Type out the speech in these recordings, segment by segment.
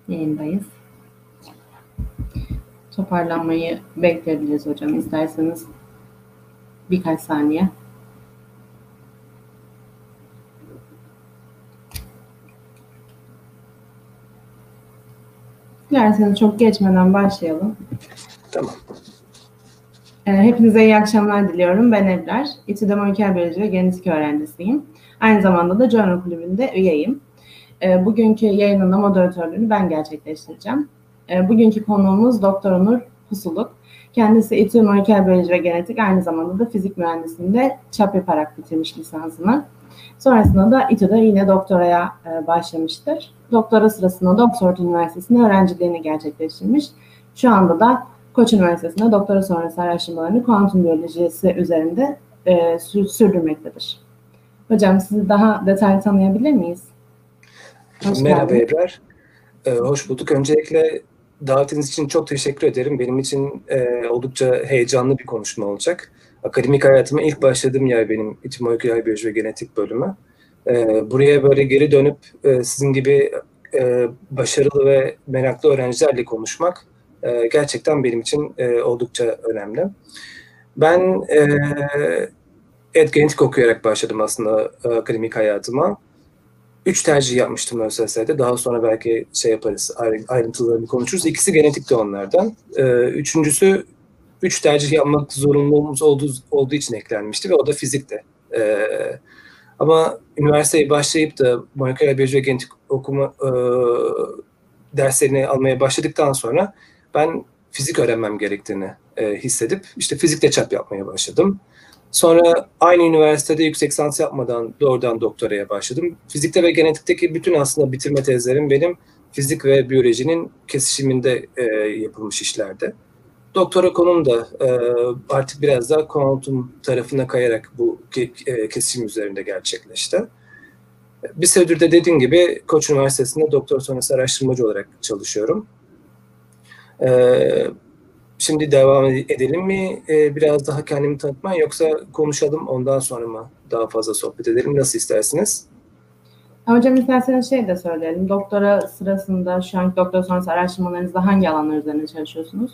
Yayındayız. Toparlanmayı bekleyebiliriz hocam. İsterseniz birkaç saniye. Dilerseniz çok geçmeden başlayalım. Tamam. Hepinize iyi akşamlar diliyorum. Ben Ebrar. İTÜ'de moleküler biyoloji ve genetik öğrencisiyim. Aynı zamanda da Journal Kulübü'nde üyeyim. Bugünkü yayının da moderatörlüğünü ben gerçekleştireceğim. Bugünkü konuğumuz Doktor Onur Pusuluk. Kendisi İTÜ Moleküler Biyoloji ve Genetik, aynı zamanda da fizik mühendisliğinde çap yaparak bitirmiş lisansını. Sonrasında da İTÜ'de yine doktoraya başlamıştır. Doktora sırasında da Oxford Üniversitesi'nde öğrenciliğini gerçekleştirmiş. Şu anda da Koç Üniversitesi'nde doktora sonrası araştırmalarını kuantum biyolojisi üzerinde sürdürmektedir. Hocam, sizi daha detaylı tanıyabilir miyiz? Merhaba Ebrar. Hoş bulduk. Öncelikle davetiniz için çok teşekkür ederim. Benim için oldukça heyecanlı bir konuşma olacak. Akademik hayatıma ilk başladığım yer benim İTÜ Moleküler Biyoloji ve Genetik bölümü. Buraya böyle geri dönüp sizin gibi başarılı ve meraklı öğrencilerle konuşmak gerçekten benim için oldukça önemli. Ben genetik okuyarak başladım aslında akademik hayatıma. 3 tercih yapmıştım ÖSS'de. Daha sonra belki yaparız, ayrıntılarını konuşuruz. İkisi genetikti onlardan. Üçüncüsü 3 tercih yapmak zorunluluğumuz olduğu için eklenmişti ve o da fizikti. Ama üniversiteye başlayıp da moleküler biyoloji ve genetik okuma derslerini almaya başladıktan sonra ben fizik öğrenmem gerektiğini hissedip işte fizikte çap yapmaya başladım. Sonra aynı üniversitede yüksek lisans yapmadan doğrudan doktoraya başladım. Fizikte ve genetikteki bütün aslında bitirme tezlerim benim fizik ve biyolojinin kesişiminde yapılmış işlerdi. Doktora konum da artık biraz daha kuantum tarafına kayarak bu kesişim üzerinde gerçekleşti. Bir süredir de dediğim gibi Koç Üniversitesi'nde doktor sonrası araştırmacı olarak çalışıyorum. Şimdi devam edelim mi? Biraz daha kendimi tanıtmaya, yoksa konuşalım ondan sonra mı daha fazla sohbet edelim? Nasıl istersiniz? Hocam, isterseniz de söyleyelim. Doktora sırasında şu anki doktora sonrası araştırmalarınızda hangi alanlar üzerine çalışıyorsunuz?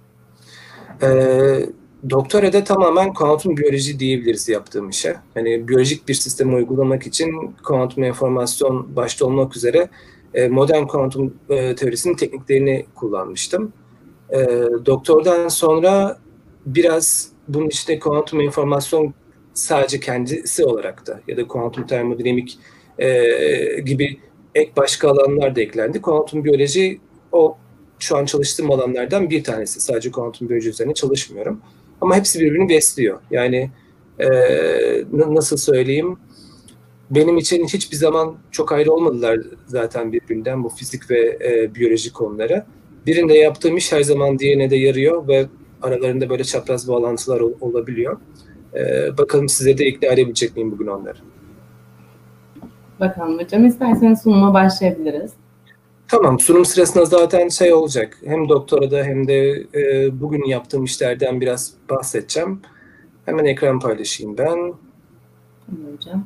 Doktorada tamamen kuantum biyoloji diyebiliriz yaptığım işe. Hani biyolojik bir sistemi uygulamak için kuantum enformasyon başta olmak üzere modern kuantum teorisinin tekniklerini kullanmıştım. Doktordan sonra biraz bunun içinde kuantum enformasyon sadece kendisi olarak da ya da kuantum termodinamik gibi ek başka alanlar da eklendi. Kuantum biyoloji o şu an çalıştığım alanlardan bir tanesi. Sadece kuantum biyoloji üzerine çalışmıyorum. Ama hepsi birbirini besliyor. Yani nasıl söyleyeyim? Benim için hiçbir zaman çok ayrı olmadılar zaten birbirinden bu fizik ve biyoloji konuları. Birinde yaptığım iş her zaman diğerine de yarıyor ve aralarında böyle çapraz bağlantılar olabiliyor. Bakalım size de ikna edebilecek miyim bugün onları? Bakalım hocam, isterseniz sunuma başlayabiliriz. Tamam, sunum sırasında zaten olacak. Hem doktorada hem de bugün yaptığım işlerden biraz bahsedeceğim. Hemen ekran paylaşayım ben. Tamam hocam.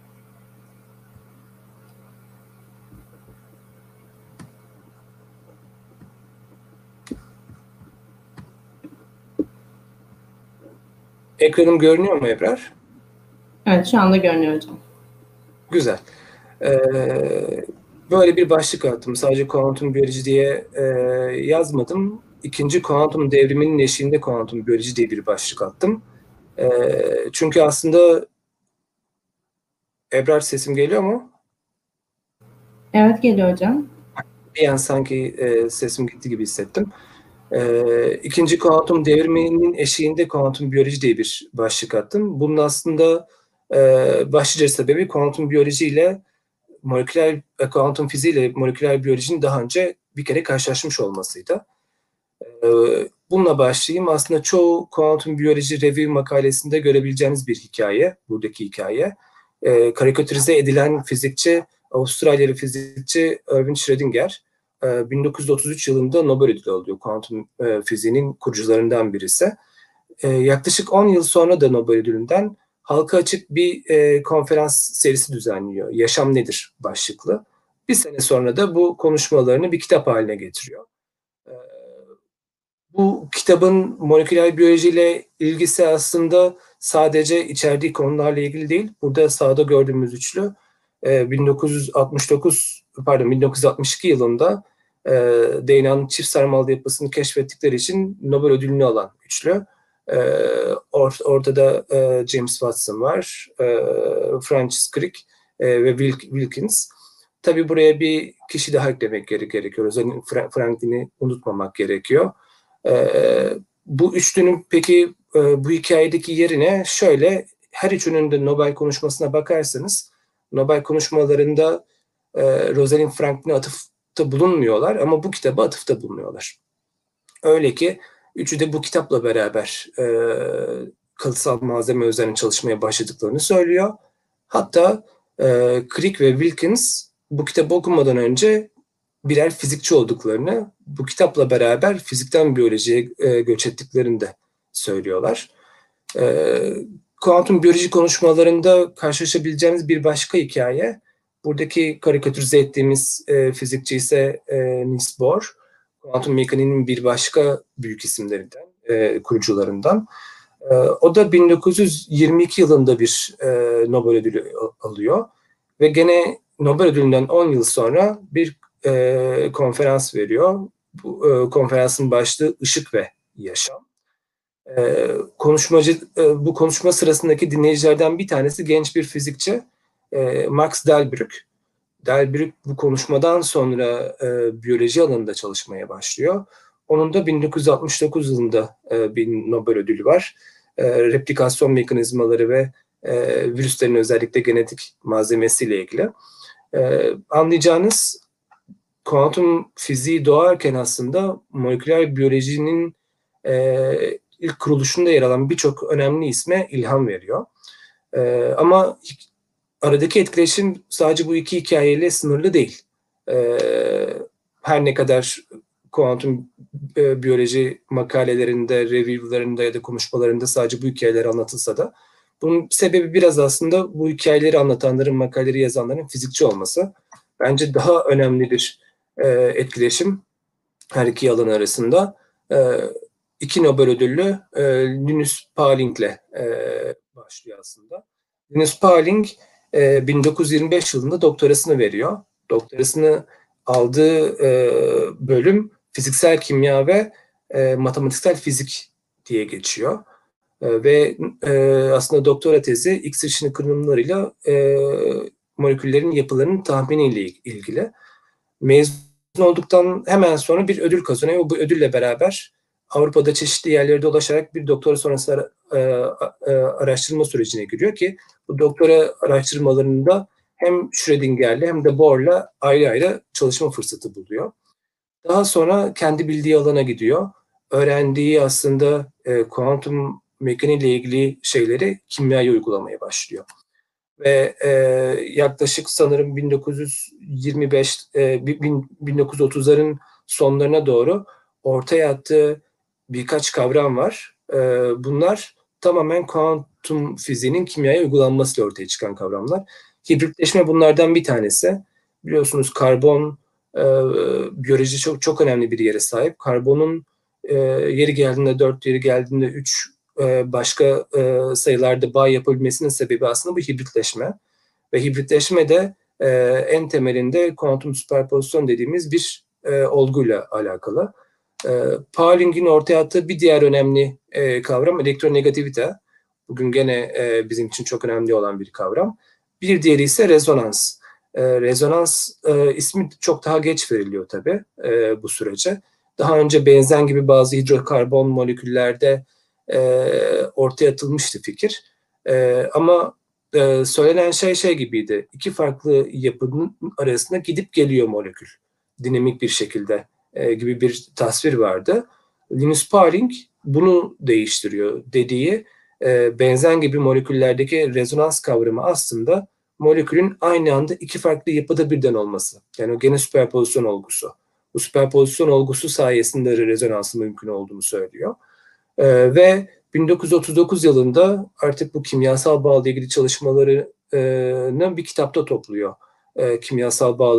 Ekranım görünüyor mu Ebrar? Evet, şu anda görünüyor hocam. Güzel. Böyle bir başlık attım. Sadece kuantum biyoloji diye yazmadım. İkinci kuantum devriminin eşiğinde kuantum biyoloji diye bir başlık attım. Çünkü aslında Ebrar, sesim geliyor mu? Evet, geliyor hocam. Bir an sanki sesim gitti gibi hissettim. İkinci kuantum devriminin eşiğinde kuantum biyoloji diye bir başlık attım. Bunun aslında başlıca sebebi kuantum biyoloji ile kuantum fiziği ile moleküler biyolojinin daha önce bir kere karşılaşmış olmasıydı. Bununla başlayayım. Aslında çoğu kuantum biyoloji review makalesinde görebileceğiniz bir hikaye, buradaki hikaye. Karikatürize edilen fizikçi, Avustralyalı fizikçi Erwin Schrödinger, 1933 yılında Nobel ödülü alıyor. Kuantum fiziğinin kurucularından birisi. Yaklaşık 10 yıl sonra da Nobel ödülünden halka açık bir konferans serisi düzenliyor. Yaşam nedir başlıklı. Bir sene sonra da bu konuşmalarını bir kitap haline getiriyor. Bu kitabın moleküler biyolojiyle ilgisi aslında sadece içerdiği konularla ilgili değil. Burada sağda gördüğümüz üçlü 1962 yılında DNA'nın çift sarmallı yapısını keşfettikleri için Nobel ödülünü alan üçlü. Ortada James Watson var, Francis Crick ve Wilkins. Tabii buraya bir kişi daha eklemek gerekiyor. Özellikle Franklin'i unutmamak gerekiyor. Bu üçlünün peki bu hikayedeki yerine şöyle, her üçünün de Nobel konuşmasına bakarsanız Nobel konuşmalarında Rosalind Franklin'e atıfta bulunmuyorlar ama bu kitaba atıfta bulunuyorlar. Öyle ki üçü de bu kitapla beraber kalıtsal malzeme üzerine çalışmaya başladıklarını söylüyor. Hatta Crick ve Wilkins bu kitabı okumadan önce birer fizikçi olduklarını, bu kitapla beraber fizikten biyolojiye göç ettiklerini de söylüyorlar. Kuantum biyoloji konuşmalarında karşılaşabileceğimiz bir başka hikaye, buradaki karikatürize ettiğimiz fizikçi ise Niels Bohr, kuantum mekaniğinin bir başka büyük isimlerinden, kurucularından. O da 1922 yılında bir Nobel ödülü alıyor ve gene Nobel ödülünden 10 yıl sonra bir konferans veriyor. Bu konferansın başlığı Işık ve Yaşam. Bu konuşma sırasındaki dinleyicilerden bir tanesi genç bir fizikçi, Max Delbrück. Delbrück bu konuşmadan sonra biyoloji alanında çalışmaya başlıyor. Onun da 1969 yılında bir Nobel ödülü var. Replikasyon mekanizmaları ve virüslerin özellikle genetik malzemesiyle ilgili. Anlayacağınız, kuantum fiziği doğarken aslında moleküler biyolojinin ilk kuruluşunda yer alan birçok önemli isme ilham veriyor. Ama aradaki etkileşim sadece bu iki hikayeyle sınırlı değil. Her ne kadar kuantum biyoloji makalelerinde, review'larında ya da konuşmalarında sadece bu hikayeler anlatılsa da bunun sebebi biraz aslında bu hikayeleri anlatanların, makaleleri yazanların fizikçi olması. Bence daha önemli bir etkileşim her iki alan arasında. İki Nobel ödüllü Linus Pauling'le başlıyor aslında. Linus Pauling 1925 yılında doktorasını veriyor. Doktorasını aldığı bölüm fiziksel kimya ve matematiksel fizik diye geçiyor. Ve aslında doktora tezi X ışını kırınımlarıyla moleküllerin yapılarının tahminiyle ilgili. Mezun olduktan hemen sonra bir ödül kazanıyor ve bu ödülle beraber Avrupa'da çeşitli yerlere dolaşarak bir doktora sonrası araştırma sürecine giriyor ki bu doktora araştırmalarında hem Schrödinger'le hem de Bohr'la ayrı ayrı çalışma fırsatı buluyor. Daha sonra kendi bildiği alana gidiyor. Öğrendiği aslında kuantum mekaniğiyle ilgili şeyleri kimyaya uygulamaya başlıyor. Ve yaklaşık sanırım 1930'ların sonlarına doğru ortaya attığı birkaç kavram var. Bunlar tamamen kuantum fiziğinin kimyaya uygulanmasıyla ortaya çıkan kavramlar. Hibritleşme bunlardan bir tanesi. Biliyorsunuz karbon biyoloji çok önemli bir yere sahip. Karbonun yeri geldiğinde 4, yeri geldiğinde 3 başka sayılarda bağ yapabilmesinin sebebi aslında bu hibritleşme. Ve hibritleşme de en temelinde kuantum süperpozisyon dediğimiz bir olguyla alakalı. Pauling'in ortaya attığı bir diğer önemli kavram elektronegativite. Bugün gene bizim için çok önemli olan bir kavram. Bir diğeri ise rezonans. Rezonans ismi çok daha geç veriliyor tabii bu sürece. Daha önce benzen gibi bazı hidrokarbon moleküllerde ortaya atılmıştı fikir. Ama söylenen şey gibiydi. İki farklı yapının arasında gidip geliyor molekül. Dinamik bir şekilde gibi bir tasvir vardı. Linus Pauling bunu değiştiriyor dediği benzen gibi moleküllerdeki rezonans kavramı aslında molekülün aynı anda iki farklı yapıda birden olması. Yani o gene süperpozisyon olgusu. Bu süperpozisyon olgusu sayesinde rezonansın mümkün olduğunu söylüyor. Ve 1939 yılında artık bu kimyasal bağla ilgili çalışmalarını bir kitapta topluyor. Kimyasal bağların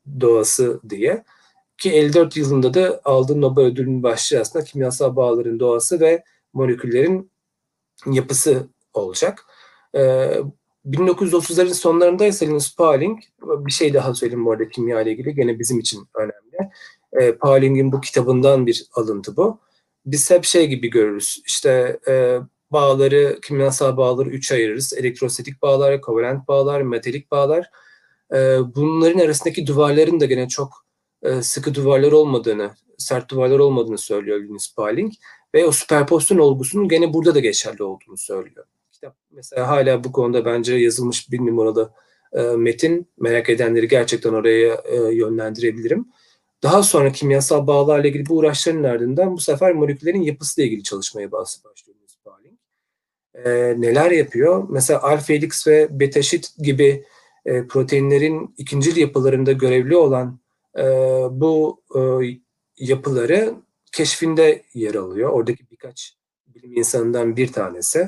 doğası diye. Ki 54 yılında da aldığı Nobel ödülünün başlığı aslında kimyasal bağların doğası ve moleküllerin yapısı olacak. 1930'ların sonlarında ise Linus Pauling, bir şey daha söyleyeyim bu arada kimya ile ilgili, gene bizim için önemli. Pauling'in bu kitabından bir alıntı bu. Biz hep şey gibi görürüz, işte bağları, kimyasal bağları 3'e ayırırız. Elektrostatik bağlar, kovalent bağlar, metalik bağlar. Bunların arasındaki duvarların da gene çok sıkı duvarlar olmadığını, sert duvarlar olmadığını söylüyor Linus Pauling. Ve o süperpozisyon olgusunun gene burada da geçerli olduğunu söylüyor. Kitap mesela hala bu konuda bence yazılmış bir numaralı metin. Merak edenleri gerçekten oraya yönlendirebilirim. Daha sonra kimyasal bağlarla ilgili bu uğraşların ardından bu sefer moleküllerin yapısıyla ilgili çalışmaya başlıyor Linus Pauling. Neler yapıyor? Mesela alfa helix ve beta sheet gibi proteinlerin ikincil yapılarında görevli olan bu yapıları keşfinde yer alıyor. Oradaki birkaç bilim insanından bir tanesi.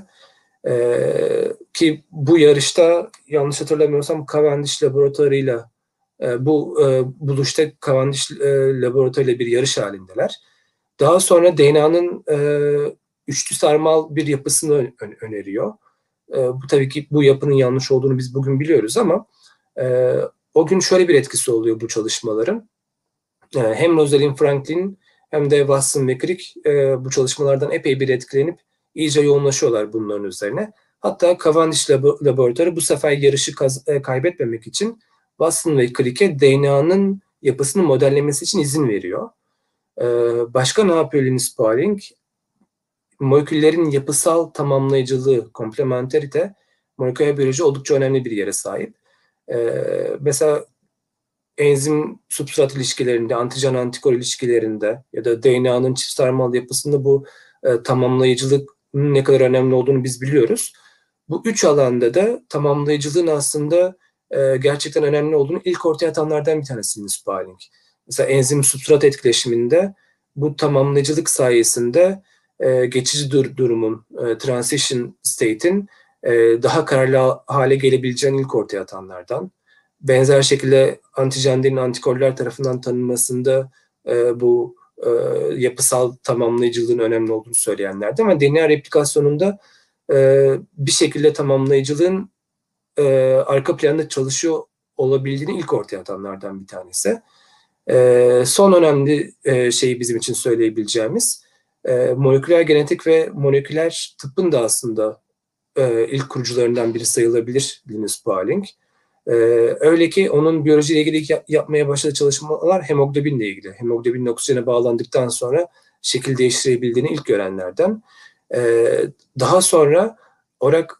Ki bu yarışta yanlış hatırlamıyorsam Cavendish laboratuvarıyla bu buluşta Cavendish laboratuvarıyla bir yarış halindeler. Daha sonra DNA'nın üçlü sarmal bir yapısını öneriyor. Bu tabii ki bu yapının yanlış olduğunu biz bugün biliyoruz ama o gün şöyle bir etkisi oluyor bu çalışmaların. Hem Rosalind Franklin hem de Watson ve Crick bu çalışmalardan epey bir etkilenip iyice yoğunlaşıyorlar bunların üzerine. Hatta Cavendish laboratuvarı bu sefer yarışı kaybetmemek için Watson ve Crick'e DNA'nın yapısını modellemesi için izin veriyor. Başka ne yapıyor Linus Pauling? Moleküllerin yapısal tamamlayıcılığı, komplementerite, moleküler biyoloji oldukça önemli bir yere sahip. Mesela enzim substrat ilişkilerinde, antijen antikor ilişkilerinde ya da DNA'nın çift sarmal yapısında bu tamamlayıcılık ne kadar önemli olduğunu biz biliyoruz. Bu üç alanda da tamamlayıcılığın aslında gerçekten önemli olduğunu ilk ortaya atanlardan bir tanesi Linus Pauling. Mesela enzim substrat etkileşiminde bu tamamlayıcılık sayesinde geçici durumun, transition state'in daha kararlı hale gelebileceğini ilk ortaya atanlardan. Benzer şekilde antijenlerin antikorlar tarafından tanınmasında bu yapısal tamamlayıcılığın önemli olduğunu söyleyenlerdi. Ama DNA replikasyonunda bir şekilde tamamlayıcılığın arka planda çalışıyor olabildiğini ilk ortaya atanlardan bir tanesi. Son önemli şeyi bizim için söyleyebileceğimiz moleküler genetik ve moleküler tıbbın da aslında ilk kurucularından biri sayılabilir Linus Pauling. Öyle ki onun biyolojiyle ilgili yapmaya başladığı çalışmalar hemoglobinle ilgili. Hemoglobinin oksijene bağlandıktan sonra şekil değiştirebildiğini ilk görenlerden. Daha sonra orak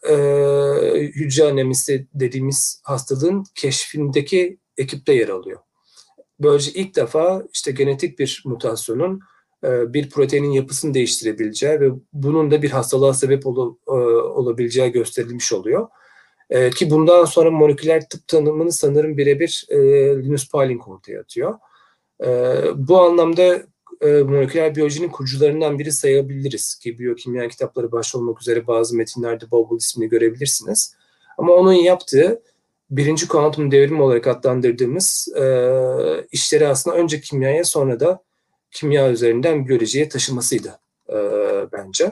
hücre anemisi dediğimiz hastalığın keşfindeki ekipte yer alıyor. Böylece ilk defa işte genetik bir mutasyonun bir proteinin yapısını değiştirebileceği ve bunun da bir hastalığa sebep olabileceği gösterilmiş oluyor. Ki bundan sonra moleküler tıp tanımını sanırım birebir Linus Pauling ortaya atıyor. Bu anlamda moleküler biyolojinin kurucularından biri sayabiliriz ki biyokimya kitapları başta olmak üzere bazı metinlerde bol bol ismini görebilirsiniz. Ama onun yaptığı birinci kuantum devrimi olarak adlandırdığımız işleri aslında önce kimyaya sonra da kimya üzerinden biyolojiye taşımasıydı bence.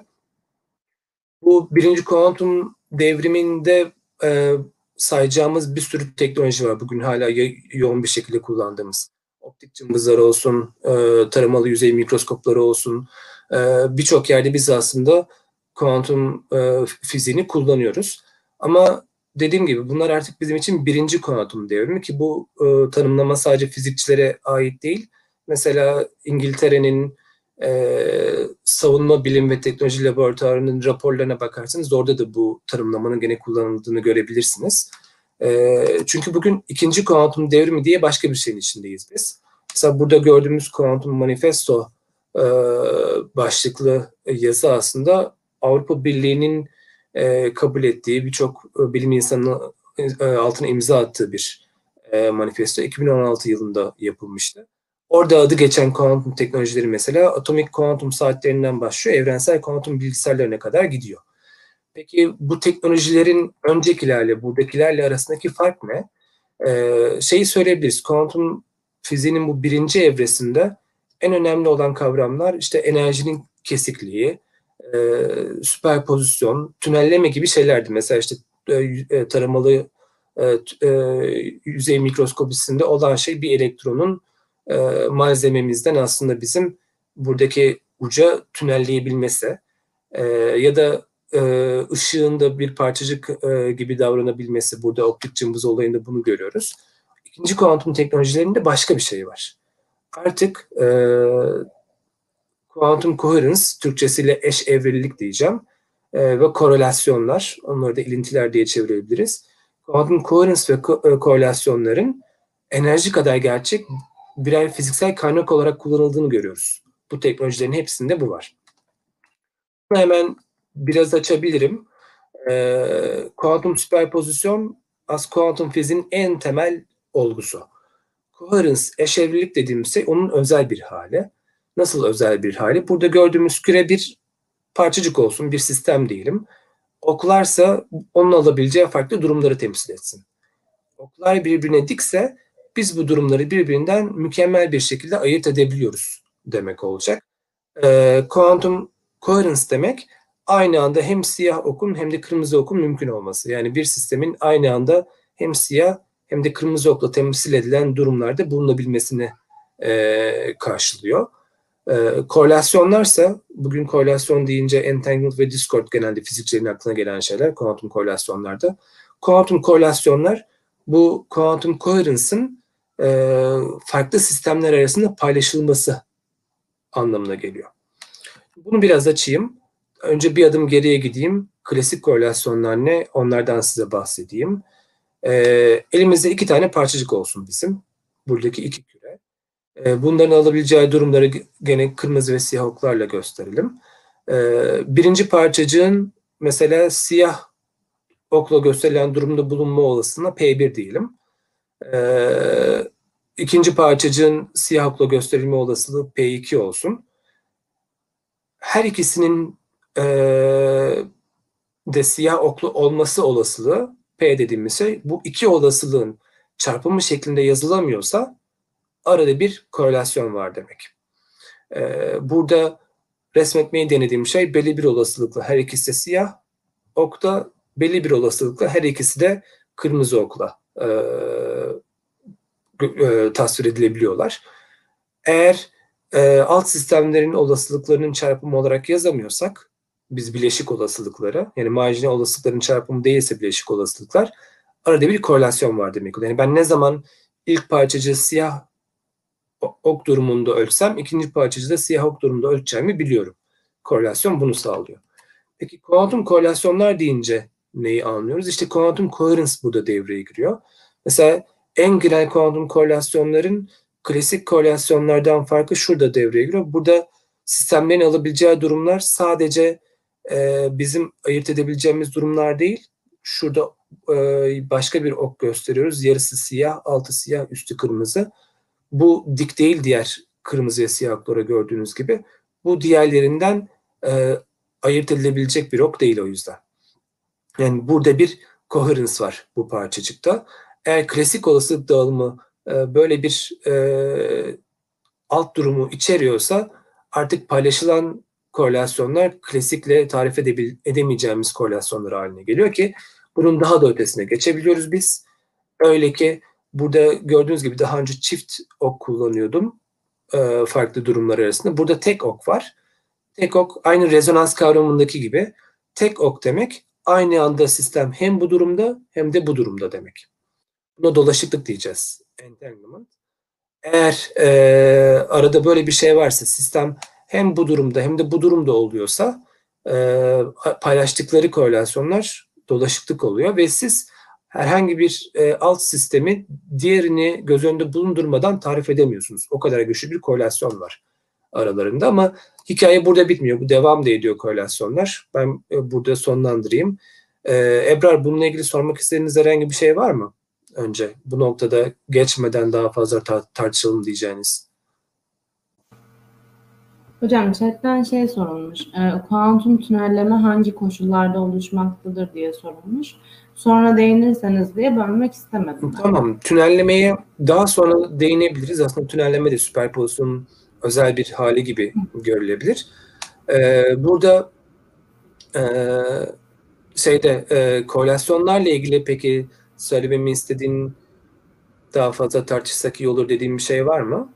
Bu birinci kuantum devriminde sayacağımız bir sürü teknoloji var. Bugün hala yoğun bir şekilde kullandığımız. Optik cımbızlar olsun, taramalı yüzey mikroskopları olsun. Birçok yerde biz aslında kuantum fiziğini kullanıyoruz. Ama dediğim gibi bunlar artık bizim için birinci kuantum devrimi ki bu tanımlama sadece fizikçilere ait değil. Mesela İngiltere'nin savunma bilim ve teknoloji laboratuvarının raporlarına bakarsanız orada da bu tanımlamanın gene kullanıldığını görebilirsiniz. Çünkü bugün ikinci kuantum devrimi diye başka bir şeyin içindeyiz biz. Mesela burada gördüğümüz kuantum manifesto başlıklı yazı aslında Avrupa Birliği'nin kabul ettiği birçok bilim insanının altına imza attığı bir manifesto 2016 yılında yapılmıştı. Orada adı geçen kuantum teknolojileri mesela atomik kuantum saatlerinden başlıyor, evrensel kuantum bilgisayarlarına kadar gidiyor. Peki bu teknolojilerin öncekilerle buradakilerle arasındaki fark ne? Şeyi söyleyebiliriz, kuantum fiziğinin bu birinci evresinde en önemli olan kavramlar işte enerjinin kesikliği, süperpozisyon, tünelleme gibi şeylerdi. Mesela işte taramalı yüzey mikroskobisinde olan şey bir elektronun malzememizden aslında bizim buradaki uca tünelleyebilmesi ya da ışığın da bir parçacık gibi davranabilmesi. Burada optik cımbız olayında bunu görüyoruz. İkinci kuantum teknolojilerinde başka bir şey var. Artık kuantum coherence, Türkçesiyle eş evrilik diyeceğim ve korelasyonlar, onları da ilintiler diye çevirebiliriz. Kuantum coherence ve korelasyonların enerji kadar gerçek birer fiziksel kaynak olarak kullanıldığını görüyoruz. Bu teknolojilerin hepsinde bu var. Bunu hemen biraz açabilirim. Kuantum süperpozisyon az kuantum fiziğinin en temel olgusu. Coherence, eşevrilik dediğimiz şey onun özel bir hali. Nasıl özel bir hali? Burada gördüğümüz küre bir parçacık olsun, bir sistem diyelim. Oklarsa onun alabileceği farklı durumları temsil etsin. Oklar birbirine dikse biz bu durumları birbirinden mükemmel bir şekilde ayırt edebiliyoruz demek olacak. Kuantum coherence demek aynı anda hem siyah okun hem de kırmızı okun mümkün olması. Yani bir sistemin aynı anda hem siyah hem de kırmızı okla temsil edilen durumlarda bulunabilmesini karşılıyor. Korelasyonlarsa, bugün korelasyon deyince entanglement ve discord genelde fizikçilerin aklına gelen şeyler kuantum korelasyonlarda. Kuantum korelasyonlar bu kuantum coherence'ın farklı sistemler arasında paylaşılması anlamına geliyor. Bunu biraz açayım. Önce bir adım geriye gideyim. Klasik korelasyonlar ne? Onlardan size bahsedeyim. Elimizde iki tane parçacık olsun bizim. Buradaki iki küre. Bunların alabileceği durumları gene kırmızı ve siyah oklarla gösterelim. Birinci parçacığın mesela siyah okla gösterilen durumda bulunma olasılığına P1 diyelim. İkinci parçacığın siyah okla gösterilme olasılığı P2 olsun. Her ikisinin de siyah oklu olması olasılığı P dediğimiz şey, bu iki olasılığın çarpımı şeklinde yazılamıyorsa arada bir korelasyon var demek. Burada resmetmeyi denediğim şey belli bir olasılıkla her ikisi de siyah okta, belli bir olasılıkla her ikisi de kırmızı okla tasvir edilebiliyorlar. Eğer alt sistemlerin olasılıklarının çarpımı olarak yazamıyorsak, biz bileşik olasılıkları, yani marjinal olasılıkların çarpımı değilse bileşik olasılıklar, arada bir korelasyon var demek. Yani ben ne zaman ilk parçacığı siyah ok durumunda ölçsem, ikinci parçacığı da siyah ok durumunda ölçeceğimi biliyorum. Korelasyon bunu sağlıyor. Peki kuantum korelasyonlar deyince neyi anlıyoruz? İşte kuantum coherence burada devreye giriyor. Mesela en genel kuantum korelasyonların klasik korelasyonlardan farkı şurada devreye giriyor. Burada sistemlerin alabileceği durumlar sadece bizim ayırt edebileceğimiz durumlar değil. Şurada başka bir ok gösteriyoruz. Yarısı siyah, altı siyah, üstü kırmızı. Bu dik değil diğer kırmızı ve siyah oklara gördüğünüz gibi. Bu diğerlerinden ayırt edilebilecek bir ok değil o yüzden. Yani burada bir coherence var bu parçacıkta. Eğer klasik olasılık dağılımı böyle bir alt durumu içeriyorsa artık paylaşılan korelasyonlar klasikle tarif edemeyeceğimiz korelasyonlar haline geliyor ki bunun daha da ötesine geçebiliyoruz biz. Öyle ki burada gördüğünüz gibi daha önce çift ok kullanıyordum farklı durumlar arasında. Burada tek ok var. Tek ok aynı rezonans kavramındaki gibi tek ok demek aynı anda sistem hem bu durumda hem de bu durumda demek. Buna dolaşıklık diyeceğiz. Entanglement. Eğer arada böyle bir şey varsa sistem hem bu durumda hem de bu durumda oluyorsa paylaştıkları korelasyonlar dolaşıklık oluyor ve siz herhangi bir alt sistemi diğerini göz önünde bulundurmadan tarif edemiyorsunuz. O kadar güçlü bir korelasyon var aralarında ama hikaye burada bitmiyor. Bu devam da ediyor korelasyonlar. Ben burada sonlandırayım. Ebrar, bununla ilgili sormak istediğiniz herhangi bir şey var mı? Önce bu noktada geçmeden daha fazla tartışalım diyeceğiniz. Hocam chatten şey sorulmuş, kuantum tünelleme hangi koşullarda oluşmaktadır diye sorulmuş. Sonra değinirseniz diye bölmek istemedim ben. Tamam, tünellemeye daha sonra değinebiliriz. Aslında tünelleme de süperpozisyonun özel bir hali gibi görülebilir. Burada korelasyonlarla ilgili peki söylememi istediğin, daha fazla tartışsak iyi olur dediğim bir şey var mı?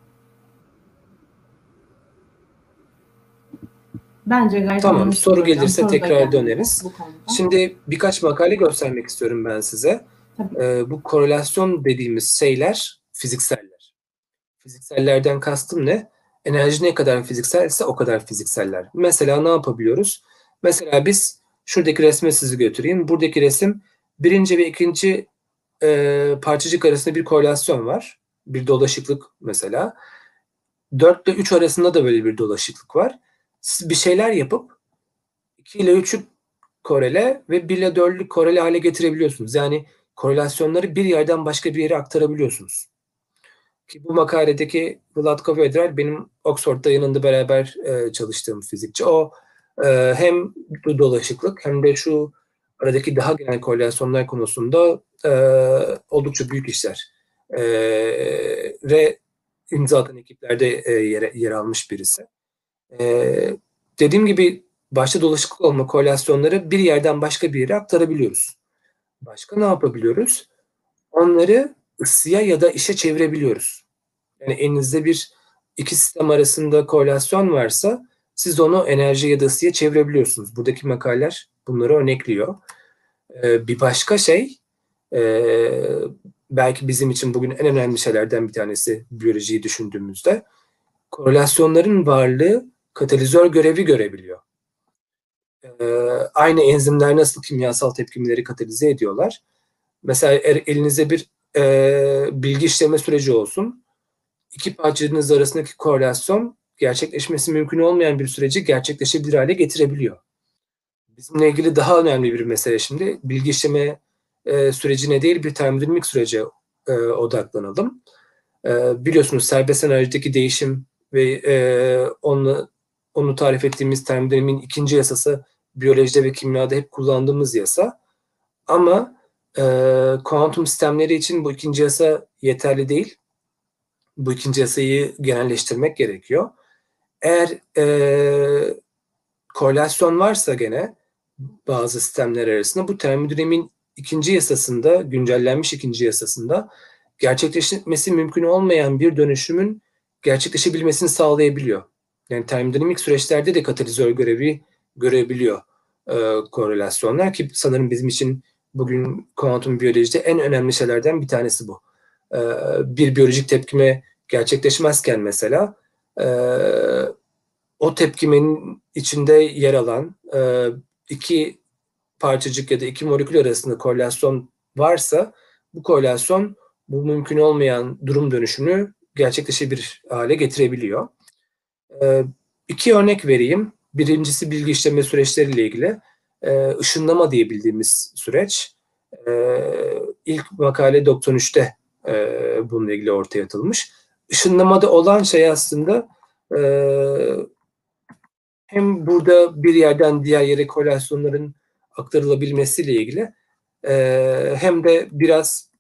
Bence gayet Tamam, anlaşıldı soru hocam. gelirse Soru da tekrar geldi döneriz. bu konuda. Şimdi birkaç makale göstermek istiyorum ben size. Bu korelasyon dediğimiz şeyler fizikseller. Fiziksellerden kastım ne? Enerji ne kadar fizikselse o kadar fizikseller. Mesela ne yapabiliyoruz? Mesela biz şuradaki resme sizi götüreyim. Buradaki resim birinci ve ikinci parçacık arasında bir korelasyon var. Bir dolaşıklık mesela. 4 ile 3 arasında da böyle bir dolaşıklık var. Siz bir şeyler yapıp 2 ile 3'ü korele ve 1 ile 4'ü korele hale getirebiliyorsunuz. Yani korelasyonları bir yerden başka bir yere aktarabiliyorsunuz. Ki bu makaledeki Vlatko Vedral benim Oxford'da yanında beraber çalıştığım fizikçi. O hem bu dolaşıklık hem de şu aradaki daha genel korelasyonlar konusunda oldukça büyük işler ve imza atan ekiplerde yer almış birisi. Dediğim gibi başta dolaşıklık olma korelasyonları bir yerden başka bir yere aktarabiliyoruz. Başka ne yapabiliyoruz? Onları ısıya ya da işe çevirebiliyoruz. Yani elinizde iki sistem arasında korelasyon varsa siz onu enerji ya da ısıya çevirebiliyorsunuz. Buradaki makaleler bunları örnekliyor. Bir başka şey belki bizim için bugün en önemli şeylerden bir tanesi biyolojiyi düşündüğümüzde korelasyonların varlığı katalizör görevi görebiliyor. Aynı enzimler nasıl kimyasal tepkimeleri katalize ediyorlar? Mesela elinizde bir bilgi işleme süreci olsun. İki parçacığınız arasındaki korelasyon gerçekleşmesi mümkün olmayan bir süreci gerçekleşebilir hale getirebiliyor. Bizimle ilgili daha önemli bir mesele şimdi. Bilgi işleme sürecine değil bir termodinamik sürece odaklanalım. Biliyorsunuz serbest enerjideki değişim ve onu tarif ettiğimiz termodinamiğin ikinci yasası biyolojide ve kimyada hep kullandığımız yasa. Ama kuantum sistemleri için bu ikinci yasa yeterli değil. Bu ikinci yasayı genelleştirmek gerekiyor. Eğer korelasyon varsa gene bazı sistemler arasında bu termodinamiğin ikinci yasasında, güncellenmiş ikinci yasasında gerçekleşmesi mümkün olmayan bir dönüşümün gerçekleşebilmesini sağlayabiliyor. Yani termodinamik süreçlerde de katalizör görevi görebiliyor korelasyonlar ki sanırım bizim için bugün kuantum biyolojide en önemli şeylerden bir tanesi bu. Bir biyolojik tepkime gerçekleşmezken mesela o tepkimenin içinde yer alan iki parçacık ya da iki molekül arasında korelasyon varsa bu korelasyon bu mümkün olmayan durum dönüşümünü gerçekleşebilir hale getirebiliyor. İki örnek vereyim. Birincisi bilgi işleme süreçleriyle ilgili. Işınlama diye bildiğimiz süreç. İlk makale 93'te bununla ilgili ortaya atılmış. Işınlamada olan şey aslında hem burada bir yerden diğer yere korelasyonların aktarılabilmesiyle ilgili hem de biraz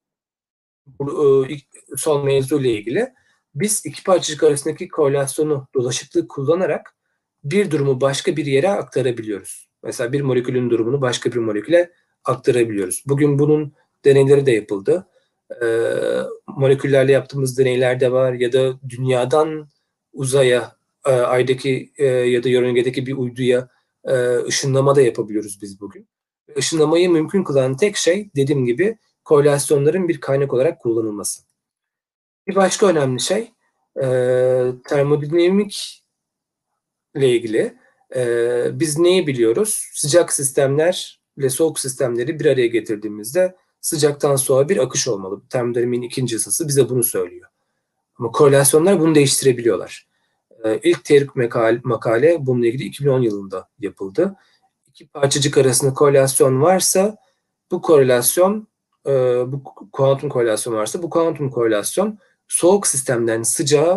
son mevzuyla ilgili biz iki parçacık arasındaki korelasyonu dolaşıklık kullanarak bir durumu başka bir yere aktarabiliyoruz. Mesela bir molekülün durumunu başka bir moleküle aktarabiliyoruz. Bugün bunun deneyleri de yapıldı. Moleküllerle yaptığımız deneyler de var ya da dünyadan uzaya, aydaki ya da yörüngedeki bir uyduya ışınlama da yapabiliyoruz biz bugün. Işınlamayı mümkün kılan tek şey dediğim gibi korelasyonların bir kaynak olarak kullanılması. Bir başka önemli şey termodinamik ile ilgili biz neyi biliyoruz? Sıcak sistemlerle soğuk sistemleri bir araya getirdiğimizde sıcaktan soğuğa bir akış olmalı. Termodinamiğin ikinci yasası bize bunu söylüyor. Ama korelasyonlar bunu değiştirebiliyorlar. İlk teorik makale bununla ilgili 2010 yılında yapıldı. İki parçacık arasında korelasyon varsa bu korelasyon, bu kuantum korelasyon varsa bu kuantum korelasyon soğuk sistemden sıcağa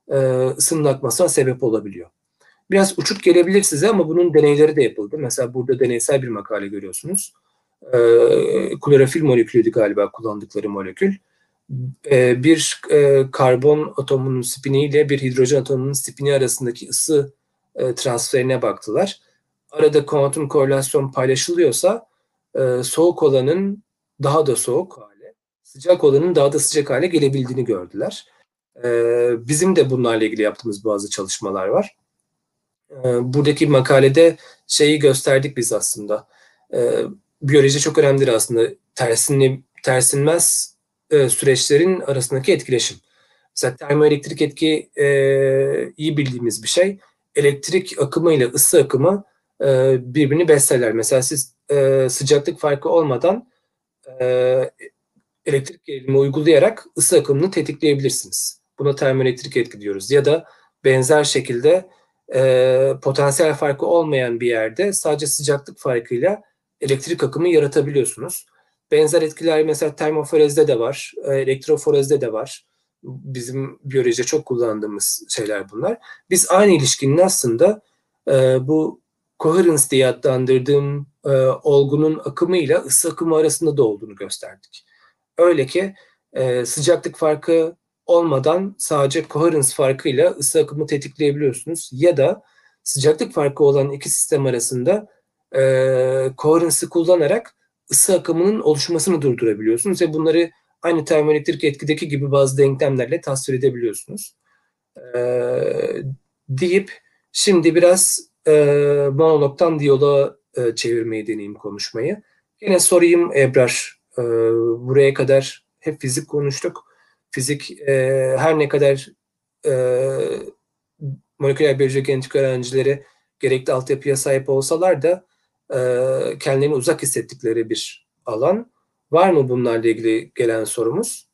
ısının akmasına sebep olabiliyor. Biraz uçuk gelebilir size ama bunun deneyleri de yapıldı. Mesela burada deneysel bir makale görüyorsunuz. Klorofil molekülüydü galiba kullandıkları molekül. Bir karbon atomunun spini ile bir hidrojen atomunun spini arasındaki ısı transferine baktılar. Arada kuantum korelasyon paylaşılıyorsa soğuk olanın daha da soğuk hale, sıcak olanın daha da sıcak hale gelebildiğini gördüler. Bizim de bunlarla ilgili yaptığımız bazı çalışmalar var. Buradaki makalede şeyi gösterdik biz aslında. Biyoloji çok önemlidir aslında. Tersinmez süreçlerin arasındaki etkileşim. Mesela termoelektrik etki iyi bildiğimiz bir şey. Elektrik akımı ile ısı akımı birbirini beslerler. Mesela siz sıcaklık farkı olmadan elektrik gerilimi uygulayarak ısı akımını tetikleyebilirsiniz. Buna termoelektrik etki diyoruz. Ya da benzer şekilde potansiyel farkı olmayan bir yerde sadece sıcaklık farkıyla elektrik akımı yaratabiliyorsunuz. Benzer etkiler mesela termoforezde de var, elektroforezde de var. Bizim biyolojide çok kullandığımız şeyler bunlar. Biz aynı ilişkinin aslında bu coherence diye adlandırdığım olgunun akımıyla ısı akımı arasında da olduğunu gösterdik. Öyle ki sıcaklık farkı olmadan sadece coherence farkıyla ısı akımı tetikleyebiliyorsunuz. Ya da sıcaklık farkı olan iki sistem arasında coherence'ı kullanarak ısı akımının oluşmasını durdurabiliyorsunuz ve bunları aynı termoelektrik etkideki gibi bazı denklemlerle tasvir edebiliyorsunuz. Deyip şimdi biraz monologdan diyaloğa çevirmeyi deneyeyim konuşmayı. Yine sorayım Ebrar, buraya kadar hep fizik konuştuk. Fizik her ne kadar moleküler biyoloji genetik öğrencileri gerekli altyapıya sahip olsalar da kendilerini uzak hissettikleri bir alan. Var mı bunlarla ilgili gelen sorumuz?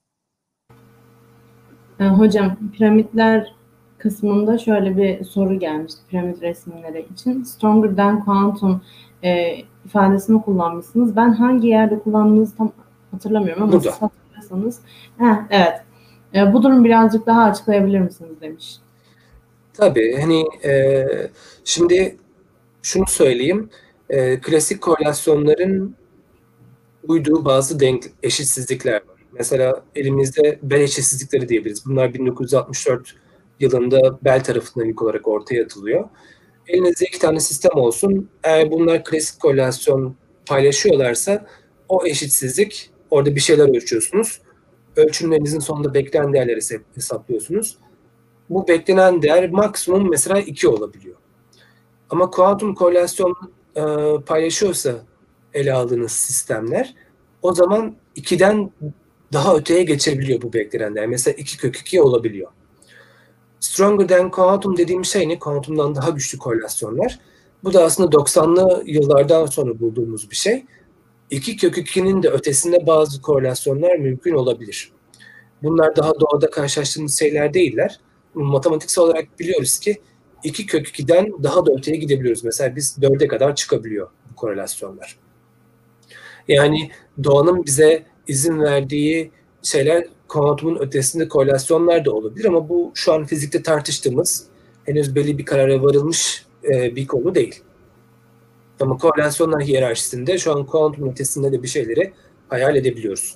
Hocam, piramitler kısmında şöyle bir soru gelmişti piramit resimleri için. Stronger than quantum ifadesini kullanmışsınız. Ben hangi yerde kullandığınızı tam hatırlamıyorum ama Burada. siz hatırlarsanız. Evet. Bu durum birazcık daha açıklayabilir misiniz demiş. Tabii. Hani şimdi şunu söyleyeyim. Klasik korelasyonların uyduğu bazı eşitsizlikler var. Mesela elimizde Bell eşitsizlikleri diyebiliriz. Bunlar 1964 yılında Bell tarafından ilk olarak ortaya atılıyor. Elinizde iki tane sistem olsun. Eğer bunlar klasik korelasyon paylaşıyorlarsa o eşitsizlik, orada bir şeyler ölçüyorsunuz. Ölçümlerinizin sonunda beklenen değerleri hesaplıyorsunuz. Bu beklenen değer maksimum mesela 2 olabiliyor. Ama kuantum korelasyon paylaşıyorsa ele aldığınız sistemler, o zaman 2'den daha öteye geçebiliyor bu beklenen değer. Mesela 2 kök 2 olabiliyor. Stronger than quantum dediğim şey ne? Kuantumdan daha güçlü korelasyonlar. Bu da aslında 90'lı yıllardan sonra bulduğumuz bir şey. 2 kök 2'nin de ötesinde bazı korelasyonlar mümkün olabilir. Bunlar daha doğada karşılaştığımız şeyler değiller. Matematiksel olarak biliyoruz ki 2 kök 2'den daha da öteye gidebiliyoruz. Mesela biz 4'e kadar çıkabiliyor bu korelasyonlar. Yani doğanın bize izin verdiği şeyler kuantumun ötesinde korelasyonlar da olabilir ama bu şu an fizikte tartıştığımız, henüz belli bir karara varılmış bir konu değil. Ama korelasyonlar hiyerarşisinde şu an kuantumun ötesinde de bir şeyleri hayal edebiliyoruz.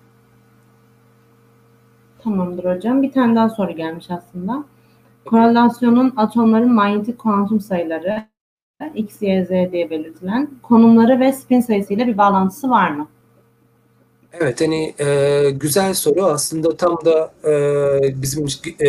Tamamdır hocam. Bir tane daha soru gelmiş aslında. Korelasyonun atomların manyetik kuantum sayıları X, Y, Z diye belirtilen konumları ve spin sayısıyla bir bağlantısı var mı? Evet, hani güzel soru. Aslında tam da bizim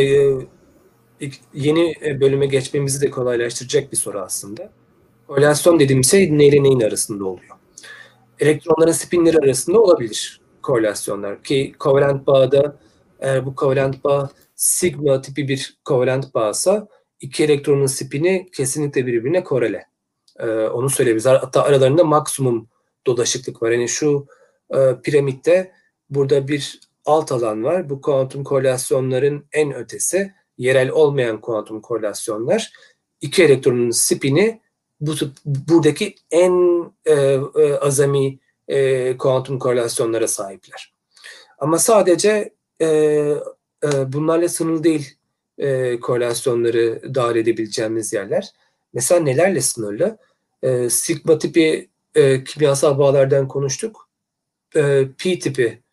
yeni bölüme geçmemizi de kolaylaştıracak bir soru aslında. Korelasyon dediğim şey neyle neyin arasında oluyor? Elektronların spinleri arasında olabilir korelasyonlar. Ki kovalent bağda eğer bu kovalent bağ sigma tipi bir kovalent bağsa iki elektronun spini kesinlikle birbirine korele. Onu söyleyebiliriz. Hatta aralarında maksimum dolaşıklık var. Yani şu piramitte burada bir alt alan var. Bu kuantum korelasyonların en ötesi, yerel olmayan kuantum korelasyonlar. İki elektronun spini buradaki en azami kuantum korelasyonlara sahipler. Ama sadece bunlarla sınırlı değil korelasyonları dahil edebileceğimiz yerler. Mesela nelerle sınırlı? Sigma tipi kimyasal bağlardan konuştuk. Pi tipi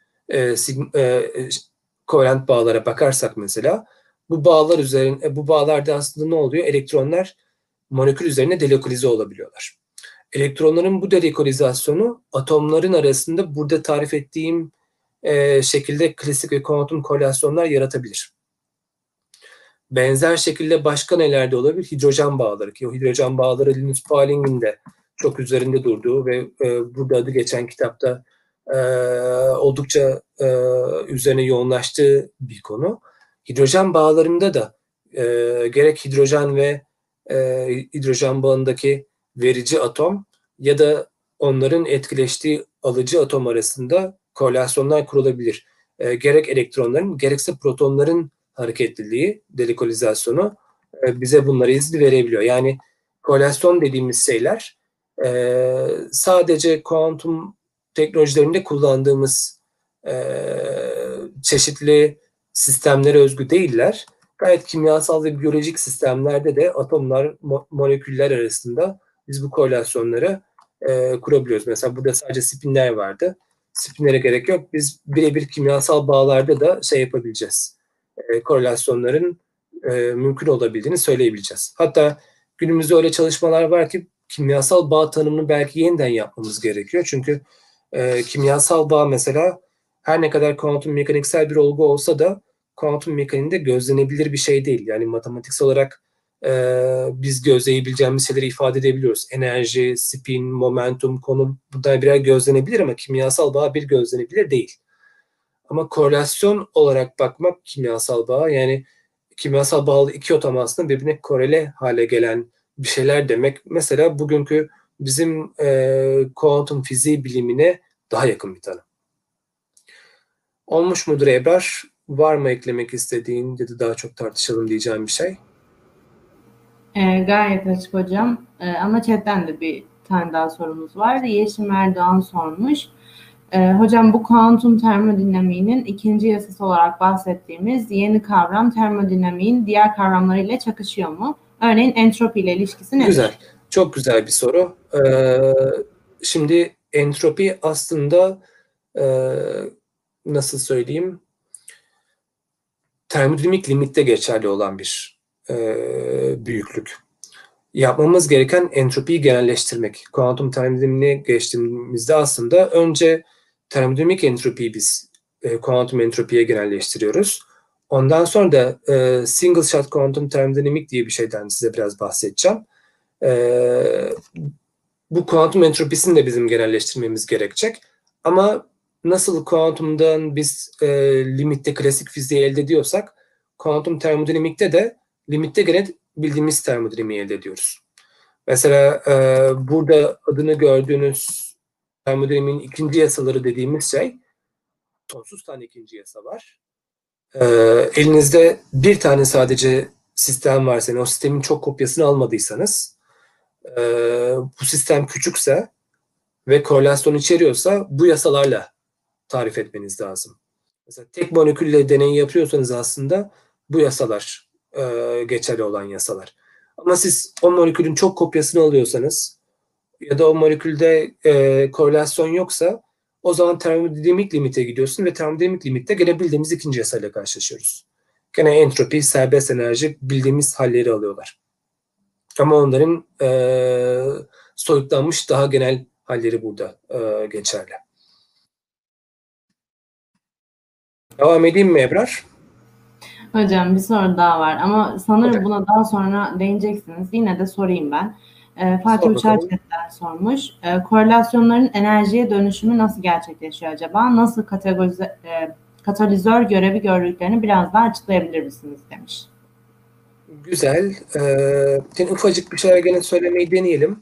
kovalent bağlara bakarsak mesela bu bağlarda aslında ne oluyor? Elektronlar molekül üzerine delokalize olabiliyorlar. Elektronların bu delokalizasyonu atomların arasında burada tarif ettiğim şekilde klasik ve kuantum korelasyonlar yaratabilir. Benzer şekilde başka nelerde olabilir? Hidrojen bağları, ki o hidrojen bağları Linus Pauling'in de çok üzerinde durduğu ve burada adı geçen kitapta oldukça üzerine yoğunlaştığı bir konu. Hidrojen bağlarında da gerek hidrojen ve hidrojen bağındaki verici atom ya da onların etkileştiği alıcı atom arasında korelasyonlar kurulabilir. Gerek elektronların gerekse protonların hareketliliği, delokalizasyonu bize bunları izin verebiliyor. Yani korelasyon dediğimiz şeyler sadece kuantum teknolojilerinde kullandığımız çeşitli sistemlere özgü değiller. Gayet kimyasal ve biyolojik sistemlerde de atomlar, moleküller arasında biz bu korelasyonları kurabiliyoruz. Mesela burada sadece spinler vardı. Spinlere gerek yok. Biz birebir kimyasal bağlarda da şey yapabileceğiz. Korelasyonların mümkün olabildiğini söyleyebileceğiz. Hatta günümüzde öyle çalışmalar var ki kimyasal bağ tanımını belki yeniden yapmamız gerekiyor. Çünkü kimyasal bağ mesela her ne kadar kuantum mekaniksel bir olgu olsa da kuantum mekaniğinde gözlenebilir bir şey değil. Yani matematiksel olarak biz gözleyebileceğimiz şeyleri ifade edebiliyoruz. Enerji, spin, momentum, konum bunlar birer gözlenebilir ama kimyasal bağ bir gözlenebilir değil. Ama korelasyon olarak bakmak kimyasal bağ, yani kimyasal bağlı iki atom aslında birbirine korele hale gelen bir şeyler demek. Mesela bugünkü bizim kuantum fiziği bilimine daha yakın bir tanım. Olmuş mudur Ebrar? Var mı eklemek istediğin ya da daha çok tartışalım diyeceğim bir şey? Gayet açık hocam. Ama chatten de bir tane daha sorumuz var. Yeşim Erdoğan sormuş. Hocam bu kuantum termodinamiğinin ikinci yasası olarak bahsettiğimiz yeni kavram termodinamiğin diğer kavramlarıyla çakışıyor mu? Örneğin entropi ile ilişkisi nedir? Güzel. Çok güzel bir soru. Şimdi entropi aslında nasıl söyleyeyim? Termodinamik limitte geçerli olan bir büyüklük. Yapmamız gereken entropiyi genelleştirmek. Kuantum termodinamiğine geçtiğimizde aslında önce termodinamik entropiyi biz kuantum entropiye genelleştiriyoruz. Ondan sonra da single shot kuantum termodinamik diye bir şeyden size biraz bahsedeceğim. Bu kuantum entropisini de bizim genelleştirmemiz gerekecek. Ama nasıl kuantumdan biz limitte klasik fiziği elde ediyorsak, kuantum termodinamikte de limitte gene bildiğimiz termodinamiği elde ediyoruz. Mesela burada adını gördüğünüz termodinamiğin ikinci yasaları dediğimiz şey, sonsuz tane ikinci yasa var. Elinizde bir tane sadece sistem varsa, yani o sistemin çok kopyasını almadıysanız, bu sistem küçükse ve korelasyon içeriyorsa bu yasalarla tarif etmeniz lazım. Mesela tek molekülle deney yapıyorsanız aslında bu yasalar geçerli olan yasalar. Ama siz o molekülün çok kopyasını alıyorsanız ya da o molekülde korelasyon yoksa o zaman termodinamik limite gidiyorsun ve termodinamik limitte gene bildiğimiz ikinci yasayla karşılaşıyoruz. Gene entropi, serbest enerji bildiğimiz halleri alıyorlar. Ama onların soyutlanmış daha genel halleri burada geçerli. Devam edeyim mi Ebrar? Hocam bir soru daha var ama sanırım buna daha sonra değineceksiniz. Yine de sorayım ben. Fatih Uçar chatten sormuş. Korelasyonların enerjiye dönüşümü nasıl gerçekleşiyor acaba? Nasıl katalizör görevi gördüklerini biraz daha açıklayabilir misiniz demiş. Güzel. Ufacık bir şeyler gene söylemeyi deneyelim.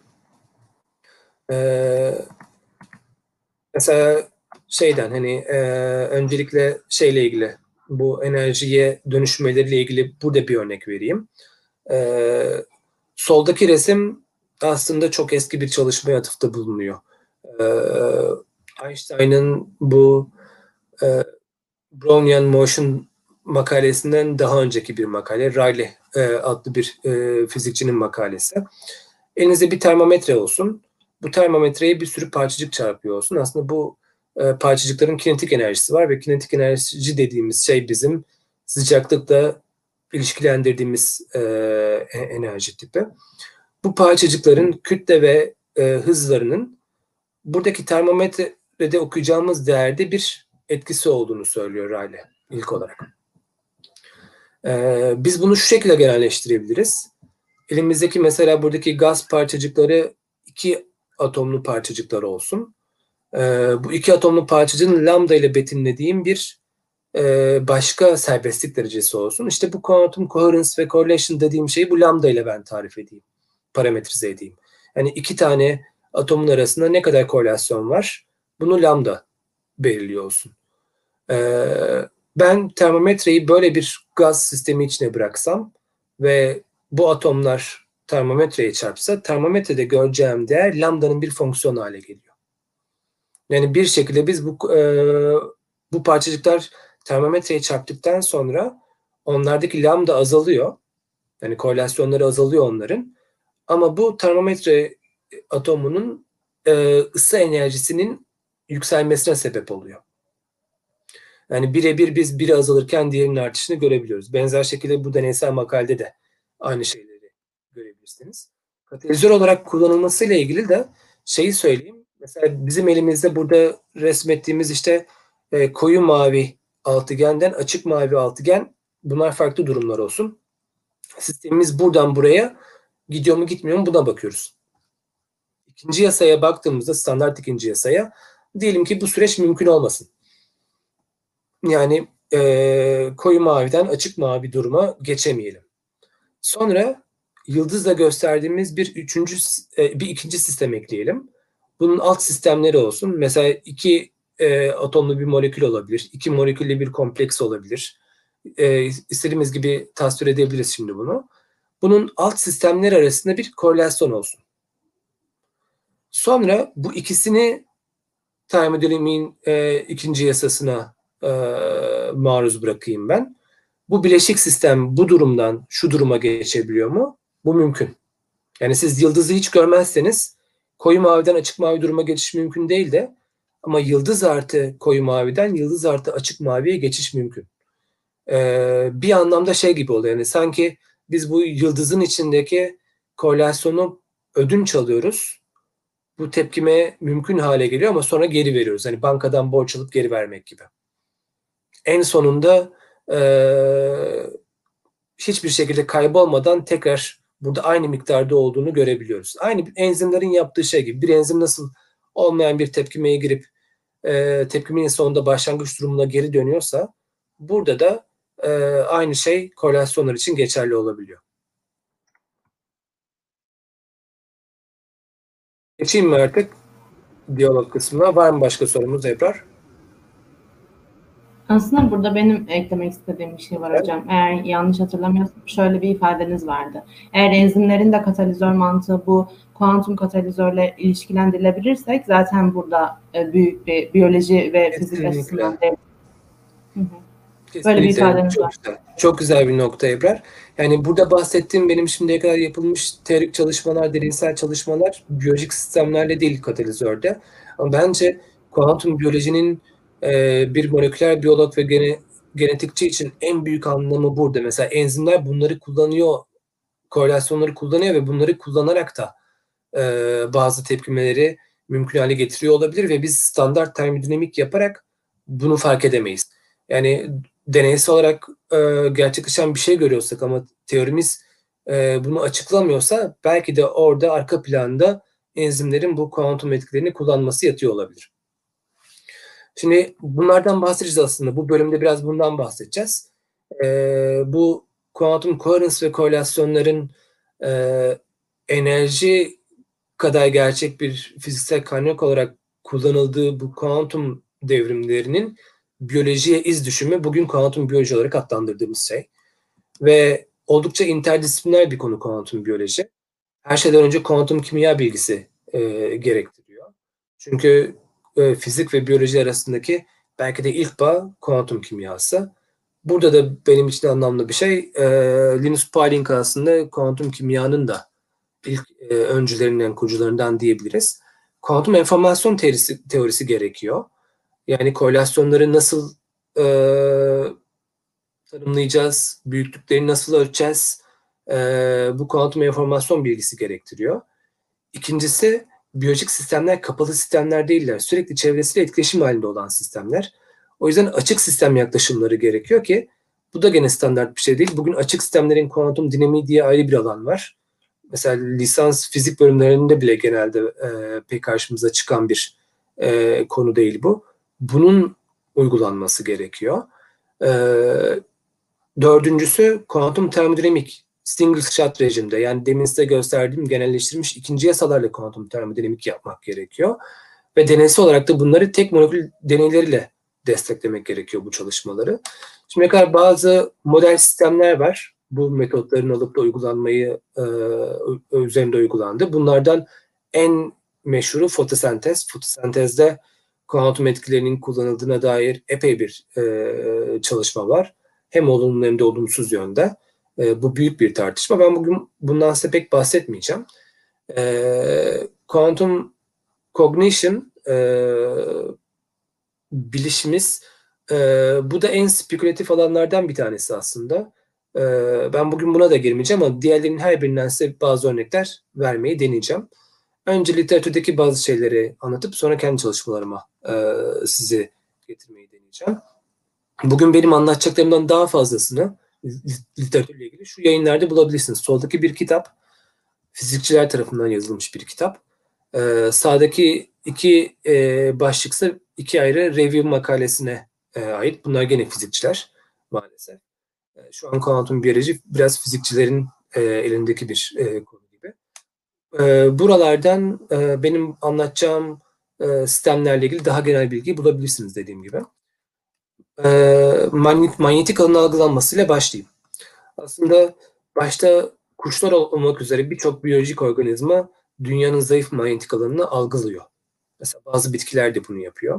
Mesela şeyden hani öncelikle şeyle ilgili, bu enerjiye dönüşmeleriyle ilgili burada bir örnek vereyim. Soldaki resim aslında çok eski bir çalışmaya atıfta bulunuyor. Einstein'ın bu Brownian motion makalesinden daha önceki bir makale. Rayleigh adlı bir fizikçinin makalesi. Elinizde bir termometre olsun. Bu termometreye bir sürü parçacık çarpıyor olsun. Aslında bu parçacıkların kinetik enerjisi var ve kinetik enerji dediğimiz şey bizim sıcaklıkla ilişkilendirdiğimiz enerji tipi. Bu parçacıkların kütle ve hızlarının buradaki termometrede okuyacağımız değerde bir etkisi olduğunu söylüyor Rayleigh ilk olarak. Biz bunu şu şekilde genelleştirebiliriz. Elimizdeki mesela buradaki gaz parçacıkları 2 atomlu parçacıklar olsun. Bu 2 atomlu parçacığın lambda ile betimlediğim bir başka serbestlik derecesi olsun. İşte bu quantum coherence ve correlation dediğim şeyi bu lambda ile ben tarif edeyim, parametrize edeyim. Yani 2 tane atomun arasında ne kadar korelasyon var, bunu lambda belirliyor olsun. Ben termometreyi böyle bir gaz sistemi içine bıraksam ve bu atomlar termometreye çarpsa, termometrede göreceğim değer lambdanın bir fonksiyon hale geliyor. Yani bir şekilde biz bu parçacıklar termometreye çarptıktan sonra onlardaki lambda azalıyor. Yani korelasyonları azalıyor onların. Ama bu termometre atomunun ısı enerjisinin yükselmesine sebep oluyor. Yani birebir biz biri azalırken diğerinin artışını görebiliyoruz. Benzer şekilde bu deneysel makalede de aynı şeyleri görebilirsiniz. Katalizör olarak kullanılmasıyla ilgili de şeyi söyleyeyim. Mesela bizim elimizde burada resmettiğimiz işte koyu mavi altıgenden açık mavi altıgen, bunlar farklı durumlar olsun. Sistemimiz buradan buraya gidiyor mu gitmiyor mu buna bakıyoruz. İkinci yasaya baktığımızda, standart ikinci yasaya, diyelim ki bu süreç mümkün olmasın. Yani koyu maviden açık mavi duruma geçemeyelim. Sonra yıldızla gösterdiğimiz bir ikinci sistem ekleyelim. Bunun alt sistemleri olsun. Mesela 2 atomlu bir molekül olabilir. 2 moleküllü bir kompleks olabilir. İstediğimiz gibi tasvir edebiliriz şimdi bunu. Bunun alt sistemleri arasında bir korelasyon olsun. Sonra bu ikisini termodinamiğin ikinci yasasına maruz bırakayım ben. Bu bileşik sistem bu durumdan şu duruma geçebiliyor mu? Bu mümkün. Yani siz yıldızı hiç görmezseniz koyu maviden açık mavi duruma geçiş mümkün değil de, ama yıldız artı koyu maviden yıldız artı açık maviye geçiş mümkün. Bir anlamda şey gibi oluyor. Yani sanki biz bu yıldızın içindeki korelasyonu ödünç alıyoruz. Bu tepkime mümkün hale geliyor ama sonra geri veriyoruz. Hani bankadan borç alıp geri vermek gibi. En sonunda hiçbir şekilde kaybolmadan tekrar burada aynı miktarda olduğunu görebiliyoruz. Aynı enzimlerin yaptığı şey gibi. Bir enzim nasıl olmayan bir tepkimeye girip tepkimenin sonunda başlangıç durumuna geri dönüyorsa, burada da aynı şey korelasyonlar için geçerli olabiliyor. Geçeyim mi artık diyalog kısmına? Var mı başka sorumuz Ebrar? Aslında burada benim eklemek istediğim bir şey var hocam. Eğer yanlış hatırlamıyorsam şöyle bir ifadeniz vardı. Eğer enzimlerin de katalizör mantığı bu kuantum katalizörle ilişkilendirilebilirsek zaten burada büyük bir biyoloji ve fizik açısından de. Böyle bir ifadeniz var. Güzel. Çok güzel bir nokta Ebrar. Yani burada bahsettiğim benim şimdiye kadar yapılmış teorik çalışmalar, deneysel çalışmalar biyolojik sistemlerle değil katalizörde. Ama bence kuantum biyolojinin bir moleküler biyolog ve genetikçi için en büyük anlamı burada. Mesela enzimler bunları kullanıyor, korelasyonları kullanıyor ve bunları kullanarak da bazı tepkimeleri mümkün hale getiriyor olabilir ve biz standart termodinamik yaparak bunu fark edemeyiz. Yani deneysel olarak gerçekleşen bir şey görüyorsak ama teorimiz bunu açıklamıyorsa, belki de orada arka planda enzimlerin bu kuantum etkilerini kullanması yatıyor olabilir. Şimdi bunlardan bahsedeceğiz aslında. Bu bölümde biraz bundan bahsedeceğiz. Bu kuantum coherence ve korelasyonların enerji kadar gerçek bir fiziksel kaynak olarak kullanıldığı bu kuantum devrimlerinin biyolojiye iz düşümü bugün kuantum biyoloji olarak adlandırdığımız şey. Ve oldukça interdisipliner bir konu kuantum biyoloji. Her şeyden önce kuantum kimya bilgisi gerektiriyor. Çünkü fizik ve biyoloji arasındaki belki de ilk bağ kuantum kimyası. Burada da benim için anlamlı bir şey. Linus Pauling aslında kuantum kimyanın da ilk öncülerinden, kurucularından diyebiliriz. Kuantum enformasyon teorisi gerekiyor. Yani korelasyonları nasıl tanımlayacağız, büyüklüklerini nasıl ölçeceğiz, bu kuantum enformasyon bilgisi gerektiriyor. İkincisi, biyolojik sistemler kapalı sistemler değiller. Sürekli çevresiyle etkileşim halinde olan sistemler. O yüzden açık sistem yaklaşımları gerekiyor ki bu da gene standart bir şey değil. Bugün açık sistemlerin kuantum dinamiği diye ayrı bir alan var. Mesela lisans fizik bölümlerinde bile genelde pek karşımıza çıkan bir konu değil bu. Bunun uygulanması gerekiyor. Dördüncüsü kuantum termodinamik single shot rejimde, yani demin size gösterdiğim genelleştirilmiş ikinci yasalarla kuantum termodinamik yapmak gerekiyor. Ve deneysel olarak da bunları tek molekül deneyleriyle desteklemek gerekiyor bu çalışmaları. Şimdiye kadar bazı model sistemler var. Bu metotların alıp da uygulanmayı üzerinde uygulandı. Bunlardan en meşhuru fotosentez. Fotosentezde kuantum etkilerinin kullanıldığına dair epey bir çalışma var. Hem olumlu hem de olumsuz yönde. Bu büyük bir tartışma. Ben bugün bundan size pek bahsetmeyeceğim. Quantum cognition bilişimiz, bu da en spekülatif alanlardan bir tanesi aslında. Ben bugün buna da girmeyeceğim ama diğerlerinin her birinden size bazı örnekler vermeyi deneyeceğim. Önce literatürdeki bazı şeyleri anlatıp sonra kendi çalışmalarıma sizi getirmeyi deneyeceğim. Bugün benim anlatacaklarımdan daha fazlasını literatürle ilgili şu yayınlarda bulabilirsiniz. Soldaki bir kitap, fizikçiler tarafından yazılmış bir kitap. Sağdaki iki başlıksa iki ayrı review makalesine ait. Bunlar gene fizikçiler maalesef. Şu an kuantum biyoloji biraz fizikçilerin elindeki bir konu gibi. Buralardan benim anlatacağım sistemlerle ilgili daha genel bilgi bulabilirsiniz dediğim gibi. Manyetik alanın algılanmasıyla başlayayım. Aslında başta kuşlar olmak üzere birçok biyolojik organizma dünyanın zayıf manyetik alanını algılıyor. Mesela bazı bitkiler de bunu yapıyor.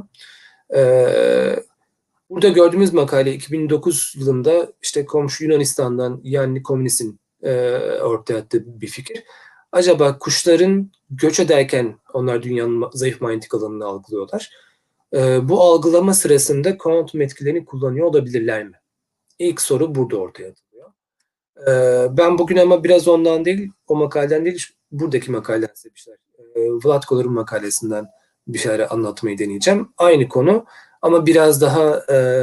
Burada gördüğümüz makale 2009 yılında işte komşu Yunanistan'dan Yanni Komnis'in ortaya attığı bir fikir. Acaba kuşların göç ederken onlar dünyanın zayıf manyetik alanını algılıyorlar. Bu algılama sırasında kuantum etkilerini kullanıyor olabilirler mi? İlk soru burada ortaya atılıyor. Ben bugün ama biraz ondan değil, o makaleden değil, buradaki makaleden size bir şeyler, Vlad Kolar'ın makalesinden bir şeyler anlatmayı deneyeceğim. Aynı konu ama biraz daha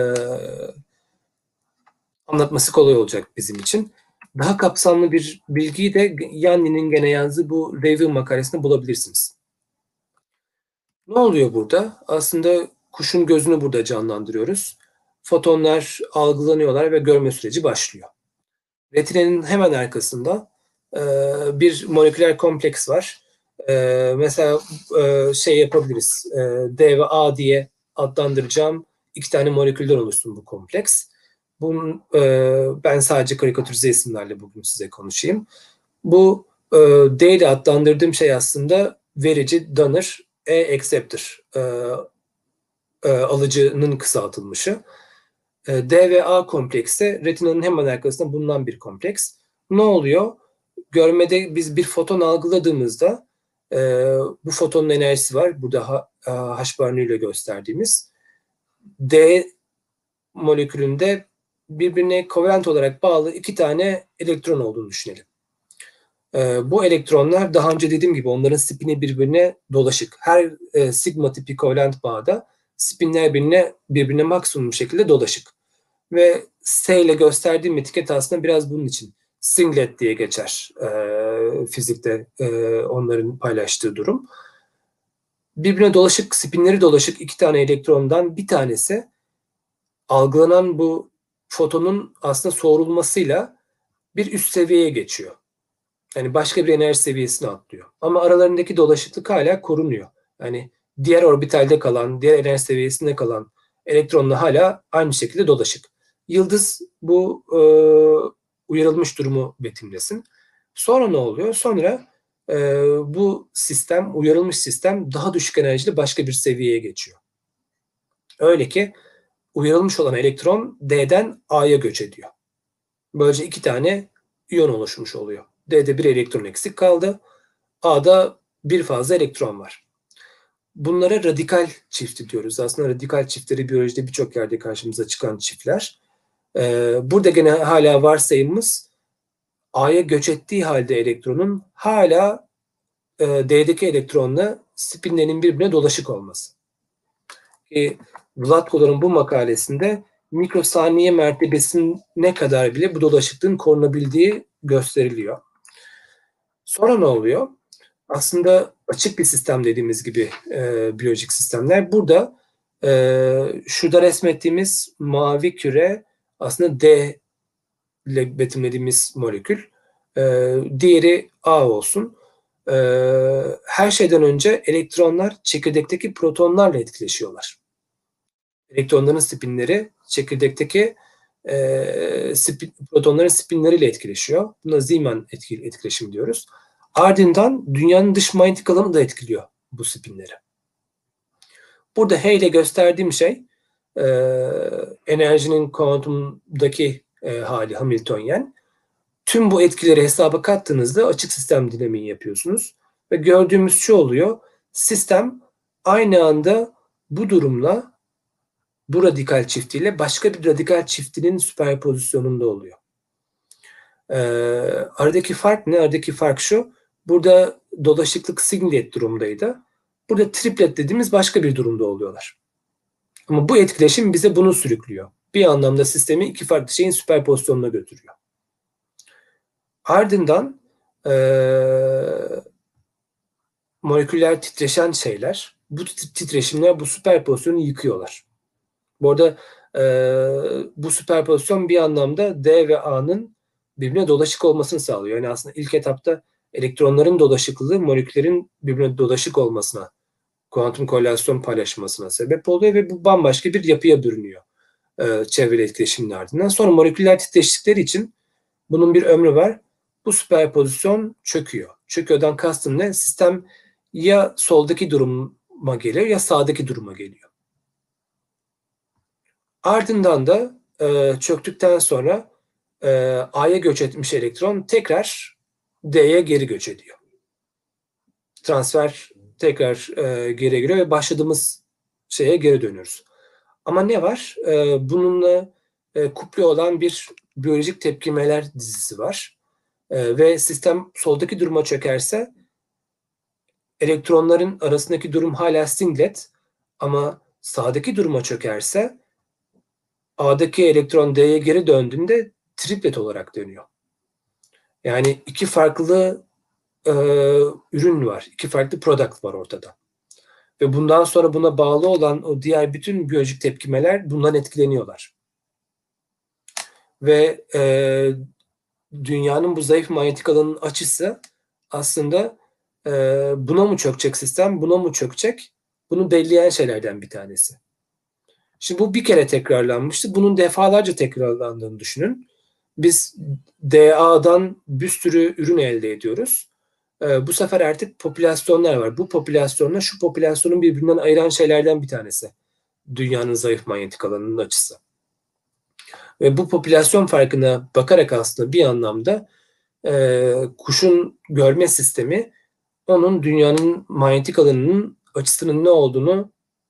anlatması kolay olacak bizim için. Daha kapsamlı bir bilgiyi de Yanni'nin gene yazdığı bu review makalesinde bulabilirsiniz. Ne oluyor burada? Aslında kuşun gözünü burada canlandırıyoruz. Fotonlar algılanıyorlar ve görme süreci başlıyor. Retinenin hemen arkasında bir moleküler kompleks var. Mesela şey yapabiliriz. D ve A diye adlandıracağım iki tane molekülden oluşsun bu kompleks. Ben sadece karikatürize isimlerle bugün size konuşayım. Bu D ile adlandırdığım şey aslında verici, donor, acceptor, alıcının kısaltılmışı. D ve A kompleksi retinanın hemen arkasında bulunan bir kompleks. Ne oluyor? Görmede biz bir foton algıladığımızda bu fotonun enerjisi var. Burada H barınıyla gösterdiğimiz. D molekülünde birbirine kovalent olarak bağlı iki tane elektron olduğunu düşünelim. Bu elektronlar daha önce dediğim gibi onların spini birbirine dolaşık. Her sigma tipi kovalent bağda spinler birbirine maksimum şekilde dolaşık. Ve S ile gösterdiğim etiket aslında biraz bunun için. Singlet diye geçer fizikte onların paylaştığı durum. Birbirine dolaşık, spinleri dolaşık iki tane elektrondan bir tanesi algılanan bu fotonun aslında soğurulmasıyla bir üst seviyeye geçiyor. Yani başka bir enerji seviyesine atlıyor. Ama aralarındaki dolaşıklık hala korunuyor. Yani diğer orbitalde kalan, diğer enerji seviyesinde kalan elektronla hala aynı şekilde dolaşık. Yıldız bu uyarılmış durumu betimlesin. Sonra ne oluyor? Sonra bu sistem, uyarılmış sistem daha düşük enerjili başka bir seviyeye geçiyor. Öyle ki uyarılmış olan elektron D'den A'ya göç ediyor. Böylece 2 tane iyon oluşmuş oluyor. D'de bir elektron eksik kaldı. A'da bir fazla elektron var. Bunlara radikal çifti diyoruz. Aslında radikal çiftleri biyolojide birçok yerde karşımıza çıkan çiftler. Burada gene hala varsayımımız A'ya göç ettiği halde elektronun hala D'deki elektronla spinlerinin birbirine dolaşık olması. Vlatkolar'ın bu makalesinde mikrosaniye mertebesine kadar bile bu dolaşıklığın korunabildiği gösteriliyor. Sonra ne oluyor? Aslında açık bir sistem dediğimiz gibi biyolojik sistemler. Burada şurada resmettiğimiz mavi küre aslında D ile betimlediğimiz molekül. Diğeri A olsun. Her şeyden önce elektronlar çekirdekteki protonlarla etkileşiyorlar. Elektronların spinleri çekirdekteki protonların spinleriyle etkileşiyor. Buna Zeeman etkileşimi diyoruz. Ardından dünyanın dış manyetik alanı da etkiliyor bu spinleri. Burada H ile gösterdiğim şey enerjinin kuantumdaki hali Hamiltonyen. Tüm bu etkileri hesaba kattığınızda açık sistem dinamiği yapıyorsunuz. Ve gördüğümüz şu oluyor. Sistem aynı anda bu durumla, bu radikal çiftiyle başka bir radikal çiftinin süperpozisyonunda oluyor. Aradaki fark ne? Aradaki fark şu. Burada dolaşıklık singlet durumdaydı. Burada triplet dediğimiz başka bir durumda oluyorlar. Ama bu etkileşim bize bunu sürüklüyor. Bir anlamda sistemi iki farklı şeyin süperpozisyonuna götürüyor. Ardından moleküler titreşen şeyler, bu titreşimler bu süperpozisyonu yıkıyorlar. Bu arada bu süperpozisyon bir anlamda D ve A'nın birbirine dolaşık olmasını sağlıyor. Yani aslında ilk etapta elektronların dolaşıklılığı moleküllerin birbirine dolaşık olmasına, kuantum korelasyon paylaşmasına sebep oluyor ve bu bambaşka bir yapıya bürünüyor çevreli etkileşimin ardından. Sonra moleküller titreştikleri için bunun bir ömrü var. Bu süperpozisyon çöküyor. Çöküyordan kastım ne? Sistem ya soldaki duruma geliyor ya sağdaki duruma geliyor. Ardından da çöktükten sonra A'ya göç etmiş elektron tekrar D'ye geri göç ediyor. Transfer tekrar geri giriyor ve başladığımız şeye geri dönüyoruz. Ama ne var? Bununla kuple olan bir biyolojik tepkimeler dizisi var. Ve sistem soldaki duruma çökerse elektronların arasındaki durum hala singlet ama sağdaki duruma çökerse A'daki elektron D'ye geri döndüğünde triplet olarak dönüyor. Yani iki farklı ürün var. İki farklı product var ortada. Ve bundan sonra buna bağlı olan o diğer bütün biyolojik tepkimeler bundan etkileniyorlar. Ve dünyanın bu zayıf manyetik alanının açısı aslında buna mı çökecek sistem, buna mı çökecek? Bunu belirleyen şeylerden bir tanesi. Şimdi bu bir kere tekrarlanmıştı. Bunun defalarca tekrarlandığını düşünün. Biz DA'dan bir sürü ürün elde ediyoruz. Bu sefer artık popülasyonlar var. Bu popülasyonla şu popülasyonun birbirinden ayıran şeylerden bir tanesi. Dünyanın zayıf manyetik alanının açısı. Ve bu popülasyon farkına bakarak aslında bir anlamda kuşun görme sistemi onun dünyanın manyetik alanının açısının ne olduğunu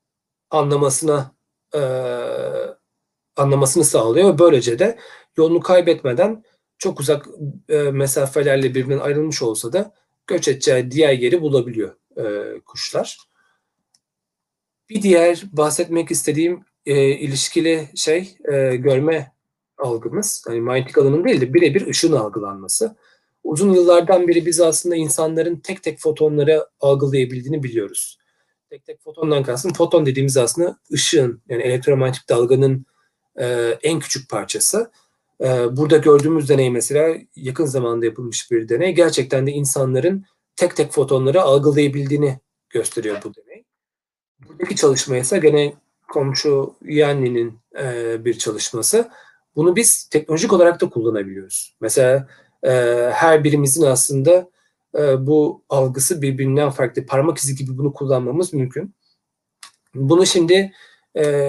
anlamasını sağlıyor ve böylece de yolunu kaybetmeden çok uzak mesafelerle birbirinden ayrılmış olsa da göç edeceği diğer yeri bulabiliyor kuşlar. Bir diğer bahsetmek istediğim ilişkili şey görme algımız. Yani manyetik alanın değil de birebir ışığın algılanması. Uzun yıllardan beri biz aslında insanların tek tek fotonları algılayabildiğini biliyoruz. Tek tek fotondan kastım, foton dediğimiz aslında ışığın, yani elektromanyetik dalganın en küçük parçası. Burada gördüğümüz deney mesela yakın zamanda yapılmış bir deney. Gerçekten de insanların tek tek fotonları algılayabildiğini gösteriyor bu deney. Buradaki çalışma ise gene komşu Yanni'nin bir çalışması. Bunu biz teknolojik olarak da kullanabiliyoruz. Mesela her birimizin aslında bu algısı birbirinden farklı. Parmak izi gibi bunu kullanmamız mümkün. Bunu şimdi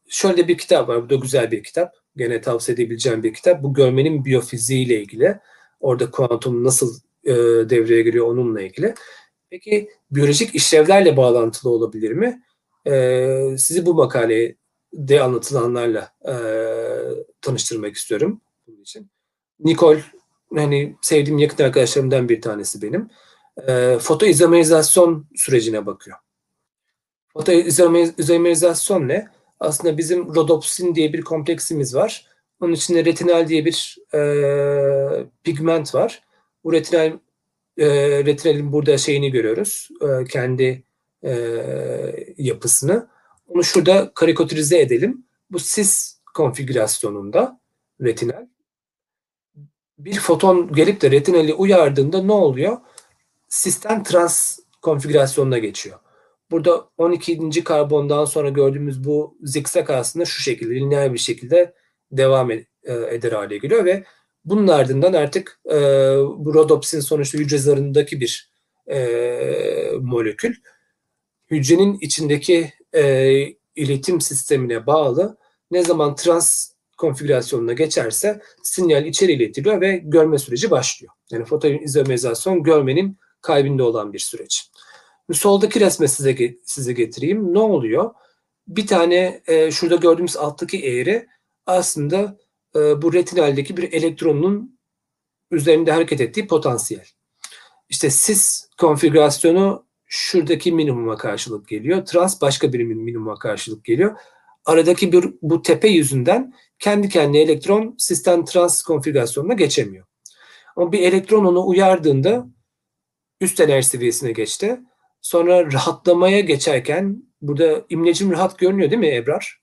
şöyle bir kitap var. Bu da güzel bir kitap. Gene tavsiye edebileceğim bir kitap. Bu görmenin biyofiziği ile ilgili. Orada kuantum nasıl devreye giriyor onunla ilgili. Peki biyolojik işlevlerle bağlantılı olabilir mi? Sizi bu makalede anlatılanlarla tanıştırmak istiyorum bunun için. Nicole, hani sevdiğim yakın arkadaşlarımdan bir tanesi benim. Fotoizomerizasyon sürecine bakıyor. Fotoizomerizasyon ne? Aslında bizim rodopsin diye bir kompleksimiz var. Onun içinde retinal diye bir pigment var. Bu retinalin burada şeyini görüyoruz. Kendi yapısını. Onu şurada karikatürize edelim. Bu cis konfigürasyonunda retinal. Bir foton gelip de retinali uyardığında ne oluyor? Sistem trans konfigürasyonuna geçiyor. Burada 12. karbondan sonra gördüğümüz bu zikzak aslında şu şekilde, lineer bir şekilde devam eder hale geliyor ve bunun ardından artık bu rodopsin sonuçta hücre zarındaki bir molekül. Hücrenin içindeki iletim sistemine bağlı ne zaman trans konfigürasyonuna geçerse sinyal içeri iletiliyor ve görme süreci başlıyor. Yani fotoizomerizasyon görmenin kalbinde olan bir süreç. Soldaki resme size getireyim. Ne oluyor? Bir tane şurada gördüğümüz alttaki eğri aslında bu retinaldeki bir elektronun üzerinde hareket ettiği potansiyel. İşte cis konfigürasyonu şuradaki minimuma karşılık geliyor. Trans başka bir minimuma karşılık geliyor. Aradaki bu tepe yüzünden kendi kendine elektron sistem trans konfigürasyonuna geçemiyor. Ama bir elektron onu uyardığında üst enerji seviyesine geçti. Sonra rahatlamaya geçerken burada imlecim rahat görünüyor değil mi Ebrar?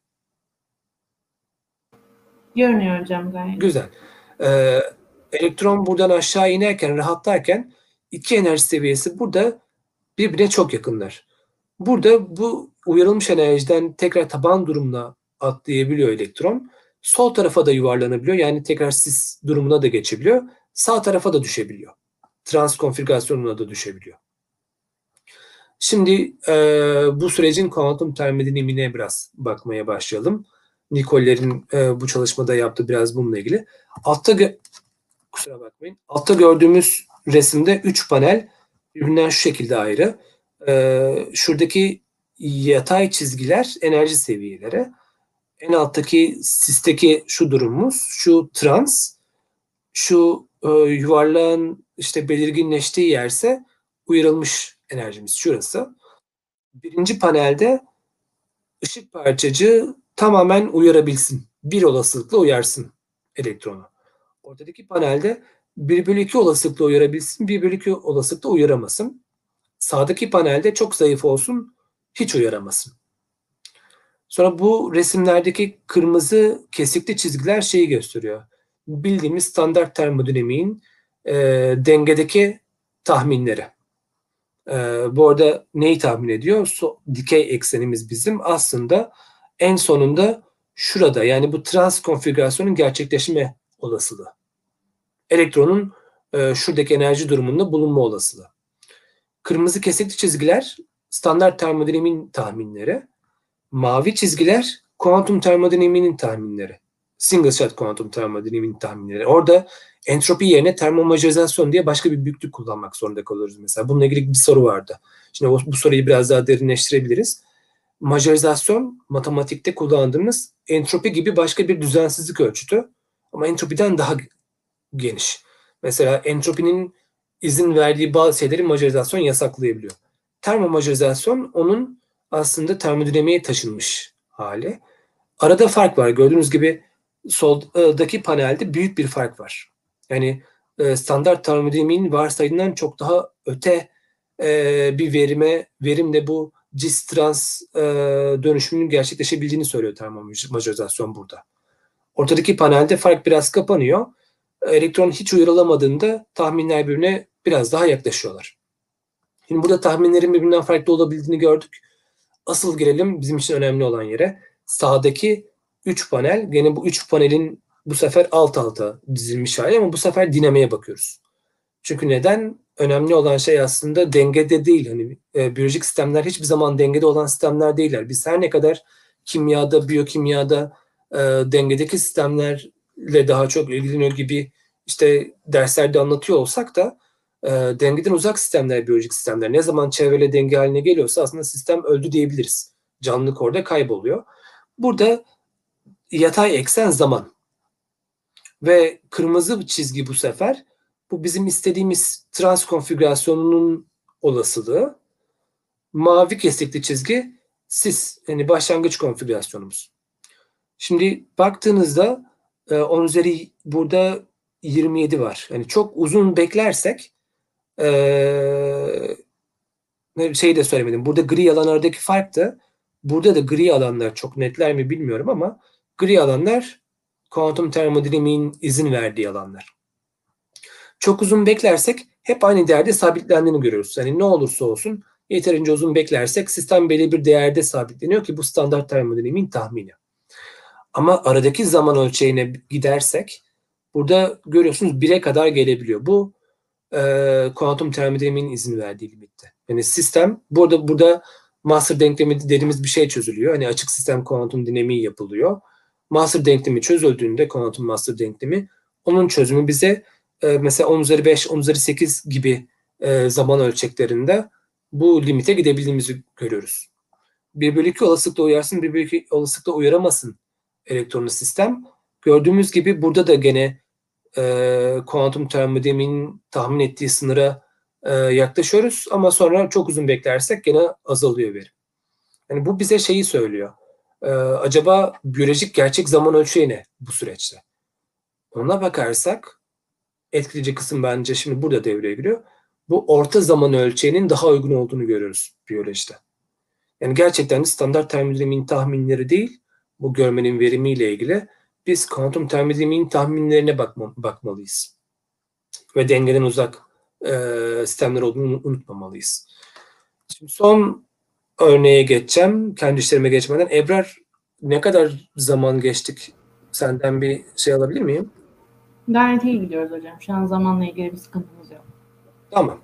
Görünüyor hocam gayet. Güzel. Elektron buradan aşağı inerken, rahatlarken iki enerji seviyesi burada birbirine çok yakınlar. Burada bu uyarılmış enerjiden tekrar taban durumuna atlayabiliyor elektron. Sol tarafa da yuvarlanabiliyor. Yani tekrar cis durumuna da geçebiliyor. Sağ tarafa da düşebiliyor. Trans konfigürasyonuna da düşebiliyor. Şimdi bu sürecin kuantum termodinamiğine biraz bakmaya başlayalım. Nicole'lerin bu çalışmada yaptığı biraz bununla ilgili. Kusura bakmayın. Altta gördüğümüz resimde 3 panel birbirinden şu şekilde ayrı. Şuradaki yatay çizgiler enerji seviyeleri. En alttaki sisteki şu durumumuz, şu trans, şu yuvarlağın işte belirginleştiği yerse uyarılmış enerjimiz şurası. Birinci panelde ışık parçacığı tamamen uyarabilsin. Bir olasılıkla uyarsın elektronu. Ortadaki panelde 1/2 olasılıkla uyarabilsin, 1/2 olasılıkla uyaramasın. Sağdaki panelde çok zayıf olsun, hiç uyaramasın. Sonra bu resimlerdeki kırmızı kesikli çizgiler şeyi gösteriyor. Bildiğimiz standart termodinamiğin dengedeki tahminleri. Bu arada neyi tahmin ediyor? Dikey eksenimiz bizim aslında en sonunda şurada, yani bu trans konfigürasyonun gerçekleşme olasılığı. Elektronun şuradaki enerji durumunda bulunma olasılığı. Kırmızı kesikli çizgiler standart termodinamiğin tahminleri. Mavi çizgiler kuantum termodinamiğinin tahminleri. Single shot kuantum termodinamiğinin tahminleri. Orada entropi yerine termomajerizasyon diye başka bir büyüklük kullanmak zorunda kalıyoruz mesela. Bununla ilgili bir soru vardı. Şimdi bu soruyu biraz daha derinleştirebiliriz. Majerizasyon matematikte kullandığımız entropi gibi başka bir düzensizlik ölçütü ama entropiden daha geniş. Mesela entropinin izin verdiği bazı şeyleri majerizasyon yasaklayabiliyor. Termomajerizasyon onun aslında termodinamiğe taşınmış hali. Arada fark var. Gördüğünüz gibi soldaki panelde büyük bir fark var. Yani standart termodinamiğin varsayılan çok daha öte bir verimle bu cis-trans dönüşümünün gerçekleşebildiğini söylüyor termomajerizasyon burada. Ortadaki panelde fark biraz kapanıyor. Elektron hiç uyarılamadığında tahminler birbirine biraz daha yaklaşıyorlar. Şimdi burada tahminlerin birbirinden farklı olabildiğini gördük. Asıl gelelim bizim için önemli olan yere. Sağdaki 3 panel, gene bu 3 panelin bu sefer alt alta dizilmiş hali ama bu sefer dinamiğe bakıyoruz. Çünkü neden? Önemli olan şey aslında dengede değil. Hani biyolojik sistemler hiçbir zaman dengede olan sistemler değiller. Biz her ne kadar kimyada, biyokimyada dengedeki sistemlerle daha çok ilgileniyor gibi işte derslerde anlatıyor olsak da dengeden uzak sistemler, biyolojik sistemler ne zaman çevreyle denge haline geliyorsa aslında sistem öldü diyebiliriz. Canlılık orada kayboluyor. Burada yatay eksen zaman ve kırmızı çizgi bu sefer bu bizim istediğimiz trans konfigürasyonunun olasılığı. Mavi kestikli çizgi cis, yani başlangıç konfigürasyonumuz. Şimdi baktığınızda 10 üzeri burada 27 var. Yani çok uzun beklersek şeyi de söylemedim. Burada gri alanlardaki fark da burada da gri alanlar çok netler mi bilmiyorum ama gri alanlar kuantum termodinamiğin izin verdiği alanlar. Çok uzun beklersek hep aynı değerde sabitlendiğini görüyoruz. Yani ne olursa olsun yeterince uzun beklersek sistem belli bir değerde sabitleniyor ki bu standart termodinamiğin tahmini. Ama aradaki zaman ölçeğine gidersek burada görüyorsunuz 1'e kadar gelebiliyor. Bu kuantum termodinamiğin izin verdiği limitte. Yani sistem burada master denklemi dediğimiz bir şey çözülüyor. Hani açık sistem kuantum dinamiği yapılıyor. Master denklemi çözüldüğünde kuantum master denklemi onun çözümü bize mesela 10 üzeri 5, 10 üzeri 8 gibi zaman ölçeklerinde bu limite gidebildiğimizi görüyoruz. 1/2 olasılıkla uyarsın, 1/2 olasılıkla uyaramasın elektronlu sistem. Gördüğümüz gibi burada da gene kuantum termodinamiğin tahmin ettiği sınıra yaklaşıyoruz ama sonra çok uzun beklersek gene azalıyor veri. Yani bu bize şeyi söylüyor. Acaba biyolojik gerçek zaman ölçeği ne bu süreçte? Ona bakarsak etkileyici kısım bence şimdi burada devreye giriyor. Bu orta zaman ölçeğinin daha uygun olduğunu görüyoruz biyolojide. Yani gerçekten de standart termodinamiğin tahminleri değil, bu görmenin verimiyle ilgili biz kuantum termodinamiğin tahminlerine bakmalıyız. Ve dengeden uzak sistemler olduğunu unutmamalıyız. Şimdi son örneğe geçeceğim. Kendi işlerime geçmeden. Ebrar, ne kadar zaman geçtik? Senden bir şey alabilir miyim? Gayet iyi gidiyoruz hocam. Şu an zamanla ilgili bir sıkıntımız yok. Tamam.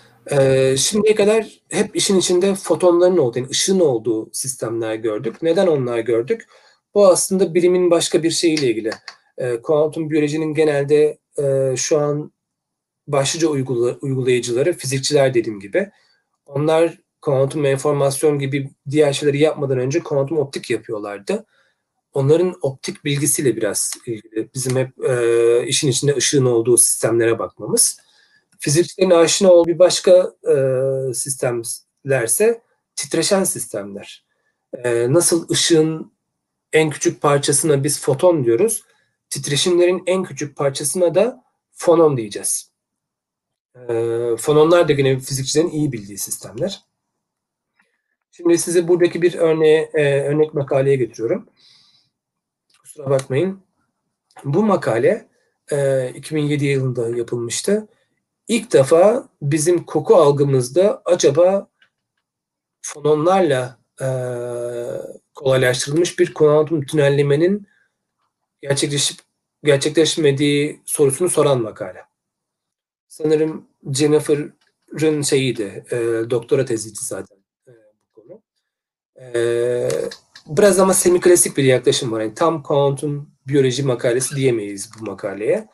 Şimdiye kadar hep işin içinde fotonların olduğu, yani ışığın olduğu sistemler gördük. Neden onlar gördük? Bu aslında bilimin başka bir şeyiyle ilgili. Kuantum biyolojinin genelde şu an başlıca uygulayıcıları fizikçiler dediğim gibi. Onlar kuantum enformasyon gibi diğer şeyleri yapmadan önce kuantum optik yapıyorlardı. Onların optik bilgisiyle biraz ilgili. Bizim hep işin içinde ışığın olduğu sistemlere bakmamız. Fizikçilerin aşina olduğu bir başka sistemlerse titreşen sistemler. Nasıl ışığın en küçük parçasına biz foton diyoruz, titreşimlerin en küçük parçasına da fonon diyeceğiz. Fononlar da yine fizikçilerin iyi bildiği sistemler. Şimdi size buradaki bir örnek makaleye getiriyorum. Kusura bakmayın. Bu makale 2007 yılında yapılmıştı. İlk defa bizim koku algımızda acaba fononlarla kolaylaştırılmış bir kuantum tünellemenin gerçekleşmediği sorusunu soran makale. Sanırım Jennifer'ın şeyiydi, doktora teziydi zaten bu konu. Biraz ama semiklasik bir yaklaşım var. Yani tam kuantum biyoloji makalesi diyemeyiz bu makaleye.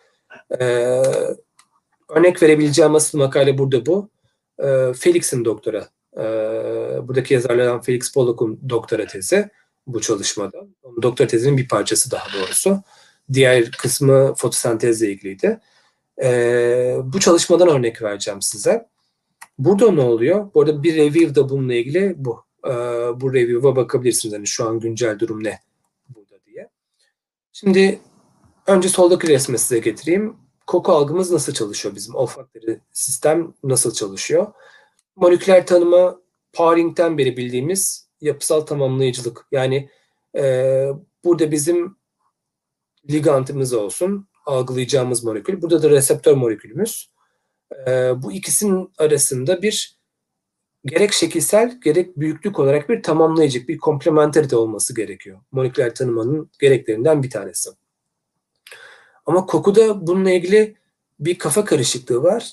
Örnek verebileceğim asıl makale burada bu. Felix'in doktora. Buradaki yazarlardan Felix Pollock'un doktora tezi bu çalışmada. Onun doktora tezinin bir parçası daha doğrusu. Diğer kısmı fotosentezle ilgiliydi. Bu çalışmadan örnek vereceğim size. Burada ne oluyor? Bu arada bir review da bununla ilgili bu. Bu review'a bakabilirsiniz. Yani şu an güncel durum ne burada diye. Şimdi önce soldaki resmi size getireyim. Koku algımız nasıl çalışıyor bizim? Olfaktori sistem nasıl çalışıyor? Moleküler tanıma Paring'den beri bildiğimiz yapısal tamamlayıcılık. Yani burada bizim ligantımız olsun, algılayacağımız molekül. Burada da reseptör molekülümüz. Bu ikisinin arasında bir gerek şekilsel gerek büyüklük olarak bir tamamlayıcı, bir komplementerite olması gerekiyor. Moleküler tanımanın gereklerinden bir tanesi. Ama kokuda bununla ilgili bir kafa karışıklığı var.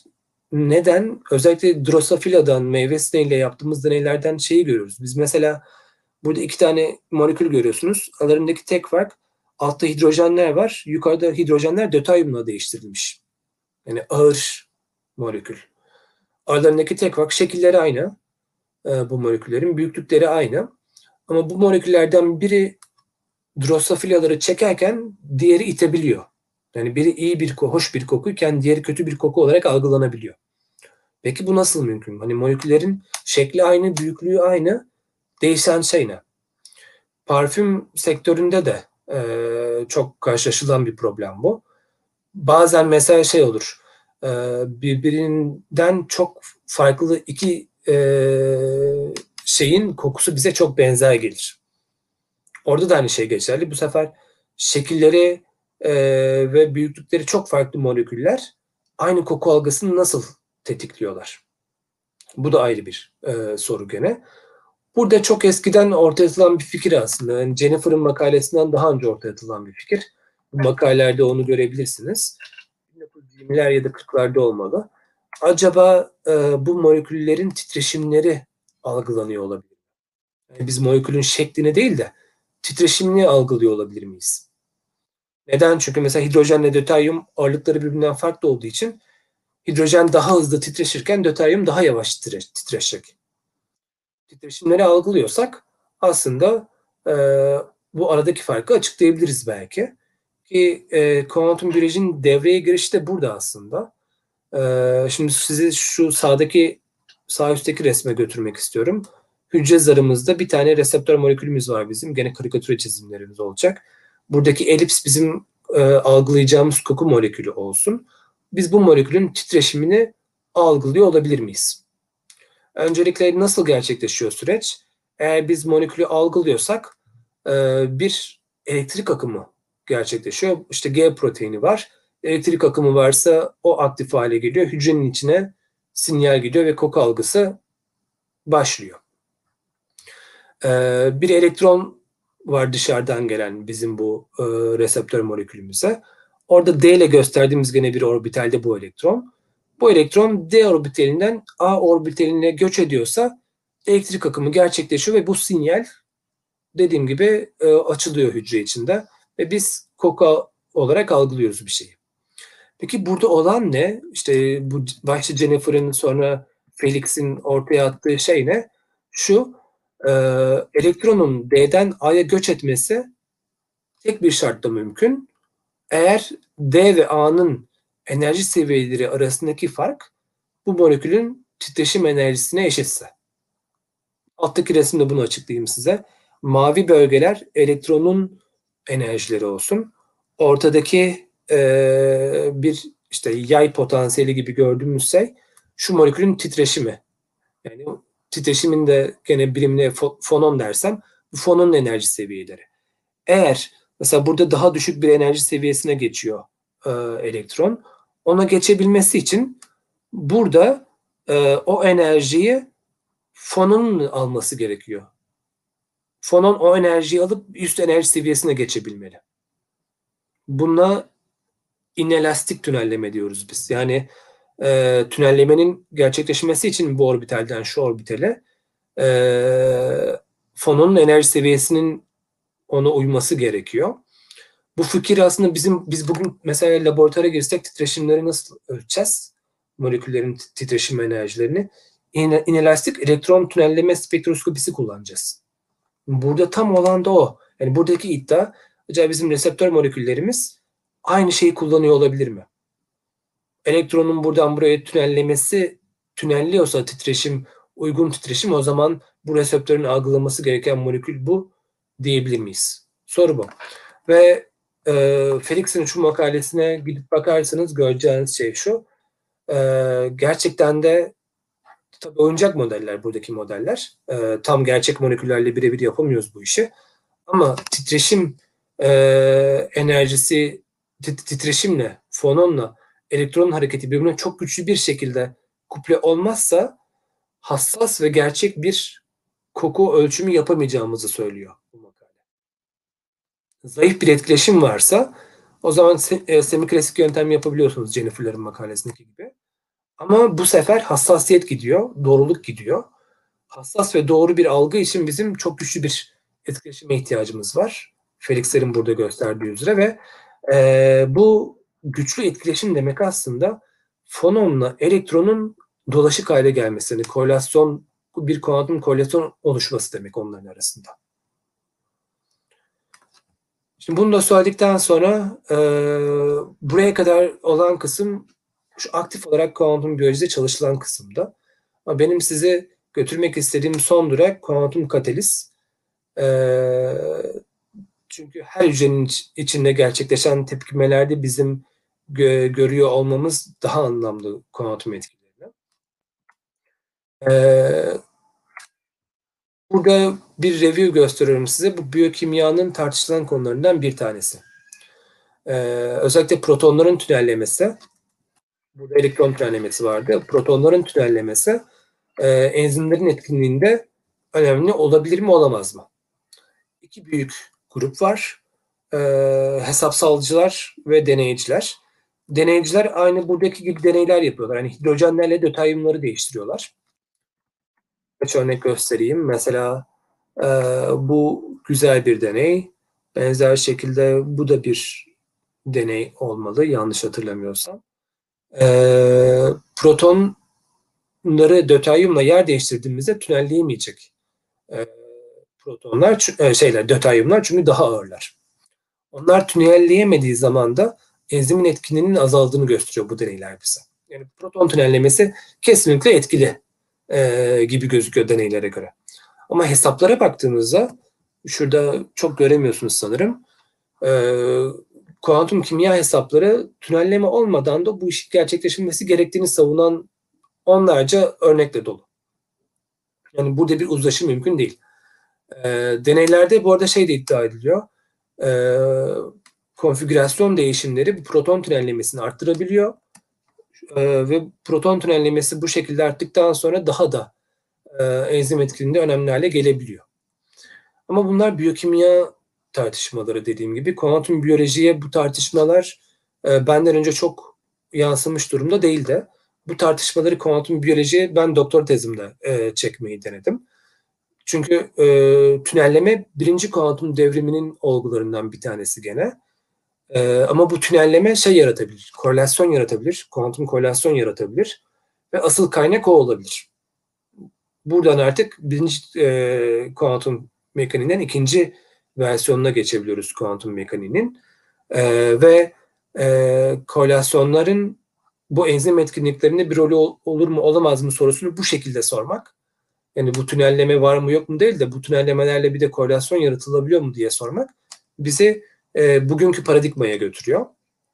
Neden? Özellikle Drosophila'dan, meyve sineğiyle yaptığımız deneylerden şeyi görüyoruz. Biz mesela Burada iki tane molekül görüyorsunuz. Aralarındaki tek fark altta hidrojenler var. Yukarıda hidrojenler döteryumla değiştirilmiş. Yani ağır molekül. Aralarındaki tek fark şekilleri aynı. Bu moleküllerin büyüklükleri aynı. Ama bu moleküllerden biri drosofilyaları çekerken diğeri itebiliyor. Yani biri iyi bir hoş bir kokuyken diğeri kötü bir koku olarak algılanabiliyor. Peki bu nasıl mümkün? Hani moleküllerin şekli aynı, büyüklüğü aynı, değişen şey ne? Parfüm sektöründe de çok karşılaşılan bir problem bu. Bazen mesela şey olur, birbirinden çok farklı iki şeyin kokusu bize çok benzer gelir. Orada da aynı şey geçerli. Bu sefer şekilleri ve büyüklükleri çok farklı moleküller aynı koku algısını nasıl tetikliyorlar? Bu da ayrı bir soru gene. Burada çok eskiden ortaya atılan bir fikir aslında. Yani Jennifer'ın makalesinden daha önce ortaya atılan bir fikir. Bu makalelerde onu görebilirsiniz. 1920'ler ya da 40'larda olmalı. Acaba bu moleküllerin titreşimleri algılanıyor olabilir? Yani biz molekülün şeklini değil de titreşimini algılıyor olabilir miyiz? Neden? Çünkü mesela hidrojenle döteryum ağırlıkları birbirinden farklı olduğu için hidrojen daha hızlı titreşirken döteryum daha yavaş titreşecek. Titreşimleri algılıyorsak aslında bu aradaki farkı açıklayabiliriz belki. Ki kuantum biyolojinin devreye girişi de burada aslında. Şimdi sizi şu sağ üstteki resme götürmek istiyorum. Hücre zarımızda bir tane reseptör molekülümüz var bizim. Gene karikatüre çizimlerimiz olacak. Buradaki elips bizim algılayacağımız koku molekülü olsun. Biz bu molekülün titreşimini algılıyor olabilir miyiz? Öncelikle nasıl gerçekleşiyor süreç? Eğer biz molekülü algılıyorsak bir elektrik akımı gerçekleşiyor. İşte G proteini var. Elektrik akımı varsa o aktif hale geliyor. Hücrenin içine sinyal gidiyor ve koku algısı başlıyor. Bir elektron var dışarıdan gelen bizim bu reseptör molekülümüze. Orada D ile gösterdiğimiz gene bir orbitalde bu elektron. Bu elektron D orbitalinden A orbitaline göç ediyorsa elektrik akımı gerçekleşiyor ve bu sinyal dediğim gibi açılıyor hücre içinde ve biz koku olarak algılıyoruz bir şeyi. Peki burada olan ne? İşte bu başta Jennifer'ın sonra Felix'in ortaya attığı şey ne? Şu elektronun D'den A'ya göç etmesi tek bir şartla mümkün. Eğer D ve A'nın enerji seviyeleri arasındaki fark bu molekülün titreşim enerjisine eşitse. Alttaki resimde bunu açıklayayım size. Mavi bölgeler elektronun enerjileri olsun. Ortadaki bir işte yay potansiyeli gibi gördüğümüz şey şu molekülün titreşimi. Yani titreşimin de gene birimine fonon dersem bu fononun enerji seviyeleri. Eğer mesela burada daha düşük bir enerji seviyesine geçiyor elektron. Ona geçebilmesi için burada o enerjiyi fononun alması gerekiyor. Fonon o enerjiyi alıp üst enerji seviyesine geçebilmeli. Buna inelastik tünelleme diyoruz biz. Yani tünellemenin gerçekleşmesi için bu orbitalden şu orbitale fononun enerji seviyesinin ona uyması gerekiyor. Bu fikir aslında biz bugün mesela laboratuvara girsek titreşimleri nasıl ölçeceğiz? Moleküllerin titreşim enerjilerini. İnelastik elektron tünelleme spektroskopisi kullanacağız. Burada tam olan da o. Yani buradaki iddia acaba bizim reseptör moleküllerimiz aynı şeyi kullanıyor olabilir mi? Elektronun buradan buraya tünelliyorsa titreşim, uygun titreşim o zaman bu reseptörün algılaması gereken molekül bu diyebilir miyiz? Soru bu. Ve Felix'in şu makalesine gidip bakarsanız göreceğiniz şey şu. Gerçekten de tabii oyuncak modeller buradaki modeller. Tam gerçek moleküllerle birebir yapamıyoruz bu işi. Ama titreşim enerjisi, titreşimle, fononla elektronun hareketi birbirine çok güçlü bir şekilde kuple olmazsa hassas ve gerçek bir koku ölçümü yapamayacağımızı söylüyor bu makale. Zayıf bir etkileşim varsa o zaman semiklasik yöntem yapabiliyorsunuz Jennifer'ların makalesindeki gibi. Ama bu sefer hassasiyet gidiyor, doğruluk gidiyor. hassas ve doğru bir algı için bizim çok güçlü bir etkileşime ihtiyacımız var. Felix'lerin burada gösterdiği üzere ve bu güçlü etkileşim demek aslında fonomla elektronun dolaşık hale gelmesini, korelasyon, bir kuantum korelasyon oluşması demek onların arasında. Şimdi bunu da söyledikten sonra buraya kadar olan kısım şu aktif olarak kuantum biyolojide çalışılan kısımda. Ama benim size götürmek istediğim son durak kuantum kataliz. Çünkü her hücrenin içinde gerçekleşen tepkimelerde bizim görüyor olmamız daha anlamlı kuantum etkilerini. Burada bir review gösteriyorum size. Bu biyokimyanın tartışılan konularından bir tanesi. Özellikle protonların tünellemesi. Burada elektron tünellemesi vardı. Protonların tünellemesi enzimlerin etkinliğinde önemli olabilir mi, olamaz mı? İki büyük grup var. Hesapsalcılar ve deneyciler. Deneyciler aynı buradaki gibi deneyler yapıyorlar. Yani hidrojenlerle döteryumları değiştiriyorlar. Kaç örnek göstereyim. Mesela bu güzel bir deney. Benzer şekilde bu da bir deney olmalı, yanlış hatırlamıyorsam. Protonları döteryumla yer değiştirdiğimizde tünelleyemeyecek protonlar, döteryumlar, çünkü daha ağırlar. Onlar tünelleyemediği zaman da enzimin etkinliğinin azaldığını gösteriyor bu deneyler bize. Yani proton tünellemesi kesinlikle etkili gibi gözüküyor deneylere göre. Ama hesaplara baktığımızda, şurada çok göremiyorsunuz sanırım, kuantum kimya hesapları tünelleme olmadan da bu işin gerçekleşmesi gerektiğini savunan onlarca örnekle dolu. Yani burada bir uzlaşı mümkün değil. Deneylerde bu arada şey de iddia ediliyor. Konfigürasyon değişimleri bu proton tünellemesini arttırabiliyor. Ve proton tünellemesi bu şekilde arttıktan sonra daha da enzim etkinliğinde önemli hale gelebiliyor. Ama bunlar biyokimya tartışmaları, dediğim gibi. Kuantum biyolojiye bu tartışmalar benden önce çok yansımış durumda değil de bu tartışmaları kuantum biyolojiye ben doktora tezimde çekmeyi denedim. Çünkü tünelleme birinci kuantum devriminin olgularından bir tanesi gene. Ama bu tünelleme şey yaratabilir, korelasyon yaratabilir, kuantum korelasyon yaratabilir ve asıl kaynak o olabilir. Buradan artık birinci kuantum mekaniğinden ikinci versiyonuna geçebiliyoruz kuantum mekaniğinin. Ve korelasyonların bu enzim etkinliklerinde bir rolü olur mu olamaz mı sorusunu bu şekilde sormak. Yani bu tünelleme var mı yok mu değil de bu tünellemelerle bir de korelasyon yaratılabiliyor mu diye sormak bizi bugünkü paradigmaya götürüyor.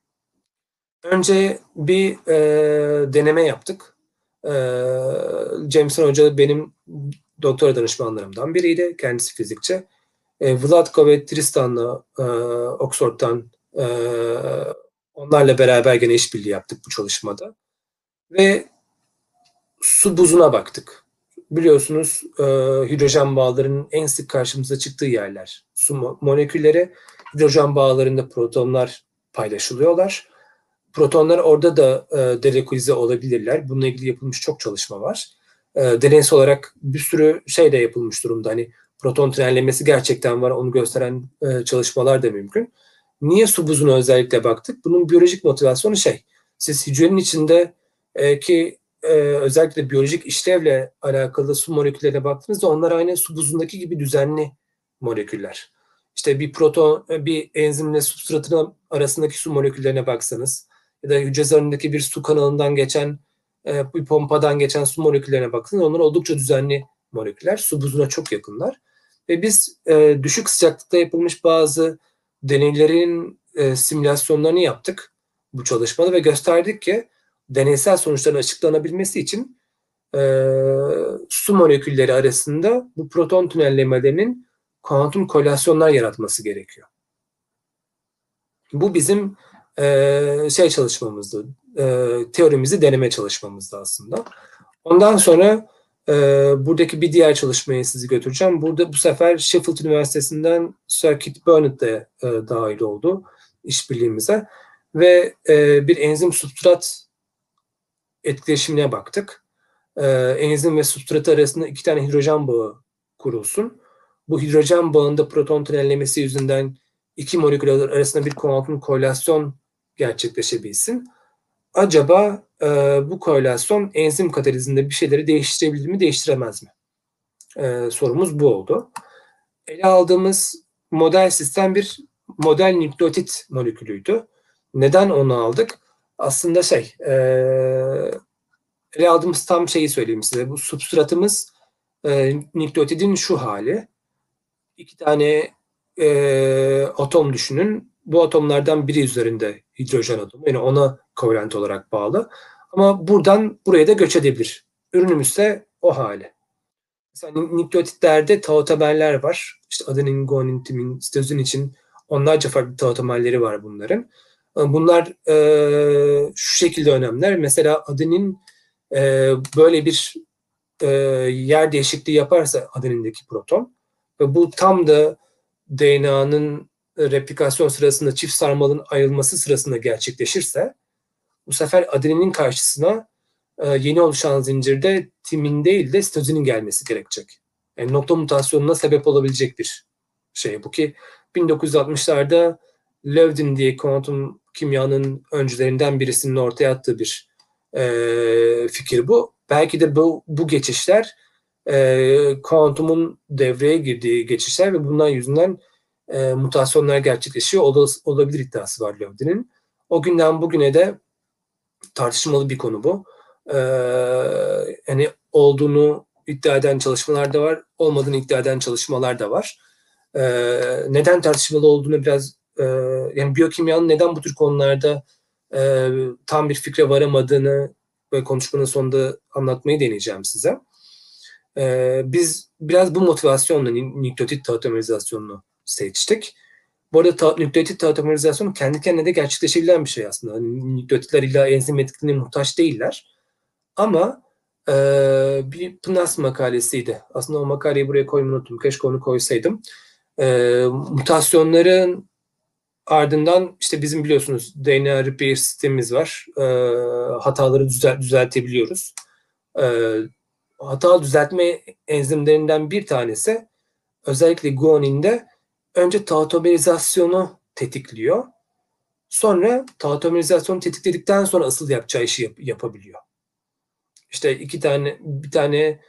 Önce bir deneme yaptık. Jameson Hoca benim doktora danışmanlarımdan biriydi. Kendisi fizikçi. Vlatko ve Tristan'la Oxford'dan onlarla beraber gene işbirliği yaptık bu çalışmada. Ve su buzuna baktık. Biliyorsunuz hidrojen bağlarının en sık karşımıza çıktığı yerler su molekülleri. Hidrojen bağlarında protonlar paylaşılıyorlar. Protonlar orada da delokalize olabilirler. Bununla ilgili yapılmış çok çalışma var. Deneysel olarak bir sürü şey de yapılmış durumda. Hani proton tünellemesi gerçekten var. Onu gösteren çalışmalar da mümkün. Niye su buzuna özellikle baktık? Bunun biyolojik motivasyonu şey. Siz hücrenin içinde ki özellikle biyolojik işlevle alakalı su moleküllerine baktığınızda onlar aynı su buzundaki gibi düzenli moleküller. İşte bir proton, bir enzimle substratın arasındaki su moleküllerine baksanız ya da hücre zarındaki bir su kanalından geçen, bir pompadan geçen su moleküllerine baksanız onlar oldukça düzenli moleküller. Su buzuna çok yakınlar. Ve biz düşük sıcaklıkta yapılmış bazı deneylerin simülasyonlarını yaptık bu çalışmada ve gösterdik ki deneysel sonuçların açıklanabilmesi için su molekülleri arasında bu proton tünellemelerinin kuantum korelasyonlar yaratması gerekiyor. Bu bizim çalışmamızdı, teorimizi deneme çalışmamızdı aslında. Ondan sonra buradaki bir diğer çalışmaya sizi götüreceğim. Burada bu sefer Sheffield Üniversitesi'nden Sir Kit Burnett de dahil oldu işbirliğimize ve bir enzim substrat etkileşimine baktık. enzim ve substratı arasında 2 tane hidrojen bağı kurulsun. Bu hidrojen bağında proton tünellemesi yüzünden 2 molekül arasında bir kuantum korelasyon gerçekleşebilsin. Acaba bu korelasyon enzim katalizinde bir şeyleri değiştirebilir mi, değiştiremez mi? Sorumuz bu oldu. Ele aldığımız model sistem bir model nükleotit molekülüydü. Neden onu aldık? Aslında ele aldığımız tam şeyi söyleyeyim size. Bu substratımız nükleotidin şu hali. 2 tane atom düşünün. Bu atomlardan biri üzerinde hidrojen atomu. Yani ona kovalent olarak bağlı. Ama buradan buraya da göç edebilir. Ürünümüz ise o hali. Mesela nükleotitlerde tautomerler var. İşte adenin, guanin, timin, sitozin için onlarca farklı tautomerleri var bunların. Bunlar şu şekilde önemliler. Mesela adenin böyle bir yer değişikliği yaparsa adenindeki proton ve bu tam da DNA'nın replikasyon sırasında çift sarmalın ayrılması sırasında gerçekleşirse bu sefer adeninin karşısına yeni oluşan zincirde timin değil de sitozinin gelmesi gerekecek. Yani nokta mutasyonuna sebep olabilecek bir şey bu ki 1960'larda Lövdin diye kuantum kimyanın öncülerinden birisinin ortaya attığı bir fikir bu. Belki de bu geçişler kuantumun devreye girdiği geçişler ve bundan yüzünden mutasyonlar gerçekleşiyor olabilir iddiası var Lövdin'in. O günden bugüne de tartışmalı bir konu bu. Yani olduğunu iddia eden çalışmalar da var, olmadığını iddia eden çalışmalar da var. Neden tartışmalı olduğunu biraz yani biyokimyanın neden bu tür konularda tam bir fikre varamadığını böyle konuşmanın sonunda anlatmayı deneyeceğim size. Biz biraz bu motivasyonla nükleotit tautomerizasyonunu seçtik. Bu arada nükleotit tautomerizasyonu kendi kendine de gerçekleşebilen bir şey aslında. Hani nükleotitler illa enzim etkinliğine muhtaç değiller. Ama bir PNAS makalesiydi. Aslında o makaleyi buraya koymayı unuttum. Keşke onu koysaydım. Mutasyonların ardından işte bizim biliyorsunuz DNA repair sistemimiz var. Hataları düzeltebiliyoruz. Hata düzeltme enzimlerinden bir tanesi özellikle guaninde önce tautomerizasyonu tetikliyor. Sonra tautomerizasyonu tetikledikten sonra asıl yapacağı işi yapabiliyor. İşte bir tane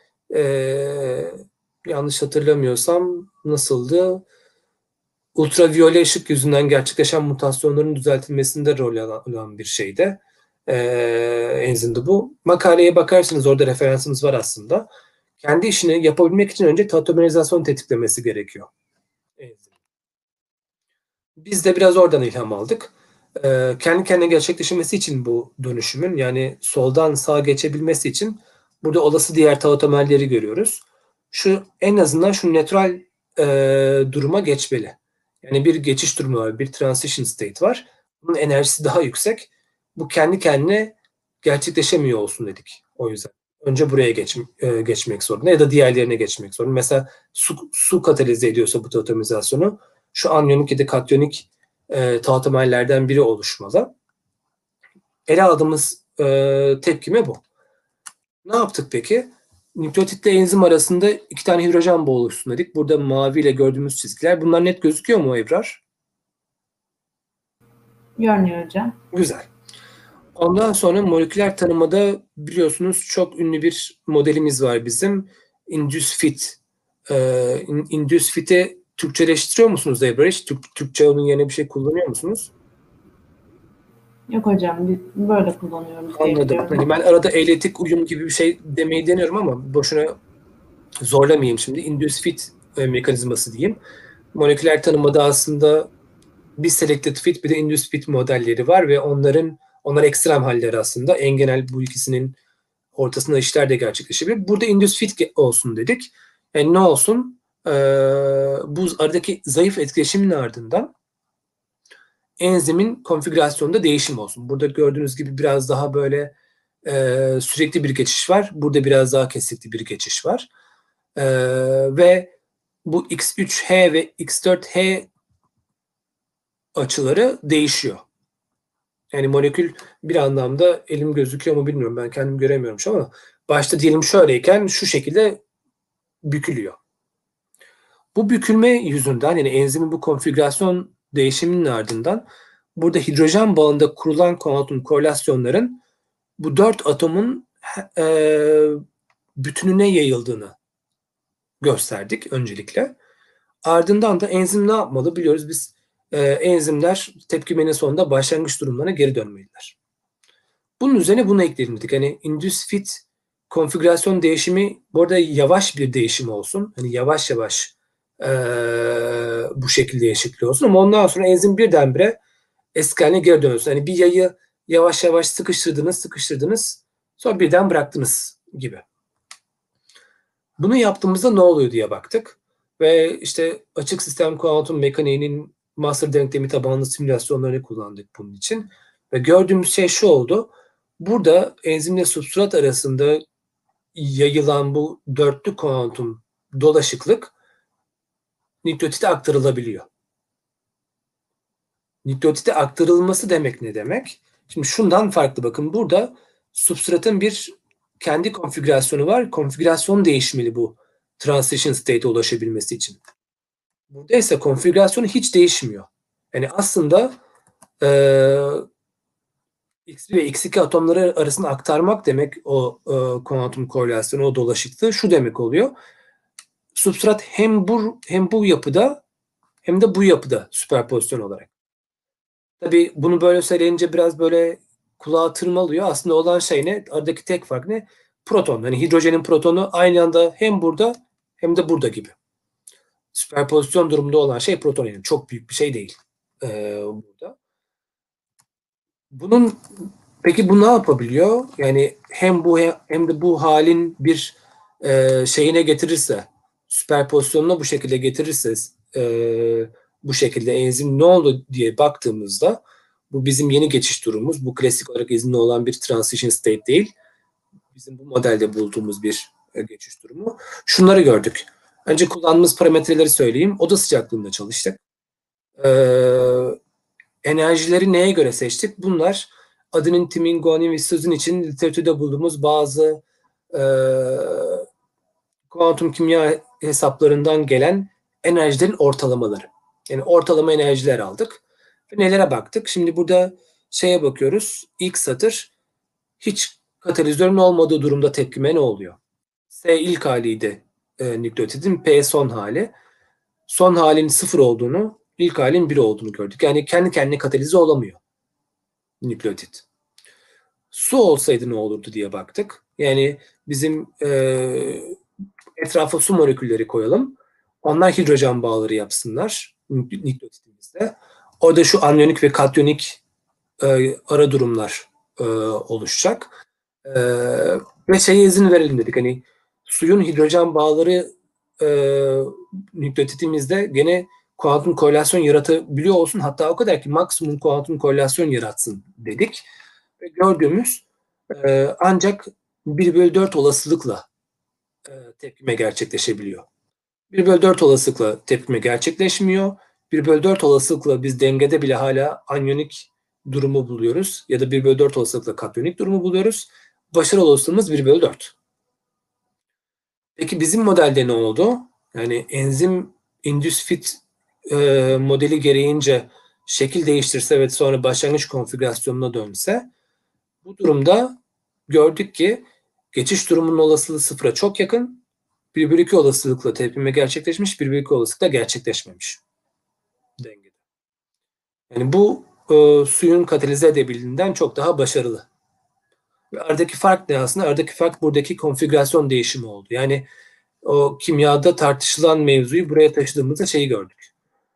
yanlış hatırlamıyorsam nasıldı? Ultraviyole ışık yüzünden gerçekleşen mutasyonların düzeltilmesinde rol alan bir şeyde. Enzimde bu. Makaleye bakarsanız orada referansımız var aslında. Kendi işini yapabilmek için önce tautomerizasyon tetiklemesi gerekiyor. Enzim. Biz de biraz oradan ilham aldık. Kendi kendine gerçekleşmesi için bu dönüşümün yani soldan sağa geçebilmesi için burada olası diğer tautomerleri görüyoruz. Şu en azından şu nötral duruma geçmeli. Yani bir geçiş durumu var, bir transition state var. Bunun enerjisi daha yüksek. Bu kendi kendine gerçekleşemiyor olsun dedik. O yüzden. Önce buraya geçmek zorunda ya da diğerlerine geçmek zorunda. Mesela su katalize ediyorsa bu tautomerizasyonu şu anyonik ya da katyonik tautomerlerden biri oluşmalı. Ele aldığımız tepkime bu. Ne yaptık peki? Nükleotitle enzim arasında 2 tane hidrojen bağı oluşsun dedik. Burada maviyle gördüğümüz çizgiler. Bunlar net gözüküyor mu Ebrar? Görünüyor hocam. Güzel. Ondan sonra moleküler tanımada biliyorsunuz çok ünlü bir modelimiz var bizim. InduceFit. InduceFit'i Türkçeleştiriyor musunuz Ebrar? Türkçe onun yerine bir şey kullanıyor musunuz? Yok hocam, biz böyle kullanıyoruz. Anladım. Hani ben arada eğletik uyum gibi bir şey demeyi deniyorum ama boşuna zorlamayayım şimdi. InduceFit mekanizması diyeyim. Moleküler tanımada aslında bir selected fit bir de induced fit modelleri var ve onlar ekstrem halleri aslında. En genel bu ikisinin ortasında işler de gerçekleşebilir. Burada induced fit olsun dedik. Yani ne olsun? Bu aradaki zayıf etkileşimin ardından enzimin konfigürasyonunda değişim olsun. Burada gördüğünüz gibi biraz daha böyle sürekli bir geçiş var. Burada biraz daha kesikli bir geçiş var. Ve bu X3H ve X4H açıları değişiyor. Yani molekül bir anlamda, elim gözüküyor mu bilmiyorum, ben kendim göremiyorum şu ama başta diyelim şöyleyken şu şekilde bükülüyor. Bu bükülme yüzünden, yani enzimin bu konfigürasyon değişiminin ardından burada hidrojen bağında kurulan kuantum korelasyonların bu 4 atomun bütününe yayıldığını gösterdik öncelikle. Ardından da enzim ne yapmalı biliyoruz biz, enzimler tepkimenin sonunda başlangıç durumlarına geri dönmeliler. Bunun üzerine bunu ekleyelim dedik. Hani induce fit konfigürasyon değişimi bu arada yavaş bir değişim olsun. Hani yavaş yavaş bu şekilde değişikliği olsun ama ondan sonra enzim birdenbire eski haline geri dönsün. Hani bir yayı yavaş yavaş sıkıştırdınız sonra birden bıraktınız gibi. Bunu yaptığımızda ne oluyor diye baktık. Ve işte açık sistem kuantum mekaniğinin master denklemi tabanlı simülasyonlarını kullandık bunun için. Ve gördüğümüz şey şu oldu. Burada enzimle substrat arasında yayılan bu dörtlü kuantum dolaşıklık nükleotide aktarılabiliyor. Nükleotide aktarılması demek ne demek? Şimdi şundan farklı bakın. Burada substratın bir kendi konfigürasyonu var. Konfigürasyon değişmeli bu transition state'e ulaşabilmesi için. Burada ise konfigürasyonu hiç değişmiyor. Yani aslında X1 ve X2 atomları arasında aktarmak demek o kuantum korelasyonu, o dolaşıklığı şu demek oluyor. Substrat hem bu yapıda hem de bu yapıda süperpozisyon olarak. Tabii bunu böyle söyleyince biraz böyle kulağa tırmalıyor. Aslında olan şey ne? Aradaki tek fark ne? Proton. Yani hidrojenin protonu aynı anda hem burada hem de burada gibi. Süperpozisyon durumunda olan şey proton, yani çok büyük bir şey değil burada. Peki bu ne yapabiliyor? Yani hem bu hem de bu halin bir şeyine getirirse, süperpozisyonuna bu şekilde getirirse, bu şekilde enzim ne oldu diye baktığımızda, bu bizim yeni geçiş durumumuz. Bu klasik olarak izinli olan bir transition state değil. Bizim bu modelde bulduğumuz bir geçiş durumu. Şunları gördük. Önce kullandığımız parametreleri söyleyeyim. Oda sıcaklığında çalıştık. Enerjileri neye göre seçtik? Bunlar adenin, timin, guanin ve sitozin için literatürde bulduğumuz bazı kuantum kimya hesaplarından gelen enerjilerin ortalamaları. Yani ortalama enerjiler aldık. Ve nelere baktık? Şimdi burada şeye bakıyoruz. İlk satır, hiç katalizörün olmadığı durumda tepkime ne oluyor? S ilk haliydi nükleotidin, P son hali. Son halin 0 olduğunu, ilk halin 1 olduğunu gördük. Yani kendi kendine katalize olamıyor nükleotit. Su olsaydı ne olurdu diye baktık. Yani bizim etrafa su molekülleri koyalım. Onlar hidrojen bağları yapsınlar nükleotitimizde. Orada şu anyonik ve katyonik ara durumlar oluşacak. Ve şeye izin verelim dedik. Hani suyun hidrojen bağları nükleotitimizde gene kuantum korelasyon yaratabiliyor olsun. Hatta o kadar ki maksimum kuantum korelasyon yaratsın dedik. Ve gördüğümüz ancak 1/4 olasılıkla tepkime gerçekleşebiliyor. 1/4 olasılıkla tepkime gerçekleşmiyor. 1/4 olasılıkla biz dengede bile hala anyonik durumu buluyoruz. Ya da 1/4 olasılıkla katyonik durumu buluyoruz. Başarı olasılığımız 1/4. Peki bizim modelde ne oldu? Yani enzim induce fit modeli gereğince şekil değiştirse ve sonra başlangıç konfigürasyonuna dönse, bu durumda gördük ki geçiş durumunun olasılığı 0'a çok yakın. 1/2 olasılıkla tepkime gerçekleşmiş, 1/2 olasılıkla gerçekleşmemiş dengede. Yani bu suyun katalize edebildiğinden çok daha başarılı. Ve aradaki fark ne aslında? Aradaki fark buradaki konfigürasyon değişimi oldu. Yani o kimyada tartışılan mevzuyu buraya taşıdığımızda şeyi gördük.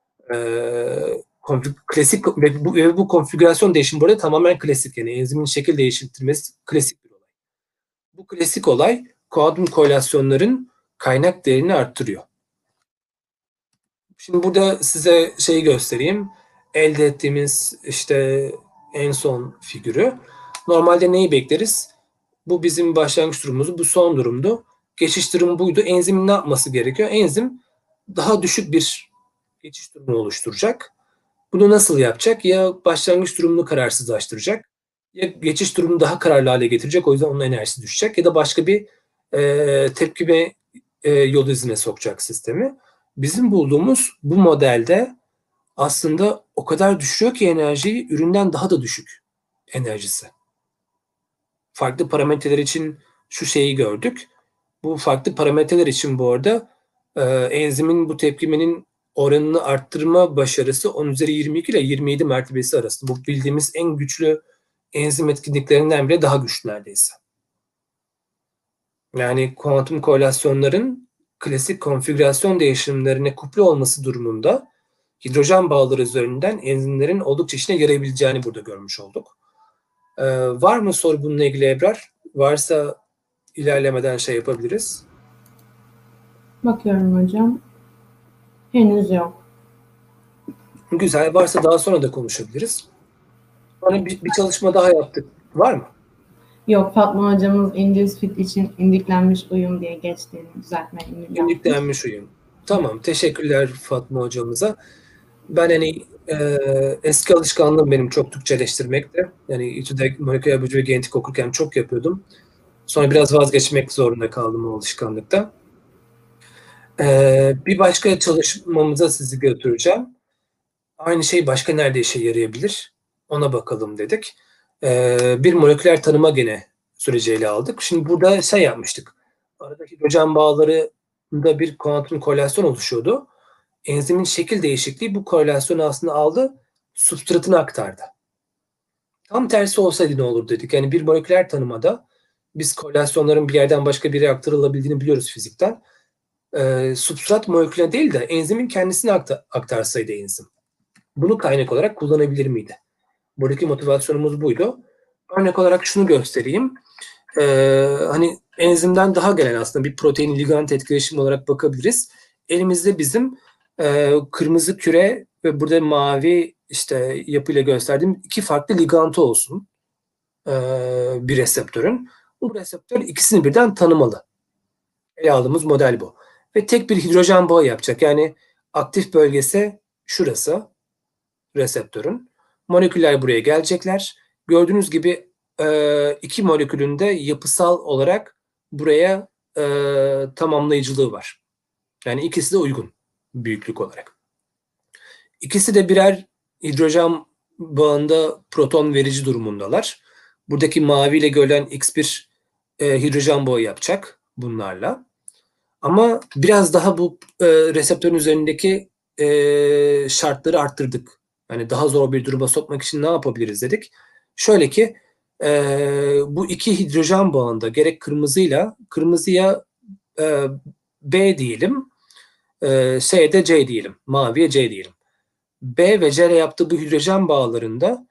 Klasik ve bu konfigürasyon değişimi burada tamamen klasik. Yani enzimin şekil değiştirmesi klasik bir olay. Bu klasik olay kuantum korelasyonların kaynak değerini arttırıyor. Şimdi burada size şeyi göstereyim. Elde ettiğimiz işte en son figürü. Normalde neyi bekleriz? Bu bizim başlangıç durumumuz, bu son durumdu. Geçiş durumu buydu. Enzimin ne yapması gerekiyor? Enzim daha düşük bir geçiş durumu oluşturacak. Bunu nasıl yapacak? Ya başlangıç durumunu kararsızlaştıracak, ya geçiş durumunu daha kararlı hale getirecek, o yüzden onun enerjisi düşecek, ya da başka bir tepkime yol izine sokacak sistemi. Bizim bulduğumuz bu modelde aslında o kadar düşürüyor ki enerjiyi, üründen daha da düşük enerjisi. Farklı parametreler için şu şeyi gördük. Bu farklı parametreler için bu arada enzimin bu tepkimenin oranını arttırma başarısı 10 üzeri 22 ile 27 mertebesi arasında. Bu bildiğimiz en güçlü enzim etkinliklerinden bile daha güçlü neredeyse. Yani kuantum korelasyonların klasik konfigürasyon değişimlerine kuple olması durumunda hidrojen bağları üzerinden enzimlerin oldukça işine yarayabileceğini burada görmüş olduk. Var mı soru bununla ilgili Ebrar? Varsa ilerlemeden şey yapabiliriz. Bakıyorum hocam. Henüz yok. Güzel. Varsa daha sonra da konuşabiliriz. Sonra bir çalışma daha yaptık. Var mı? Yok, Fatma hocamız induced fit için indiklenmiş uyum diye geçtiğini düzeltmeyi yapmış. İndiklenmiş uyum. Tamam. Teşekkürler Fatma hocamıza. Ben hani eski alışkanlığım benim çok Türkçeleştirmekti. Yani İTÜ'de moleküler biyoloji ve genetik okurken çok yapıyordum. Sonra biraz vazgeçmek zorunda kaldım o alışkanlıkta. Bir başka çalışmamıza sizi götüreceğim. Aynı şey başka nerede işe yarayabilir? Ona bakalım dedik. Bir moleküler tanıma gene süreci ele aldık. Şimdi burada şey yapmıştık. Arada hidrojen bağlarında bir kuantum korelasyon oluşuyordu. Enzimin şekil değişikliği bu korelasyonu aslında aldı, substratına aktardı. Tam tersi olsaydı ne olur dedik. Yani bir moleküler tanımada biz korelasyonların bir yerden başka bir yere aktarılabildiğini biliyoruz fizikten. Substrat moleküle değil de enzimin kendisine aktarsaydı enzim. Bunu kaynak olarak kullanabilir miydi? Buradaki motivasyonumuz buydu. Örnek olarak şunu göstereyim. Hani enzimden daha gelen aslında bir protein ligand etkileşimi olarak bakabiliriz. Elimizde bizim kırmızı küre ve burada mavi işte yapıyla gösterdiğim iki farklı ligantı olsun bir reseptörün. Bu reseptör ikisini birden tanımalı. Ele aldığımız model bu. Ve tek bir hidrojen bağı yapacak. Yani aktif bölgesi şurası reseptörün. Moleküller buraya gelecekler. Gördüğünüz gibi iki molekülün de yapısal olarak buraya tamamlayıcılığı var. Yani ikisi de uygun büyüklük olarak. İkisi de birer hidrojen bağında proton verici durumundalar. Buradaki maviyle görülen X1 hidrojen bağı yapacak bunlarla. Ama biraz daha bu reseptörün üzerindeki şartları arttırdık. Yani daha zor bir duruma sokmak için ne yapabiliriz dedik. Şöyle ki bu iki hidrojen bağında gerek kırmızıya B diyelim, S'de C diyelim, maviye C diyelim. B ve C ile yaptığı bu hidrojen bağlarında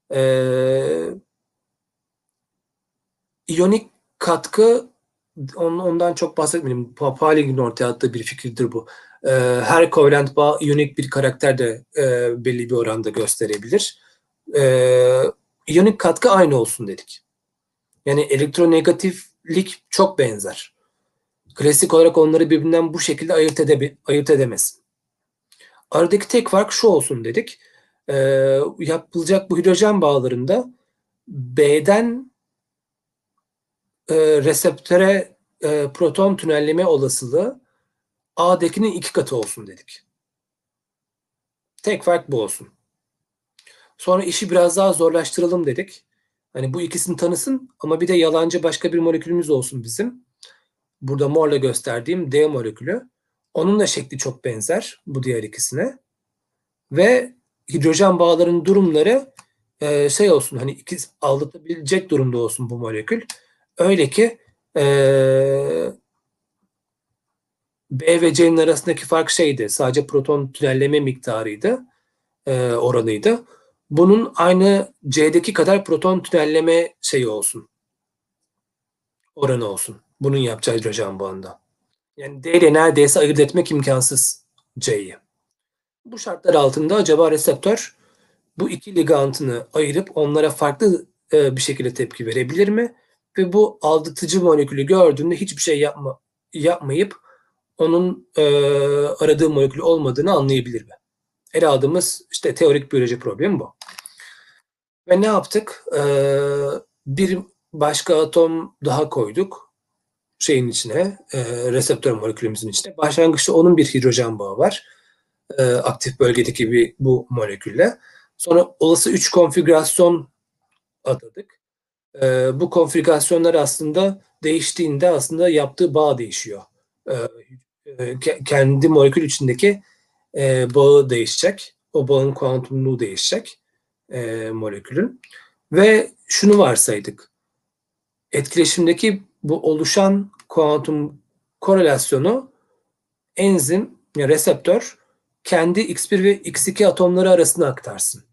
iyonik katkı, ondan çok bahsetmeyelim. Papalik'in ortaya attığı bir fikirdir bu. Her kovalent bağ iyonik bir karakter de belli bir oranda gösterebilir. İyonik katkı aynı olsun dedik. Yani elektronegatiflik çok benzer. Klasik olarak onları birbirinden bu şekilde ayırt edemez. Aradaki tek fark şu olsun dedik. Yapılacak bu hidrojen bağlarında B'den reseptöre proton tünelleme olasılığı A'dakinin 2 katı olsun dedik. Tek fark bu olsun. Sonra işi biraz daha zorlaştıralım dedik. Hani bu ikisini tanısın ama bir de yalancı başka bir molekülümüz olsun bizim. Burada morla gösterdiğim D molekülü. Onun da şekli çok benzer bu diğer ikisine. Ve hidrojen bağlarının durumları şey olsun, hani ikiz aldatabilecek durumda olsun bu molekül. Öyle ki B ve C'nin arasındaki fark şeydi. Sadece proton tünelleme miktarıydı. Oranıydı. Bunun aynı C'deki kadar proton tünelleme şeyi olsun. Oranı olsun. Bunun yapacağı hidrojen bağında. Yani D ile neredeyse ayırt etmek imkansız C'yi. Bu şartlar altında acaba reseptör bu iki ligantını ayırıp onlara farklı bir şekilde tepki verebilir mi? Ve bu aldatıcı molekülü gördüğünde hiçbir şey yapmayıp onun aradığı molekül olmadığını anlayabilir mi? ele aldığımız işte teorik biyoloji problemi bu. Ve ne yaptık? Bir başka atom daha koyduk şeyin içine, reseptör molekülümüzün içine. Başlangıçta onun bir hidrojen bağı var. Aktif bölgedeki bu molekülle. Sonra olası 3 konfigürasyon adadık. Bu konfigürasyonlar aslında değiştiğinde aslında yaptığı bağ değişiyor. Kendi molekül içindeki bağı değişecek. O bağın kuantumluğu değişecek molekülün. Ve şunu varsaydık. Etkileşimdeki bu oluşan kuantum korelasyonu enzim, yani reseptör kendi X1 ve X2 atomları arasında aktarsın.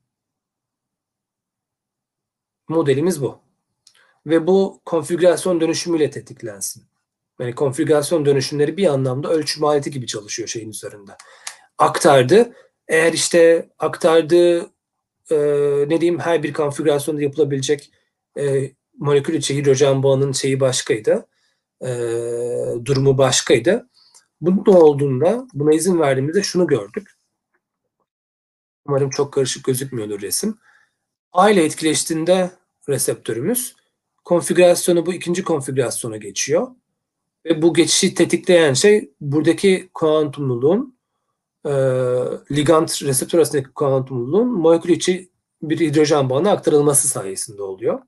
Modelimiz bu. Ve bu konfigürasyon dönüşümüyle tetiklensin. Yani konfigürasyon dönüşümleri bir anlamda ölçüm aleti gibi çalışıyor şeyin üzerinde. Aktardı. Eğer işte aktardığı ne diyeyim her bir konfigürasyonda yapılabilecek molekül içi hidrojen bağının şeyi başkaydı. Durumu başkaydı. Bunun olduğunda buna izin verdiğimizde şunu gördük. Umarım çok karışık gözükmüyordur resim. A ile etkileştiğinde reseptörümüz konfigürasyonu bu ikinci konfigürasyona geçiyor. Ve bu geçişi tetikleyen şey buradaki kuantumluluğun ligand reseptör arasındaki kuantumluluğun molekül içi bir hidrojen bağına aktarılması sayesinde oluyor.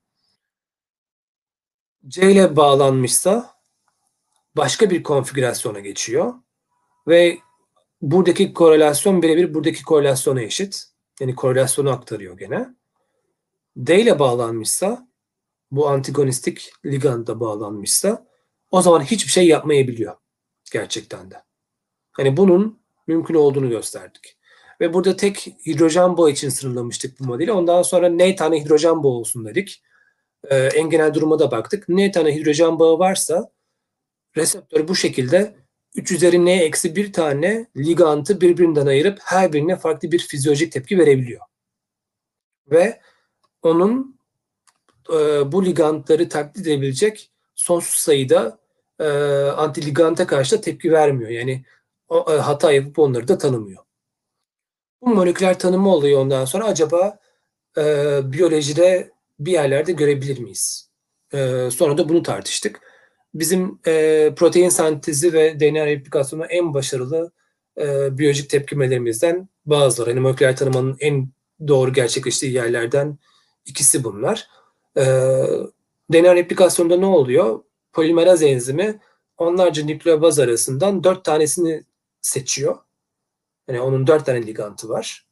C ile bağlanmışsa başka bir konfigürasyona geçiyor ve buradaki korelasyon birebir buradaki korelasyona eşit. Yani korelasyonu aktarıyor gene. D ile bağlanmışsa, bu antagonistik liganda bağlanmışsa o zaman hiçbir şey yapmayabiliyor gerçekten de. Hani bunun mümkün olduğunu gösterdik. Ve burada tek hidrojen bağı için sınırlamıştık bu modeli. Ondan sonra ne tane hidrojen bağı olsun dedik. En genel duruma da baktık. Ne tane hidrojen bağı varsa reseptör bu şekilde 3 üzeri n eksi bir tane ligantı birbirinden ayırıp her birine farklı bir fizyolojik tepki verebiliyor. Ve onun bu ligantları taklit edebilecek sonsuz sayıda antiliganta karşı da tepki vermiyor. Yani hata yapıp onları da tanımıyor. Bu moleküler tanımı oluyor ondan sonra acaba biyolojide bir yerlerde görebilir miyiz? Sonra da bunu tartıştık. Bizim protein sentezi ve DNA replikasyonu en başarılı biyolojik tepkimelerimizden bazıları. Yani moleküler tanımanın en doğru gerçekleştiği yerlerden ikisi bunlar. DNA replikasyonda ne oluyor? Polimeraz enzimi onlarca nükleobaz arasından 4 tanesini seçiyor. Yani onun 4 tane ligantı var.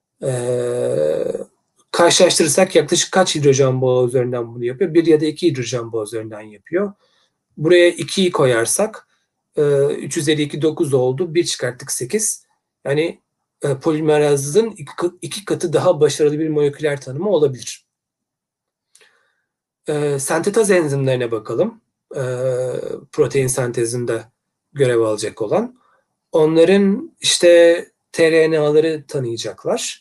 Karşılaştırırsak yaklaşık kaç hidrojen bağı üzerinden bunu yapıyor? 1 ya da 2 hidrojen bağı üzerinden yapıyor. Buraya 2'yi koyarsak 3 üzeri 2 9 oldu. 1 çıkarttık 8. Yani polimerazın 2 katı daha başarılı bir moleküler tanımı olabilir. Sentetaz enzimlerine bakalım. Protein sentezinde görev alacak olan. Onların işte tRNA'ları tanıyacaklar.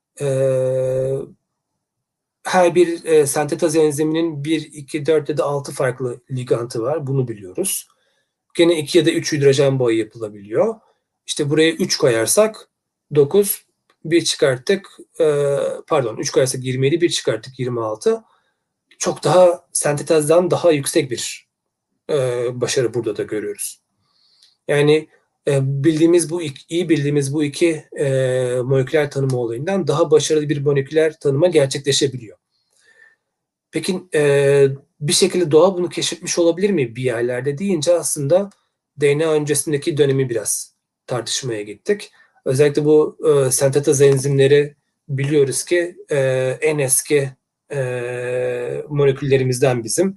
Her bir sentetaz enziminin 1, 2, 4 ya da 6 farklı ligantı var. Bunu biliyoruz. Gene 2 ya da 3 hidrojen bağı yapılabiliyor. İşte buraya 3 koyarsak 9, 1 çıkarttık. 3 koyarsak 27, 1 çıkarttık 26. Çok daha sentetazdan daha yüksek bir başarı burada da görüyoruz. Yani iyi bildiğimiz bu iki moleküler tanıma olayından daha başarılı bir moleküler tanıma gerçekleşebiliyor. Peki bir şekilde doğa bunu keşfetmiş olabilir mi bir yerlerde deyince aslında DNA öncesindeki dönemi biraz tartışmaya gittik. Özellikle bu sentetaz enzimleri biliyoruz ki en eski moleküllerimizden bizim.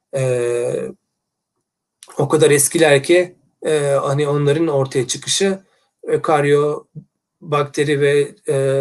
O kadar eskiler ki hani onların ortaya çıkışı karyobakteri ve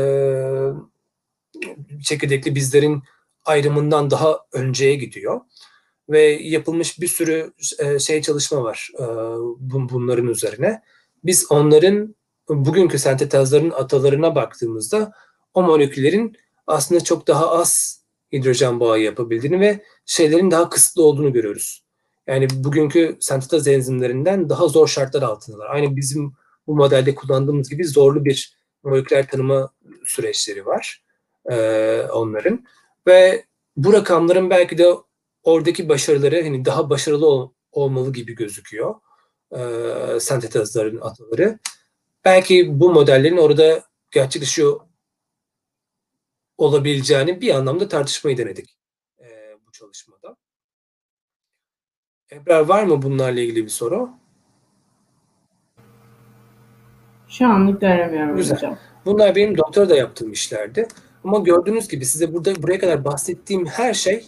çekirdekli bizlerin ayrımından daha önceye gidiyor. Ve yapılmış bir sürü çalışma var bunların üzerine. Biz onların bugünkü sentetazların atalarına baktığımızda o moleküllerin aslında çok daha az hidrojen bağı yapabildiğini ve şeylerin daha kısıtlı olduğunu görüyoruz. Yani bugünkü sentetaz enzimlerinden daha zor şartlar altındalar. Aynı bizim bu modelde kullandığımız gibi zorlu bir moleküler tanıma süreçleri var onların. Ve bu rakamların belki de oradaki başarıları hani daha başarılı olmalı gibi gözüküyor. Sentetezlerin ataları. Belki bu modellerin orada gerçekleşiyor olabileceğini bir anlamda tartışmayı denedik bu çalışmada. Ebrar, var mı bunlarla ilgili bir soru? Şu anlık göremiyorum Güzel. hocam. Bunlar benim doktora da yaptığım işlerdi. Ama gördüğünüz gibi size buraya kadar bahsettiğim her şey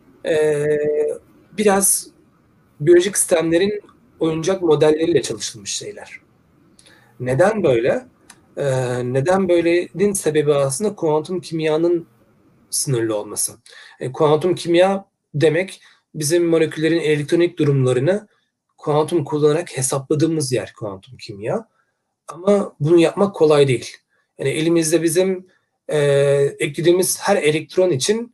biraz biyolojik sistemlerin oyuncak modelleriyle çalışılmış şeyler. Neden böyle? Neden böylenin sebebi aslında kuantum kimyanın sınırlı olması. Kuantum kimya demek bizim moleküllerin elektronik durumlarını kuantum kullanarak hesapladığımız yer kuantum kimya. Ama bunu yapmak kolay değil. Yani elimizde bizim eklediğimiz her elektron için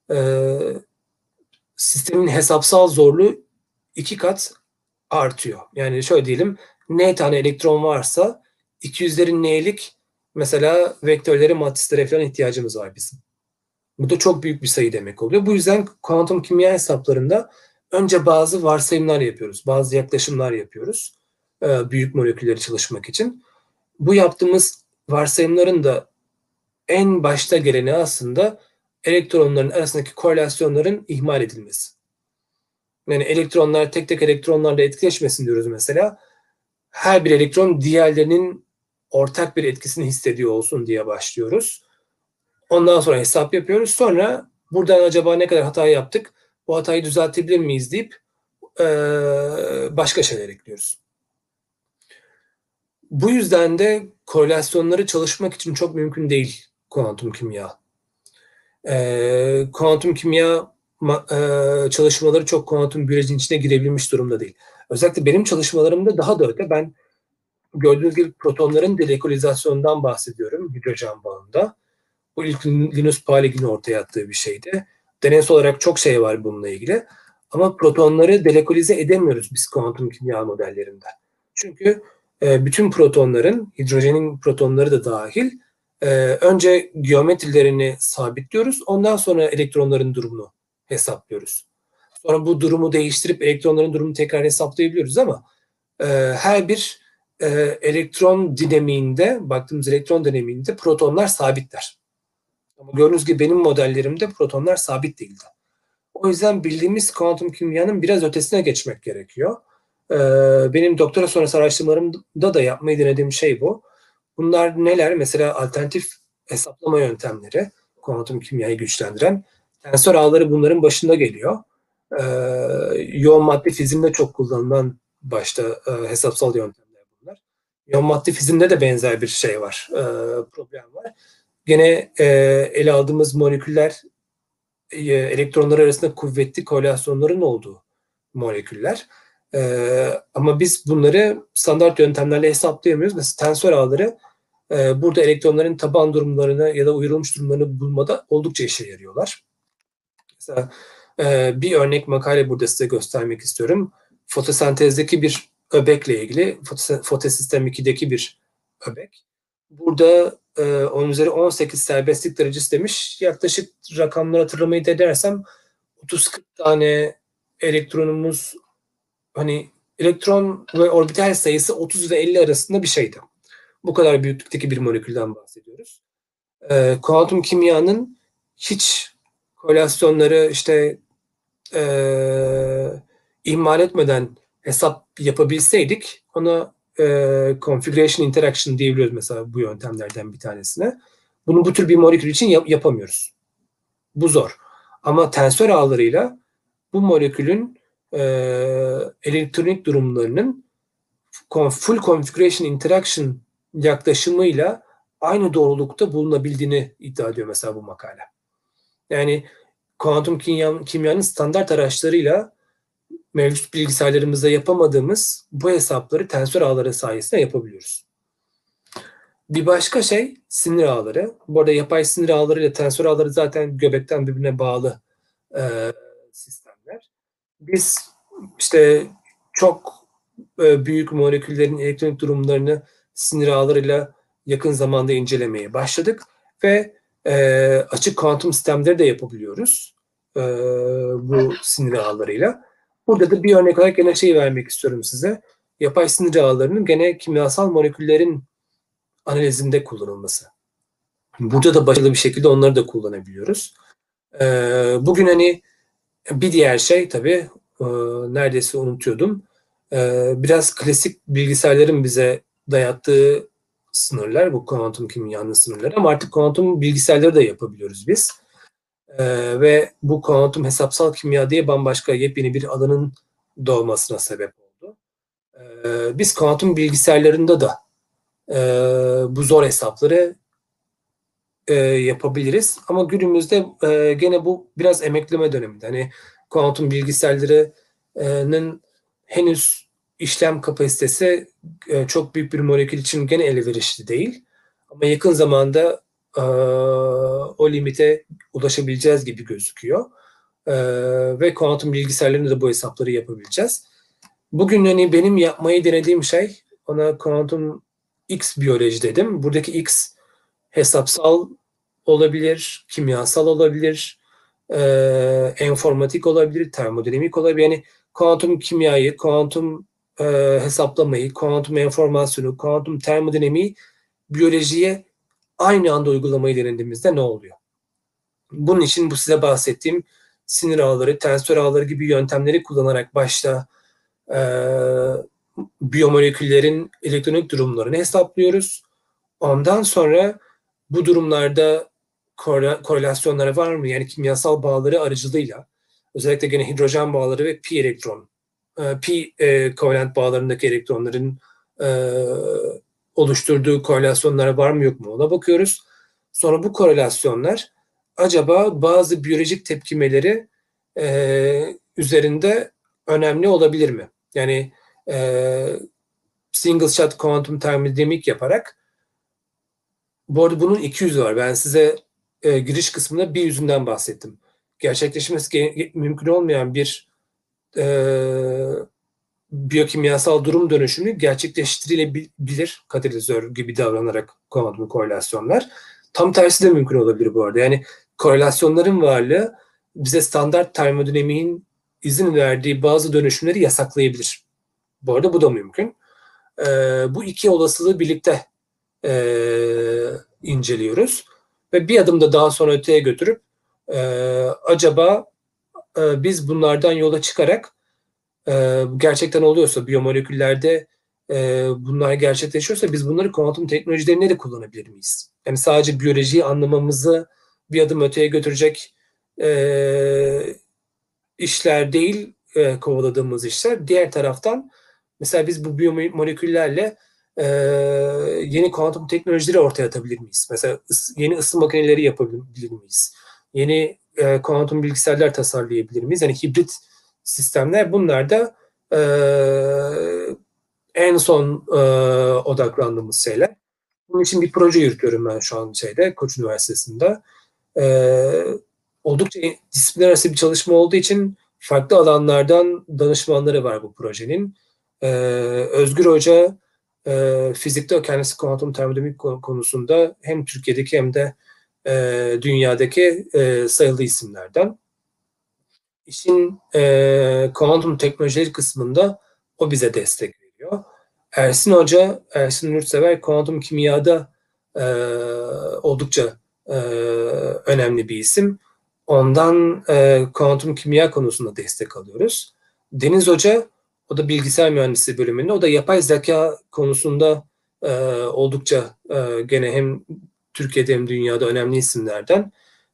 sistemin hesapsal zorluğu 2 kat artıyor. Yani şöyle diyelim, n tane elektron varsa 200'lerin n'lik mesela vektörlere, matrislere falan ihtiyacımız var bizim. Bu da çok büyük bir sayı demek oluyor. Bu yüzden kuantum kimya hesaplarında önce bazı varsayımlar yapıyoruz, bazı yaklaşımlar yapıyoruz büyük molekülleri çalışmak için. Bu yaptığımız varsayımların da en başta geleni aslında elektronların arasındaki korelasyonların ihmal edilmesi. Yani elektronlar tek tek elektronlarla etkileşmesin diyoruz mesela. Her bir elektron diğerlerinin ortak bir etkisini hissediyor olsun diye başlıyoruz. Ondan sonra hesap yapıyoruz. Sonra buradan acaba ne kadar hata yaptık, bu hatayı düzeltebilir miyiz deyip başka şeyler ekliyoruz. Bu yüzden de korelasyonları çalışmak için çok mümkün değil kuantum kimya. Kuantum kimya çalışmaları çok kuantum biyolojinin içine girebilmiş durumda değil. Özellikle benim çalışmalarımda daha da öte. Ben gördüğünüz gibi protonların delokalizasyonundan bahsediyorum hidrojen bağında. Bu ilk Linus Pauli ortaya attığı bir şeydi. Deneysel olarak çok şey var bununla ilgili. Ama protonları delokalize edemiyoruz biz kuantum kimya modellerinde. Çünkü bütün protonların, hidrojenin protonları da dahil, önce geometrilerini sabitliyoruz. Ondan sonra elektronların durumunu hesaplıyoruz. Sonra bu durumu değiştirip elektronların durumunu tekrar hesaplayabiliyoruz ama her bir elektron dinamiğinde, baktığımız elektron dinamiğinde protonlar sabitler. Ama gördüğünüz gibi benim modellerimde protonlar sabit değildi. O yüzden bildiğimiz kuantum kimyanın biraz ötesine geçmek gerekiyor. Benim doktora sonrası araştırmalarımda da yapmayı denediğim şey bu. Bunlar neler? Mesela alternatif hesaplama yöntemleri, kuantum kimyayı güçlendiren. Tensör ağları bunların başında geliyor. Yoğun madde fiziğinde çok kullanılan başta hesapsal yöntemler bunlar. Yoğun madde fiziğinde de benzer bir şey var, problem var. Gene ele aldığımız moleküller elektronlar arasında kuvvetli korelasyonların olduğu moleküller. Ama biz bunları standart yöntemlerle hesaplayamıyoruz. Mesela tensör ağları burada elektronların taban durumlarını ya da uyarılmış durumlarını bulmada oldukça işe yarıyorlar. Mesela bir örnek makale burada size göstermek istiyorum. Fotosentezdeki bir öbekle ilgili, fotosistem 2'deki bir öbek. Burada 10 üzeri 18 serbestlik derecesi demiş. Yaklaşık rakamları hatırlamayı denersem 30-40 tane elektronumuz, hani elektron ve orbital sayısı 30 ve 50 arasında bir şeydi. Bu kadar büyüklükteki bir molekülden bahsediyoruz. Kuantum kimyanın hiç korelasyonları işte ihmal etmeden hesap yapabilseydik ona configuration interaction diyebiliyoruz mesela bu yöntemlerden bir tanesine. Bunu bu tür bir molekül için yapamıyoruz. Bu zor. Ama tensör ağlarıyla bu molekülün elektronik durumlarının full configuration interaction yaklaşımıyla aynı doğrulukta bulunabildiğini iddia ediyor mesela bu makale. Yani kuantum kimyanın standart araçlarıyla mevcut bilgisayarlarımızda yapamadığımız bu hesapları tensör ağları sayesinde yapabiliyoruz. Bir başka şey sinir ağları. Bu arada yapay sinir ağları ile tensör ağları zaten göbekten birbirine bağlı sistemler. Biz işte çok büyük moleküllerin elektronik durumlarını sinir ağlarıyla yakın zamanda incelemeye başladık ve açık kuantum sistemleri de yapabiliyoruz bu sinir ağlarıyla. Burada da bir örnek olarak gene şey vermek istiyorum size. Yapay sinir ağlarının gene kimyasal moleküllerin analizinde kullanılması. Burada da başarılı bir şekilde onları da kullanabiliyoruz. Bugün hani bir diğer şey tabii neredeyse unutuyordum. Biraz klasik bilgisayarların bize dayattığı sınırlar, bu kuantum kimyanın sınırları, ama artık kuantum bilgisayarları da yapabiliyoruz biz. Ve bu kuantum hesapsal kimya diye bambaşka yepyeni bir alanın doğmasına sebep oldu. Biz kuantum bilgisayarlarında da bu zor hesapları yapabiliriz. Ama günümüzde gene bu biraz emekleme döneminde. Hani kuantum bilgisayarlarının henüz işlem kapasitesi çok büyük bir molekül için gene elverişli değil. Ama yakın zamanda o limite ulaşabileceğiz gibi gözüküyor. Ve kuantum bilgisayarlarında da bu hesapları yapabileceğiz. Bugün hani benim yapmayı denediğim şey, ona kuantum X biyoloji dedim. Buradaki X hesapsal olabilir, kimyasal olabilir, enformatik olabilir, termodinamik olabilir. Yani kuantum kimyayı, kuantum hesaplamayı, kuantum enformasyonu, kuantum termodinamiği biyolojiye aynı anda uygulamayı denediğimizde ne oluyor? Bunun için bu size bahsettiğim sinir ağları, tensör ağları gibi yöntemleri kullanarak başta biyomoleküllerin elektronik durumlarını hesaplıyoruz. Ondan sonra bu durumlarda korelasyonları var mı? Yani kimyasal bağları aracılığıyla, özellikle gene hidrojen bağları ve pi elektron, pi kovalent bağlarındaki elektronların oluşturduğu korelasyonlara var mı yok mu, ona bakıyoruz. Sonra bu korelasyonlar acaba bazı biyolojik tepkimeleri üzerinde önemli olabilir mi? Yani single shot kuantum termodinamik yaparak, bu arada bunun iki yüzü var. Ben size giriş kısmında bir yüzünden bahsettim. Gerçekleşmesi mümkün olmayan bir biyokimyasal durum dönüşümü gerçekleştirilebilir katalizör gibi davranarak kuantum korelasyonlar. Tam tersi de mümkün olabilir bu arada. Yani korelasyonların varlığı bize standart termodinamiğin izin verdiği bazı dönüşümleri yasaklayabilir. Bu arada bu da mümkün. Bu iki olasılığı birlikte inceliyoruz ve bir adım da daha sonra öteye götürüp acaba biz bunlardan yola çıkarak gerçekten oluyorsa, biyomoleküllerde bunlar gerçekleşiyorsa, biz bunları kuantum teknolojilerinde de kullanabilir miyiz? Yani sadece biyolojiyi anlamamızı bir adım öteye götürecek işler değil, kovaladığımız işler. Diğer taraftan mesela biz bu biyomoleküllerle yeni kuantum teknolojileri ortaya atabilir miyiz? Mesela yeni ısı makineleri yapabilir miyiz? Yeni kuantum bilgisayarlar tasarlayabilir miyiz? Yani hibrit sistemler, bunlar da en son odaklandığımız şeyler. Bunun için bir proje yürütüyorum ben şu an Koç Üniversitesi'nde. Oldukça disiplinler arası bir çalışma olduğu için farklı alanlardan danışmanları var bu projenin. Özgür Hoca fizikte kendisi kuantum termodinamik konusunda hem Türkiye'deki hem de dünyadaki sayılı isimlerden. İşin kuantum teknolojileri kısmında o bize destek veriyor. Ersin Hoca, Ersin Yurtsever kuantum kimyada oldukça önemli bir isim. Ondan kuantum kimya konusunda destek alıyoruz. Deniz Hoca, o da bilgisayar mühendisliği bölümünde, o da yapay zeka konusunda oldukça gene hem Türkiye'de hem dünyada önemli isimlerden.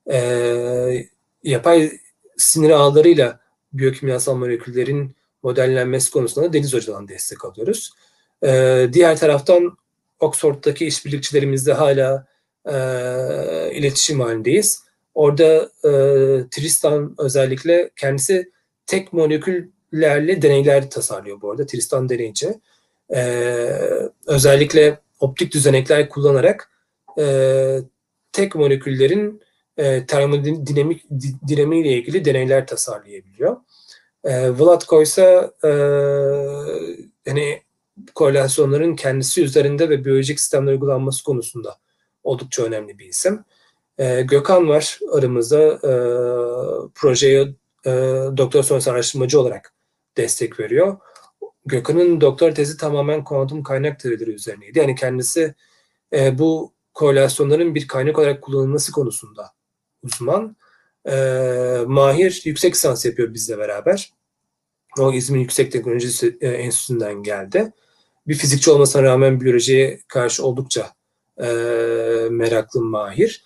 Yapay sinir ağlarıyla biyokimyasal moleküllerin modellenmesi konusunda Deniz Hoca'dan destek alıyoruz. Diğer taraftan Oxford'daki işbirlikçilerimizle hala iletişim halindeyiz. Orada Tristan özellikle kendisi tek moleküllerle deneyler tasarlıyor bu arada. Tristan deneyci. Özellikle optik düzenekler kullanarak tek moleküllerin termodinamiğiyle ilgili deneyler tasarlayabiliyor. Vlatko ise hani korelasyonların kendisi üzerinde ve biyolojik sistemler uygulanması konusunda oldukça önemli bir isim. Gökhan var aramızda. Projeye doktor sonrası araştırmacı olarak destek veriyor. Gökhan'ın doktor tezi tamamen kuantum kaynak teorileri üzerineydi. Yani kendisi bu korelasyonların bir kaynak olarak kullanılması konusunda uzman. Mahir yüksek lisans yapıyor bizle beraber. O İzmir Yüksek Teknoloji Enstitüsü'nden geldi. Bir fizikçi olmasına rağmen biyolojiye karşı oldukça meraklı Mahir.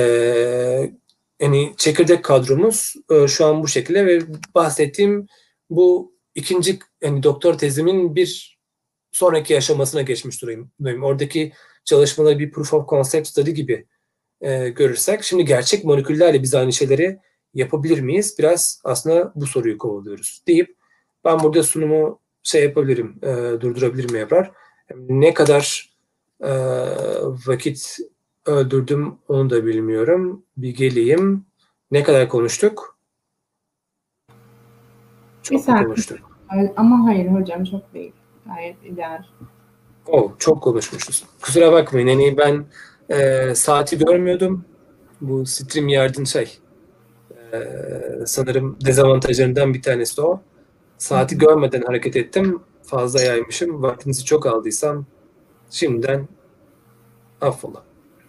Yani çekirdek kadromuz şu an bu şekilde ve bahsettiğim bu ikinci yani doktor tezimin bir sonraki aşamasına geçmiş durayım. Oradaki çalışmaları bir proof of concept study gibi görürsek, şimdi gerçek moleküllerle biz aynı şeyleri yapabilir miyiz? Biraz aslında bu soruyu kovalıyoruz deyip ben burada sunumu yapabilirim, durdurabilirim Ebrar. Ne kadar vakit öldürdüm onu da bilmiyorum. Bir geleyim. Ne kadar konuştuk? Çok mu konuştuk? Ama hayır hocam, çok değil. Gayet ideal. Çok konuşmuşuz. Kusura bakmayın. Yani ben saati görmüyordum. Bu StreamYard'ın sanırım dezavantajlarından bir tanesi de o. Saati görmeden hareket ettim. Fazla yaymışım. Vaktinizi çok aldıysam şimdiden affola.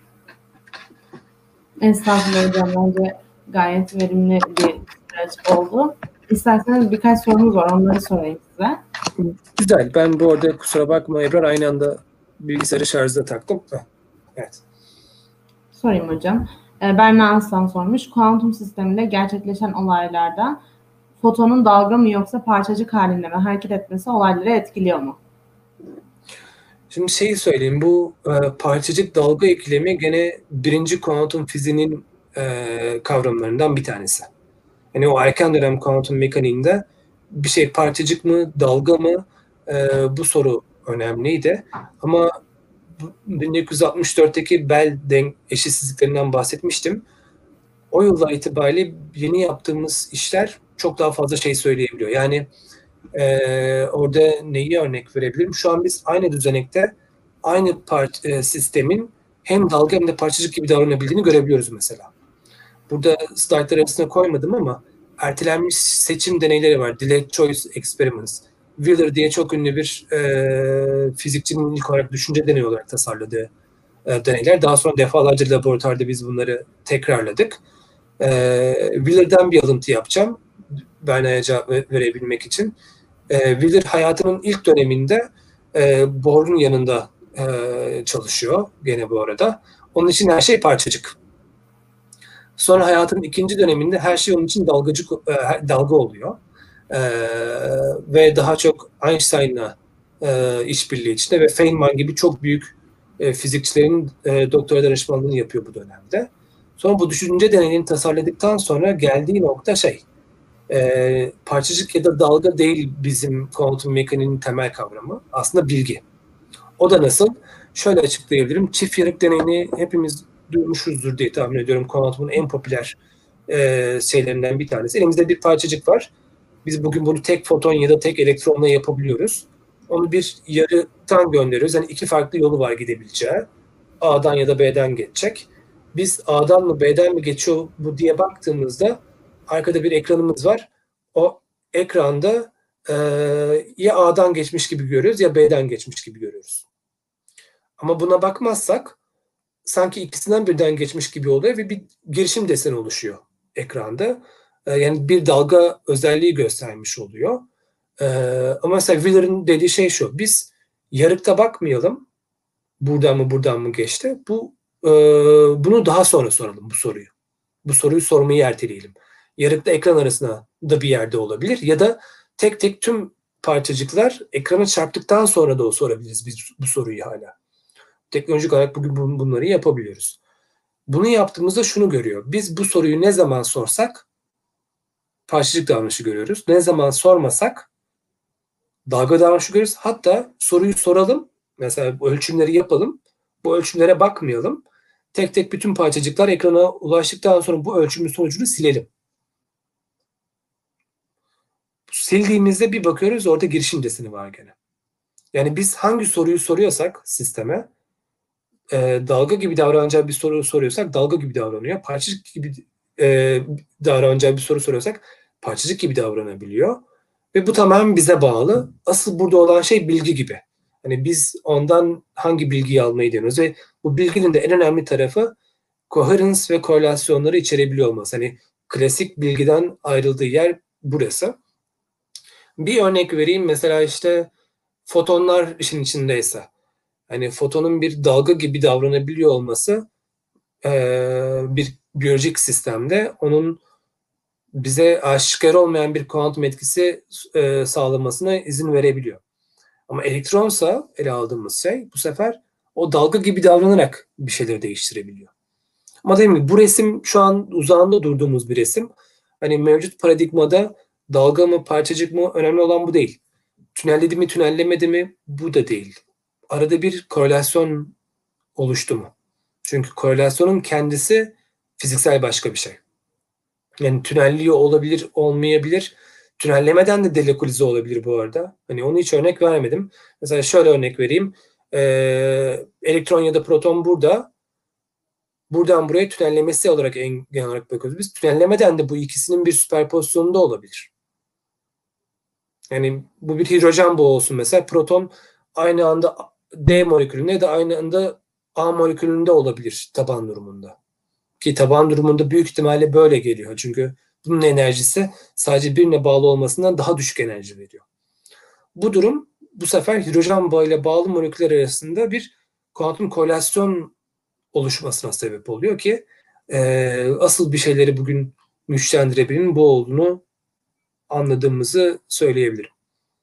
Estağfurullah hocam. Bence gayet verimli bir süreç oldu. İsterseniz birkaç sorumuz var. Onları sorayım size. Güzel. Ben bu arada kusura bakma Ebrar, aynı anda bilgisayarı şarjda taktım. Evet. Sorayım hocam. Berna Aslan sormuş. Kuantum sisteminde gerçekleşen olaylarda fotonun dalga mı yoksa parçacık halinde mi hareket etmesi olayları etkiliyor mu? Şimdi söyleyeyim. Bu parçacık dalga ikilemi gene birinci kuantum fiziğinin kavramlarından bir tanesi. Yani o erken dönem kuantum mekaniğinde bir şey parçacık mı, dalga mı, bu soru önemliydi. Ama 1964'teki Bell eşitsizliklerinden bahsetmiştim. O yıllar itibariyle yeni yaptığımız işler çok daha fazla söyleyebiliyor. Yani orada neyi örnek verebilirim? Şu an biz aynı düzenekte aynı sistemin hem dalga hem de parçacık gibi davranabildiğini görebiliyoruz mesela. Burada slaytlar arasına koymadım ama ertelenmiş seçim deneyleri var. Delayed Choice Experiments. Wheeler diye çok ünlü bir fizikçinin ilk olarak düşünce deneyi olarak tasarladığı deneyler. Daha sonra defalarca laboratuvarda biz bunları tekrarladık. Wheeler'dan bir alıntı yapacağım. Berna'ya cevap verebilmek için. Wheeler hayatının ilk döneminde Bohr'un yanında çalışıyor gene bu arada. Onun için her şey parçacık. Sonra hayatının ikinci döneminde her şey onun için dalga oluyor. Ve daha çok Einstein'la işbirliği içinde ve Feynman gibi çok büyük fizikçilerin doktora danışmanlığını yapıyor bu dönemde. Sonra bu düşünce deneyini tasarladıktan sonra geldiği nokta parçacık ya da dalga değil bizim kuantum mekaniğinin temel kavramı. Aslında bilgi. O da nasıl? Şöyle açıklayabilirim. Çift yarık deneyini hepimiz duymuşuzdur diye tahmin ediyorum. Kuantumun en popüler şeylerinden bir tanesi. Elimizde bir parçacık var. Biz bugün bunu tek foton ya da tek elektronla yapabiliyoruz. Onu bir yarıktan gönderiyoruz. Yani iki farklı yolu var gidebileceği. A'dan ya da B'den geçecek. Biz A'dan mı B'den mi geçiyor bu diye baktığımızda arkada bir ekranımız var. O ekranda ya A'dan geçmiş gibi görüyoruz ya B'den geçmiş gibi görüyoruz. Ama buna bakmazsak sanki ikisinden birden geçmiş gibi oluyor ve bir girişim deseni oluşuyor ekranda. Yani bir dalga özelliği göstermiş oluyor. Ama mesela Wheeler'ın dediği şu. Biz yarıkta bakmayalım. Buradan mı geçti? Bunu daha sonra soralım bu soruyu. Bu soruyu sormayı erteleyelim. Yarıkta ekran arasında da bir yerde olabilir ya da tek tek tüm parçacıklar ekrana çarptıktan sonra da sorabiliriz biz bu soruyu hala. Teknolojik olarak bugün bunları yapabiliyoruz. Bunu yaptığımızda şunu görüyor. Biz bu soruyu ne zaman sorsak parçacık davranışı görüyoruz. Ne zaman sormasak dalga davranışı görüyoruz. Hatta soruyu soralım. Mesela ölçümleri yapalım. Bu ölçümlere bakmayalım. Tek tek bütün parçacıklar ekrana ulaştıktan sonra bu ölçümün sonucunu silelim. Sildiğimizde bir bakıyoruz orada girişim deseni var gene. Yani biz hangi soruyu soruyorsak sisteme, dalga gibi davranacağı bir soru soruyorsak dalga gibi davranıyor. Parçacık gibi davranacağı bir soru soruyorsak parçacık gibi davranabiliyor. Ve bu tamamen bize bağlı. Asıl burada olan şey bilgi gibi. Hani biz ondan hangi bilgiyi almayı deniyoruz ve bu bilginin de en önemli tarafı coherence ve korelasyonları içerebiliyor olması. Hani klasik bilgiden ayrıldığı yer burası. Bir örnek vereyim. Mesela işte fotonlar işin içindeyse. Hani fotonun bir dalga gibi davranabiliyor olması bir biyolojik sistemde onun bize aşikar olmayan bir kuantum etkisi sağlamasına izin verebiliyor. Ama elektronsa ele aldığımız şey bu sefer o dalga gibi davranarak bir şeyleri değiştirebiliyor. Ama dediğim gibi bu resim şu an uzağında durduğumuz bir resim. Hani mevcut paradigmada dalga mı parçacık mı önemli olan bu değil. Tünelledi mi tünellemedi mi bu da değil. Arada bir korelasyon oluştu mu? Çünkü korelasyonun kendisi fiziksel başka bir şey. Yani tünelliyor olabilir, olmayabilir. Tünellemeden de delokalize olabilir bu arada. Hani onu hiç örnek vermedim. Mesela şöyle örnek vereyim. Elektron ya da proton burada. Buradan buraya tünellemesi olarak genel olarak bakıyoruz. Biz tünellemeden de bu ikisinin bir süperpozisyonunda olabilir. Yani bu bir hidrojen bağı olsun mesela. Proton aynı anda D molekülünde ya da aynı anda A molekülünde olabilir taban durumunda. Ki taban durumunda büyük ihtimalle böyle geliyor. Çünkü bunun enerjisi sadece birine bağlı olmasından daha düşük enerji veriyor. Bu durum bu sefer hidrojen bağıyla bağlı moleküller arasında bir kuantum korelasyon oluşmasına sebep oluyor ki asıl bir şeyleri bugün güçlendirebilin bu olduğunu anladığımızı söyleyebilirim.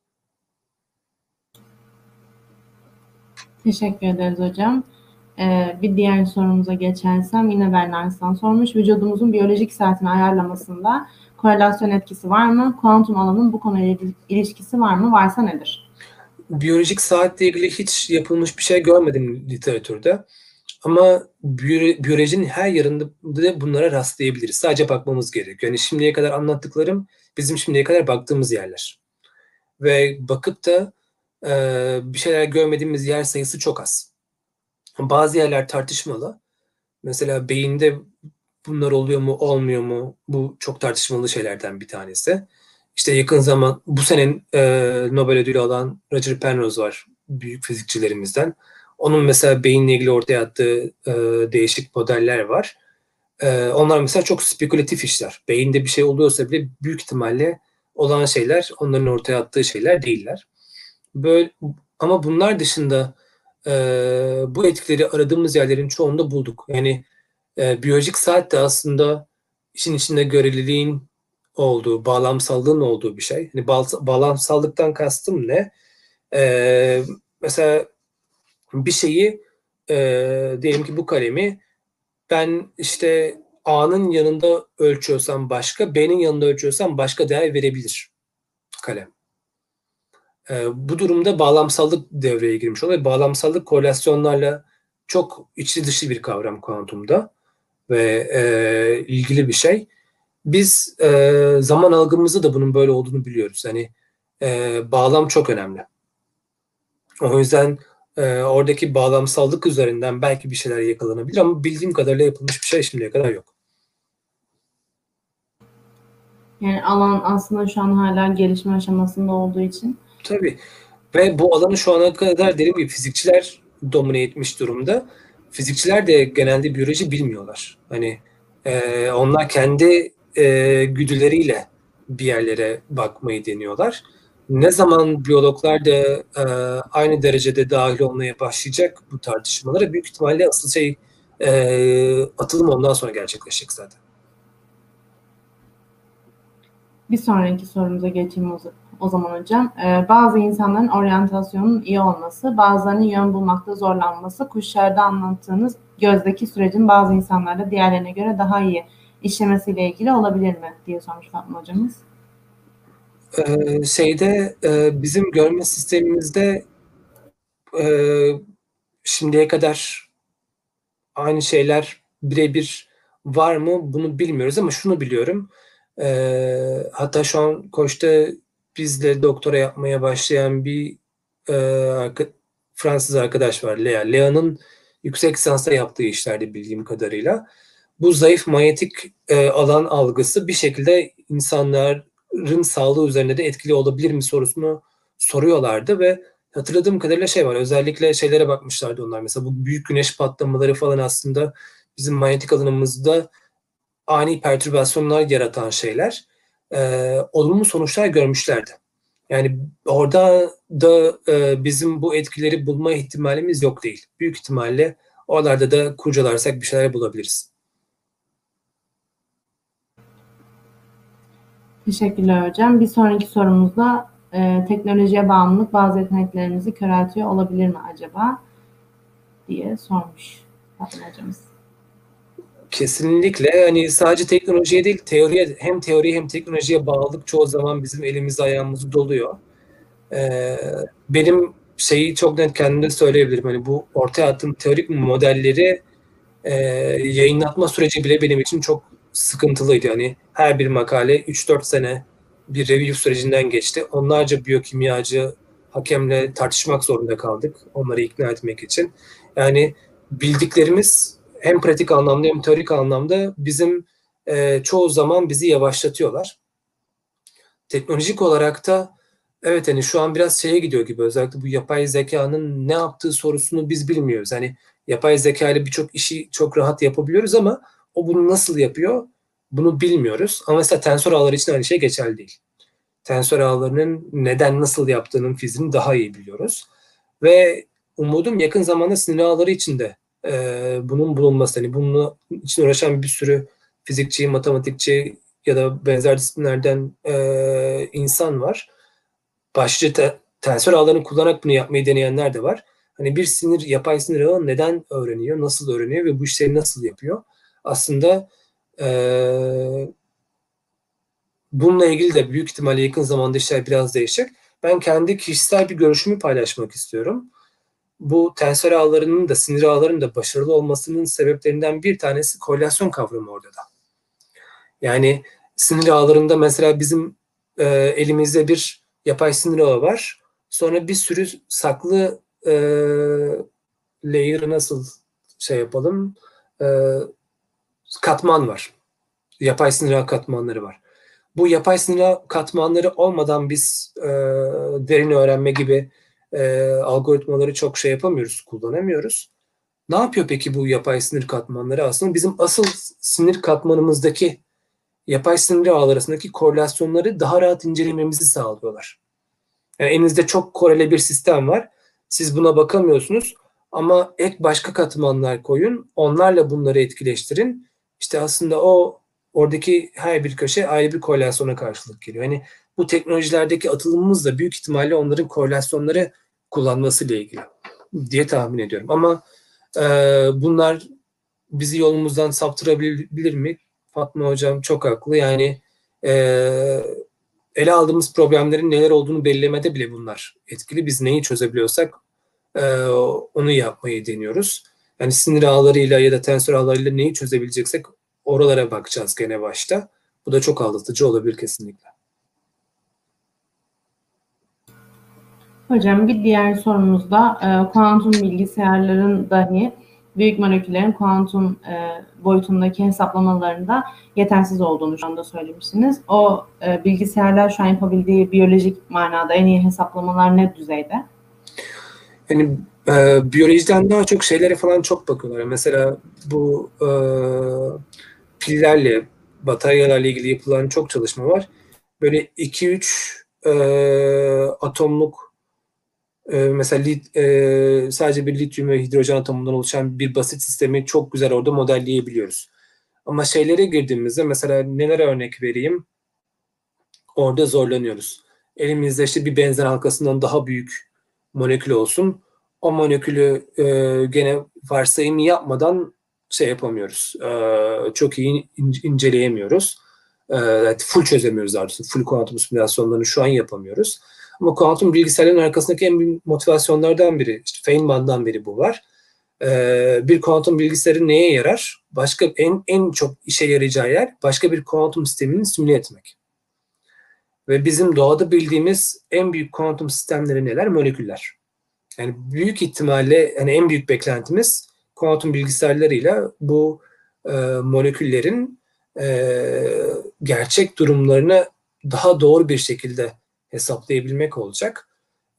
Teşekkür ederiz hocam. Bir diğer sorumuza geçersem yine Bernard'dan sormuş. Vücudumuzun biyolojik saatini ayarlamasında korelasyon etkisi var mı? Kuantum alanın bu konuyla ilişkisi var mı? Varsa nedir? Biyolojik saatle ilgili hiç yapılmış bir şey görmedim literatürde. Ama biyolojinin her yerinde de bunlara rastlayabiliriz. Sadece bakmamız gerekiyor. Yani şimdiye kadar anlattıklarım bizim şimdiye kadar baktığımız yerler. Ve bakıp da bir şeyler görmediğimiz yer sayısı çok az. Bazı yerler tartışmalı. Mesela beyinde bunlar oluyor mu, olmuyor mu? Bu çok tartışmalı şeylerden bir tanesi. İşte yakın zaman bu sene Nobel ödülü alan Roger Penrose var, büyük fizikçilerimizden. Onun mesela beyinle ilgili ortaya attığı değişik modeller var. Onlar mesela çok spekülatif işler. Beyinde bir şey oluyorsa bile büyük ihtimalle olan şeyler onların ortaya attığı şeyler değiller. Böyle, ama bunlar dışında bu etkileri aradığımız yerlerin çoğunda bulduk. Yani biyolojik saat de aslında işin içinde göreliliğin olduğu, bağlamsallığın olduğu bir şey. Yani bağlamsallıktan kastım ne? Mesela bir şeyi diyelim ki bu kalemi ben işte A'nın yanında ölçüyorsam başka, B'nin yanında ölçüyorsam başka değer verebilir kalem. Bu durumda bağlamsallık devreye girmiş oluyor. Bağlamsallık korelasyonlarla çok içli dışlı bir kavram kuantumda ve ilgili bir şey. Biz zaman algımızda da bunun böyle olduğunu biliyoruz. Hani bağlam çok önemli. O yüzden oradaki bağlamsallık üzerinden belki bir şeyler yakalanabilir ama bildiğim kadarıyla yapılmış bir şey şimdiye kadar yok. Yani alan aslında şu an hala gelişme aşamasında olduğu için. Tabii. Ve bu alanı şu ana kadar dediğim gibi fizikçiler domine etmiş durumda. Fizikçiler de genelde biyoloji bilmiyorlar. Hani onlar kendi güdüleriyle bir yerlere bakmayı deniyorlar. Ne zaman biyologlar da aynı derecede dahil olmaya başlayacak bu tartışmalara büyük ihtimalle asıl şey atılım ondan sonra gerçekleşecek zaten. Bir sonraki sorumuza geçeyim o zaman hocam. Bazı insanların oryantasyonunun iyi olması, bazılarının yön bulmakta zorlanması, kuşlarda anlattığınız gözdeki sürecin bazı insanlarda diğerlerine göre daha iyi işlemesiyle ilgili olabilir mi diye sormuş Fatma hocamız. Bizim görme sistemimizde e, şimdiye kadar aynı şeyler birebir var mı bunu bilmiyoruz ama şunu biliyorum. Hatta şu an Koç'ta bizle doktora yapmaya başlayan bir Fransız arkadaş var, Lea. Lea'nın yüksek lisansta yaptığı işlerdi bildiğim kadarıyla. Bu zayıf manyetik alan algısı bir şekilde insanların sağlığı üzerinde de etkili olabilir mi sorusunu soruyorlardı ve hatırladığım kadarıyla şey var, özellikle şeylere bakmışlardı onlar. Mesela bu büyük güneş patlamaları falan aslında bizim manyetik alanımızda ani pertürbasyonlar yaratan şeyler, olumlu sonuçlar görmüşlerdi. Yani orada da bizim bu etkileri bulma ihtimalimiz yok değil. Büyük ihtimalle oralarda da kurcalarsak bir şeyler bulabiliriz. Teşekkürler hocam. Bir sonraki sorumuzda teknolojiye bağımlılık bazı yeteneklerimizi köreltiyor olabilir mi acaba diye sormuş Fatma hocamız. Kesinlikle, hani sadece teknolojiye değil, teoriye hem teknolojiye bağlılık çoğu zaman bizim elimizi ayağımızı doluyor. Benim şeyi çok net kendimde söyleyebilirim. Hani bu ortaya attığım teorik modelleri yayınlatma süreci bile benim için çok sıkıntılıydı. Yani her bir makale 3-4 sene bir review sürecinden geçti. Onlarca biyokimyacı hakemle tartışmak zorunda kaldık. Onları ikna etmek için. Yani bildiklerimiz hem pratik anlamda hem teorik anlamda bizim çoğu zaman bizi yavaşlatıyorlar. Teknolojik olarak da evet, hani şu an biraz şeye gidiyor gibi, özellikle bu yapay zekanın ne yaptığı sorusunu biz bilmiyoruz. Hani yapay zeka ile birçok işi çok rahat yapabiliyoruz ama o bunu nasıl yapıyor bunu bilmiyoruz. Ama mesela tensör ağları için aynı şey geçerli değil. Tensör ağlarının neden nasıl yaptığının fiziğini daha iyi biliyoruz. Ve umudum yakın zamanda sinir ağları için de bunun bulunması. Hani bunun için uğraşan bir sürü fizikçi, matematikçi ya da benzer disiplinlerden insan var. Başlıca tensör ağlarını kullanarak bunu yapmayı deneyenler de var. Hani bir yapay sinir ağı neden öğreniyor, nasıl öğreniyor ve bu işleri nasıl yapıyor? Aslında bununla ilgili de büyük ihtimalle yakın zamanda işler biraz değişecek. Ben kendi kişisel bir görüşümü paylaşmak istiyorum. Bu tensör ağlarının da sinir ağlarının da başarılı olmasının sebeplerinden bir tanesi korelasyon kavramı orada da. Yani sinir ağlarında mesela bizim elimizde bir yapay sinir ağı var. Sonra bir sürü saklı layer, nasıl şey yapalım, katman var. Yapay sinir ağı katmanları var. Bu yapay sinir ağı katmanları olmadan biz derin öğrenme gibi algoritmaları çok şey yapamıyoruz, kullanamıyoruz. Ne yapıyor peki bu yapay sinir katmanları? Aslında bizim asıl sinir katmanımızdaki yapay sinir ağları arasındaki korelasyonları daha rahat incelememizi sağlıyorlar. Yani elinizde çok koreli bir sistem var. Siz buna bakamıyorsunuz ama ek başka katmanlar koyun. Onlarla bunları etkileştirin. İşte aslında oradaki her bir köşe ayrı bir korelasyona karşılık geliyor. Yani bu teknolojilerdeki atılımımız da büyük ihtimalle onların korelasyonları kullanmasıyla ilgili diye tahmin ediyorum. Ama bunlar bizi yolumuzdan saptırabilir mi? Fatma hocam çok haklı. Yani ele aldığımız problemlerin neler olduğunu belirlemede bile bunlar etkili. Biz neyi çözebiliyorsak onu yapmayı deniyoruz. Yani sinir ağlarıyla ya da tensör ağlarıyla neyi çözebileceksek oralara bakacağız gene başta. Bu da çok aldatıcı olabilir kesinlikle. Hocam bir diğer sorumuzda kuantum bilgisayarların dahi büyük moleküllerin kuantum boyutundaki hesaplamalarında yetersiz olduğunu şu anda söylemiştiniz. O bilgisayarlar şu an yapabildiği biyolojik manada en iyi hesaplamalar ne düzeyde? Yani biyolojiden daha çok şeylere falan çok bakıyorlar. Mesela bu pillerle, bataryalarla ilgili yapılan çok çalışma var. Böyle 2-3 atomluk, mesela sadece bir lityum ve hidrojen atomundan oluşan bir basit sistemi çok güzel orada modelleyebiliyoruz. Ama şeylere girdiğimizde mesela nelere örnek vereyim? Orada zorlanıyoruz. Elimizde işte bir benzer halkasından daha büyük molekül olsun. O molekülü gene varsayım yapmadan şey yapamıyoruz. Çok iyi inceleyemiyoruz. Full çözemiyoruz artık. Full kuantum simülasyonlarını şu an yapamıyoruz. Ama kuantum bilgisayarların arkasındaki en büyük motivasyonlardan biri, işte Feynman'dan beri bu var. Bir kuantum bilgisayarı neye yarar? En çok işe yarayacağı yer başka bir kuantum sistemini simüle etmek. Ve bizim doğada bildiğimiz en büyük kuantum sistemleri neler? Moleküller. Yani büyük ihtimalle hani en büyük beklentimiz kuantum bilgisayarlarıyla bu moleküllerin gerçek durumlarını daha doğru bir şekilde hesaplayabilmek olacak.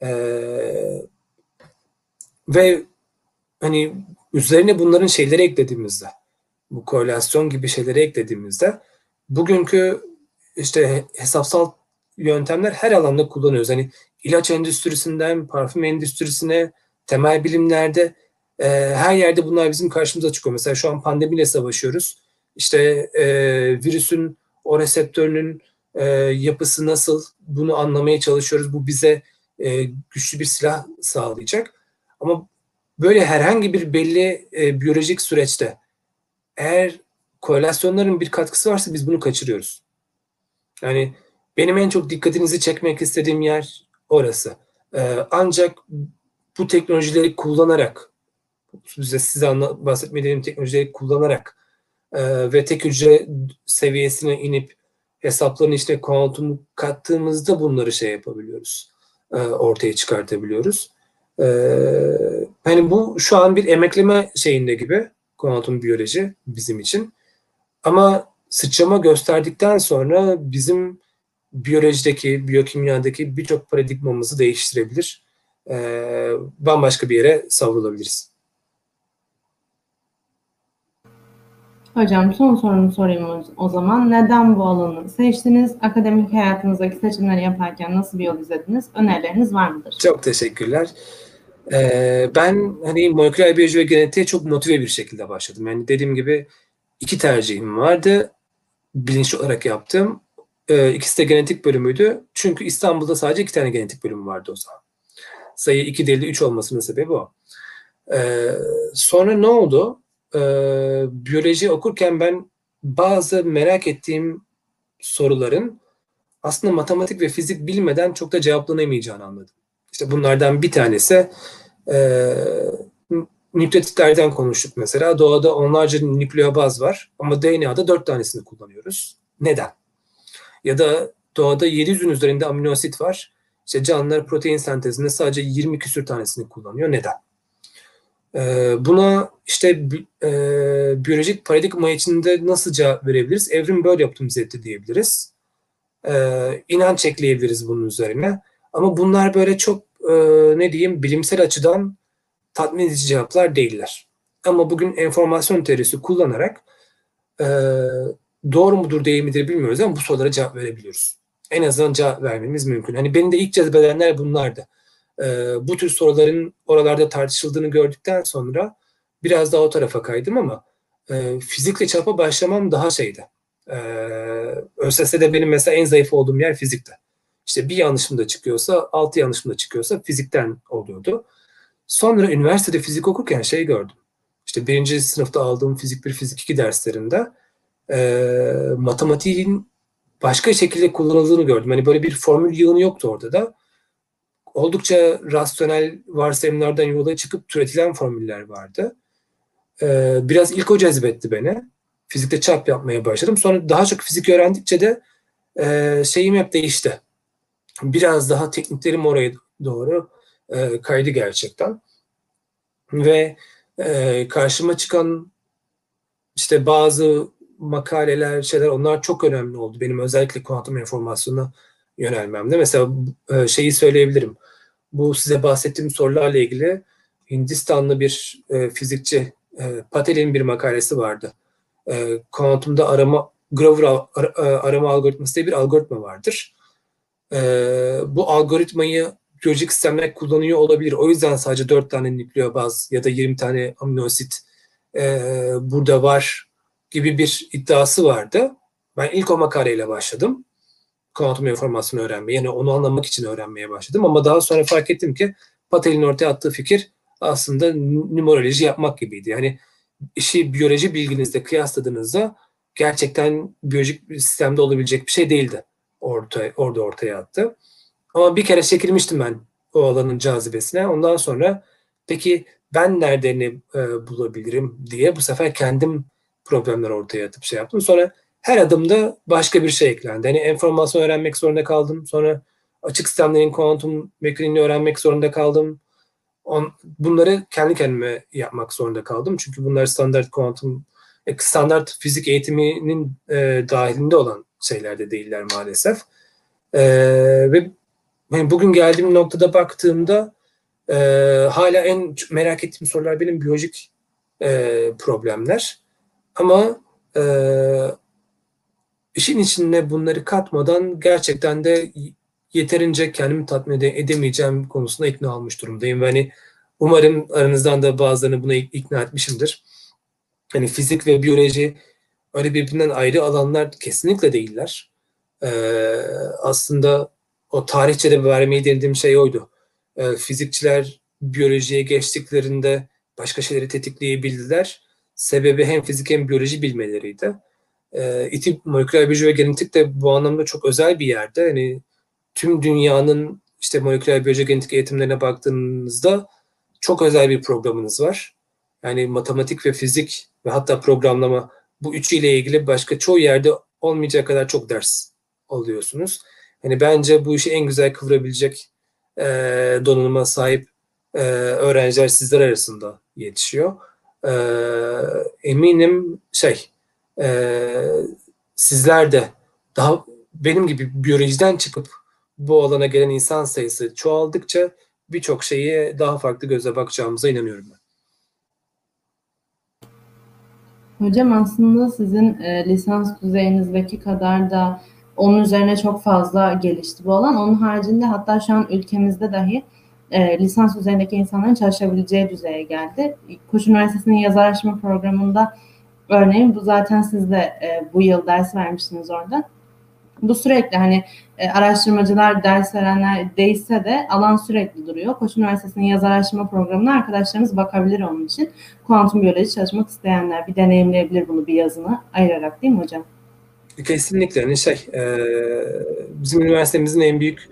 Ve hani üzerine bunların şeyleri eklediğimizde, bu korelasyon gibi şeyleri eklediğimizde bugünkü işte hesapsal yöntemler her alanda kullanıyoruz. Hani ilaç endüstrisinden parfüm endüstrisine, temel bilimlerde her yerde bunlar bizim karşımıza çıkıyor. Mesela şu an pandemiyle savaşıyoruz. İşte virüsün o reseptörünün yapısı nasıl, bunu anlamaya çalışıyoruz. Bu bize güçlü bir silah sağlayacak. Ama böyle herhangi bir belli biyolojik süreçte eğer korelasyonların bir katkısı varsa biz bunu kaçırıyoruz. Yani benim en çok dikkatinizi çekmek istediğim yer orası. Ancak bu teknolojileri kullanarak, size bahsetmediğim teknolojileri kullanarak ve tek hücre seviyesine inip hesapların işte kuantumu kattığımızda bunları şey yapabiliyoruz. Ortaya çıkartabiliyoruz. Hani bu şu an bir emekleme şeyinde gibi kuantum biyoloji bizim için. Ama sıçrama gösterdikten sonra bizim biyolojideki, biyokimyadaki birçok paradigmamızı değiştirebilir. Bambaşka bir yere savrulabiliriz. Hocam son sorumu sorayım o zaman. Neden bu alanı seçtiniz? Akademik hayatınızdaki seçimleri yaparken nasıl bir yol izlediniz? Önerileriniz var mıdır? Çok teşekkürler. Ben hani moleküler biyoloji ve genetiğe çok motive bir şekilde başladım. Yani dediğim gibi 2 tercihim vardı. Bilinçli olarak yaptım. İkisi de genetik bölümüydü. Çünkü İstanbul'da sadece 2 tane genetik bölümü vardı o zaman. Sayı 2 değil de 3 olmasının sebebi o. Sonra ne oldu? Biyoloji okurken ben bazı merak ettiğim soruların aslında matematik ve fizik bilmeden çok da cevaplanamayacağını anladım. İşte bunlardan bir tanesi nükleotitlerden konuştuk mesela. Doğada onlarca nükleobaz var ama DNA'da 4 tanesini kullanıyoruz. Neden? Ya da doğada 700'ün üzerinde amino asit var. İşte canlılar protein sentezinde sadece 20 küsür tanesini kullanıyor. Neden? Buna işte biyolojik paradigma içinde nasıl cevap verebiliriz? Evrim böyle optimize etti diyebiliriz. İnanç ekleyebiliriz bunun üzerine. Ama bunlar böyle çok ne diyeyim bilimsel açıdan tatmin edici cevaplar değiller. Ama bugün enformasyon teorisi kullanarak doğru mudur değil midir bilmiyoruz ama bu sorulara cevap verebiliyoruz. En azından cevap vermemiz mümkün. Hani beni de ilk cezbedenler bunlardı. Bu tür soruların oralarda tartışıldığını gördükten sonra biraz daha o tarafa kaydım ama fizikle çarpa başlamam daha şeydi. ÖSS'de benim mesela en zayıf olduğum yer fizikte. İşte bir yanlışım da çıkıyorsa, 6 yanlışım da çıkıyorsa fizikten oluyordu. Sonra üniversitede fizik okurken şey gördüm. İşte birinci sınıfta aldığım fizik 1, fizik 2 derslerinde matematiğin başka şekilde kullanıldığını gördüm. Hani böyle bir formül yığını yoktu orada da. Oldukça rasyonel varsayımlardan yola çıkıp türetilen formüller vardı. Biraz ilk o cezbetti beni. Fizikte çarp yapmaya başladım. Sonra daha çok fizik öğrendikçe de şeyim hep değişti. Biraz daha tekniklerim oraya doğru kaydı gerçekten. Ve karşıma çıkan işte bazı makaleler, şeyler onlar çok önemli oldu. Benim özellikle kuantum enformasyonuna yönelmemde. Mesela şeyi söyleyebilirim. Bu size bahsettiğim sorularla ilgili Hindistanlı bir fizikçi Patel'in bir makalesi vardı. Kuantumda Grover arama algoritması diye bir algoritma vardır. Bu algoritmayı biyolojik sistemler kullanıyor olabilir. O yüzden sadece 4 tane nükleobaz ya da 20 tane amino asit burada var gibi bir iddiası vardı. Ben ilk o makaleyle başladım. Kuantum enformasyonu öğrenmeye, yani onu anlamak için öğrenmeye başladım. Ama daha sonra fark ettim ki Patel'in ortaya attığı fikir aslında numeroloji yapmak gibiydi. Yani işi biyoloji bilginizle kıyasladığınızda gerçekten biyolojik bir sistemde olabilecek bir şey değildi. Orada ortaya attı. Ama bir kere çekilmiştim ben o alanın cazibesine. Ondan sonra peki ben nerede ne bulabilirim diye bu sefer kendim problemler ortaya atıp şey yaptım. Sonra her adımda başka bir şey eklendi. Hani enformasyon öğrenmek zorunda kaldım. Sonra açık sistemlerin kuantum mekaniğini öğrenmek zorunda kaldım. Bunları kendi kendime yapmak zorunda kaldım. Çünkü bunlar standart fizik eğitiminin dahilinde olan şeyler de değiller maalesef. Ve bugün geldiğim noktada baktığımda hala en merak ettiğim sorular benim biyolojik problemler. Ama işin içine bunları katmadan gerçekten de yeterince kendimi tatmin edemeyeceğim konusunda ikna olmuş durumdayım. Ve hani umarım aranızdan da bazılarını buna ikna etmişimdir. Hani fizik ve biyoloji öyle birbirinden ayrı alanlar kesinlikle değiller. Aslında o tarihçede vermeyi denediğim şey oydu. Fizikçiler biyolojiye geçtiklerinde başka şeyleri tetikleyebildiler. Sebebi hem fizik hem biyoloji bilmeleriydi. İTÜ Moleküler Biyoloji ve Genetik de bu anlamda çok özel bir yerde. Hani tüm dünyanın işte moleküler biyoloji genetik eğitimlerine baktığınızda çok özel bir programınız var. Yani matematik ve fizik ve hatta programlama, bu üçüyle ilgili başka çoğu yerde olmayacak kadar çok ders alıyorsunuz. Yani bence bu işi en güzel kıvırabilecek donanıma sahip öğrenciler sizler arasında yetişiyor. Eminim sizler de daha benim gibi biyolojiden çıkıp bu alana gelen insan sayısı çoğaldıkça birçok şeyi daha farklı gözle bakacağımıza inanıyorum ben. Hocam aslında sizin lisans düzeyinizdeki kadar da onun üzerine çok fazla gelişti bu alan. Onun haricinde hatta şu an ülkemizde dahi lisans düzeyindeki insanların çalışabileceği düzeye geldi. Koç Üniversitesi'nin yazar araştırma programında örneğin bu zaten siz de bu yıl ders vermiştiniz orada. Bu sürekli hani araştırmacılar, ders verenler değişse de alan sürekli duruyor. Koç Üniversitesi'nin yazar araştırma programına arkadaşlarımız bakabilir onun için. Kuantum biyoloji çalışmak isteyenler bir deneyimleyebilir bunu bir yazını ayırarak, değil mi hocam? Kesinlikle. Hani bizim üniversitemizin en büyük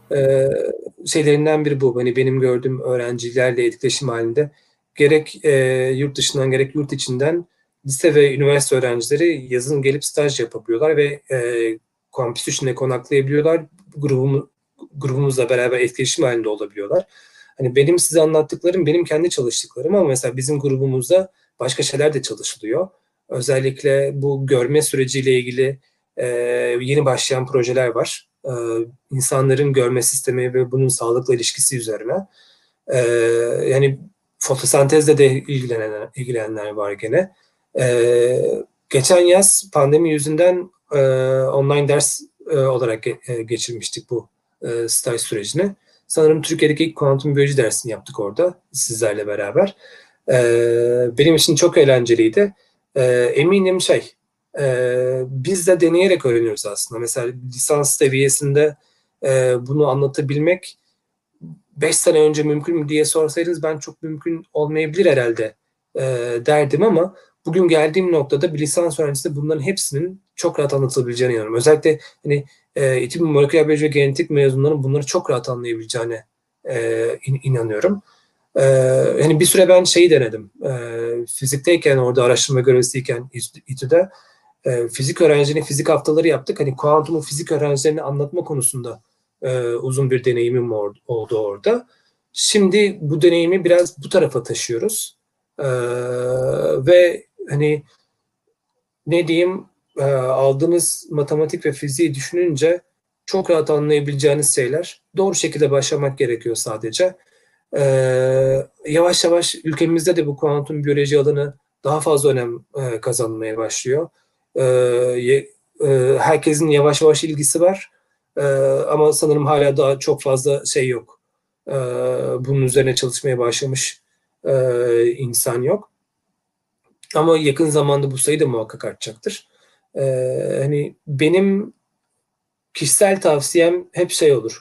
şeylerinden biri bu. Hani benim gördüğüm öğrencilerle etkileşim halinde gerek yurt dışından gerek yurt içinden lise ve üniversite öğrencileri yazın gelip staj yapabiliyorlar ve kampüs içinde konaklayabiliyorlar. Grubumuzla beraber etkileşim halinde olabiliyorlar. Hani benim size anlattıklarım benim kendi çalıştıklarım ama mesela bizim grubumuzda başka şeyler de çalışılıyor. Özellikle bu görme süreciyle ilgili yeni başlayan projeler var. İnsanların görme sistemi ve bunun sağlıkla ilişkisi üzerine. Yani fotosentezle de ilgilenenler var gene. Geçen yaz pandemi yüzünden online ders olarak geçirmiştik bu staj sürecini. Sanırım Türkiye'deki ilk kuantum biyoloji dersini yaptık orada sizlerle beraber. Benim için çok eğlenceliydi. Eminim biz de deneyerek öğreniyoruz aslında. Mesela lisans seviyesinde bunu anlatabilmek 5 sene önce mümkün mü diye sorsaydınız ben çok mümkün olmayabilir herhalde derdim ama bugün geldiğim noktada bir lisans öğrencisi bunların hepsinin çok rahat anlatılabileceğine inanıyorum. Özellikle hani İTÜ Moleküler Biyoloji ve Genetik mezunlarının bunları çok rahat anlayabileceğine inanıyorum. Hani bir süre ben denedim. Fizikteyken orada araştırma görevlisiyken İTÜ'de fizik öğrencilerine fizik haftaları yaptık. Hani kuantumu fizik öğrencilerine anlatma konusunda uzun bir deneyimim oldu orada. Şimdi bu deneyimi biraz bu tarafa taşıyoruz. Ve hani ne diyeyim aldığımız matematik ve fiziği düşününce çok rahat anlayabileceğiniz şeyler. Doğru şekilde başlamak gerekiyor sadece. Yavaş yavaş ülkemizde de bu kuantum biyoloji alanı daha fazla önem kazanmaya başlıyor. Herkesin yavaş yavaş ilgisi var. Ama sanırım hala daha çok fazla yok. Bunun üzerine çalışmaya başlamış insan yok. Ama yakın zamanda bu sayı da muhakkak artacaktır. Hani benim kişisel tavsiyem hep olur.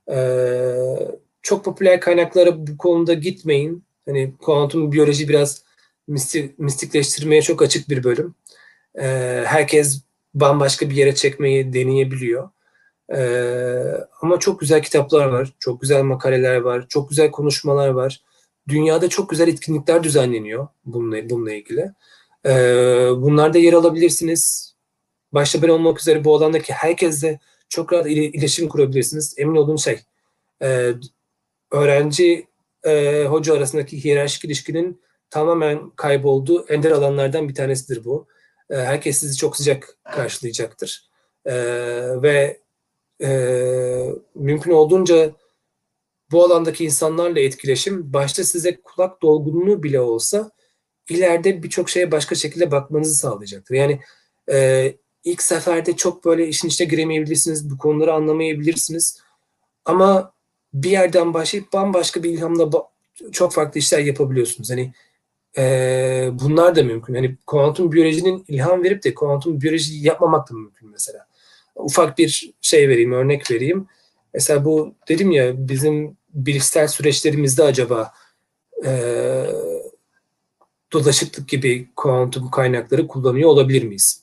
Çok popüler kaynaklara bu konuda gitmeyin. Hani kuantum biyoloji biraz mistikleştirmeye çok açık bir bölüm. Herkes bambaşka bir yere çekmeyi deneyebiliyor. Ama çok güzel kitaplar var, çok güzel makaleler var, çok güzel konuşmalar var. Dünyada çok güzel etkinlikler düzenleniyor bununla ilgili. Bunlarda yer alabilirsiniz. Başta ben olmak üzere bu alandaki herkesle çok rahat iletişim kurabilirsiniz. Emin olun öğrenci hoca arasındaki hiyerarşik ilişkinin tamamen kaybolduğu ender alanlardan bir tanesidir bu. Herkes sizi çok sıcak karşılayacaktır. Ve mümkün olduğunca bu alandaki insanlarla etkileşim, başta size kulak dolgunluğu bile olsa ileride birçok şeye başka şekilde bakmanızı sağlayacaktır. Yani ilk seferde çok böyle işin içine giremeyebilirsiniz, bu konuları anlamayabilirsiniz. Ama bir yerden başlayıp bambaşka bir ilhamla çok farklı işler yapabiliyorsunuz. Hani bunlar da mümkün. Hani kuantum biyolojinin ilham verip de kuantum biyoloji yapmamak da mümkün mesela. Ufak bir şey vereyim, örnek vereyim. Mesela bu dedim ya, bizim bilişsel süreçlerimizde acaba dolaşıklık gibi kuantum kaynakları kullanıyor olabilir miyiz?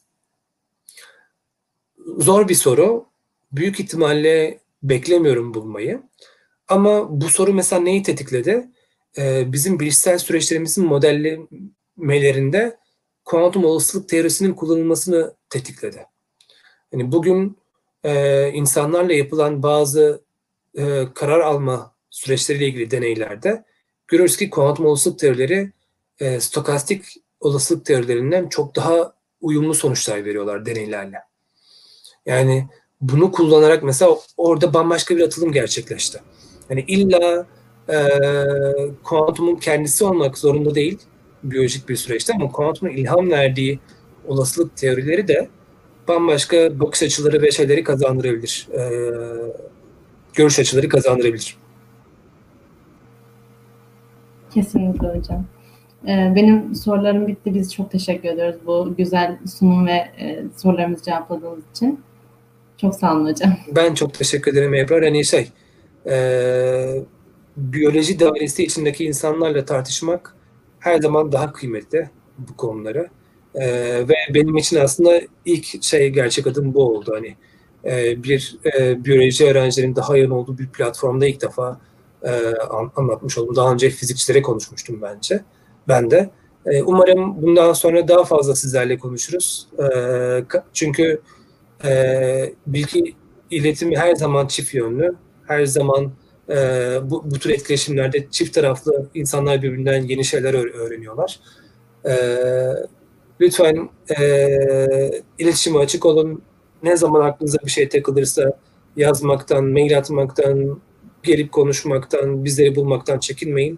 Zor bir soru. Büyük ihtimalle beklemiyorum bulmayı. Ama bu soru mesela neyi tetikledi? Bizim bilişsel süreçlerimizin modellemelerinde kuantum olasılık teorisinin kullanılmasını tetikledi. Yani bugün insanlarla yapılan bazı karar alma süreçleriyle ilgili deneylerde görüyoruz ki kuantum olasılık teorileri stokastik olasılık teorilerinden çok daha uyumlu sonuçlar veriyorlar deneylerle. Yani bunu kullanarak mesela orada bambaşka bir atılım gerçekleşti. Yani illa kuantumun kendisi olmak zorunda değil biyolojik bir süreçte, ama kuantumun ilham verdiği olasılık teorileri de bambaşka bakış açıları ve şeyleri kazandırabilir. Görüş açıları kazandırabilir. Kesinlikle hocam. Benim sorularım bitti. Biz çok teşekkür ediyoruz bu güzel sunum ve sorularımızı cevapladığınız için. Çok sağ olun hocam. Ben çok teşekkür ederim Ebrar. Hani biyoloji dairesi içindeki insanlarla tartışmak her zaman daha kıymetli bu konuları. Ve benim için aslında ilk gerçek adım bu oldu. Hani bir biyoloji öğrencilerin daha yoğun olduğu bir platformda ilk defa anlatmış oldum. Daha önce fizikçilere konuşmuştum ben de. Umarım bundan sonra daha fazla sizlerle konuşuruz. Çünkü bilgi iletimi her zaman çift yönlü. Her zaman bu tür etkileşimlerde çift taraflı insanlar birbirinden yeni şeyler öğreniyorlar. Lütfen iletişime açık olun. Ne zaman aklınıza bir şey takılırsa yazmaktan, mail atmaktan, gelip konuşmaktan, bizleri bulmaktan çekinmeyin.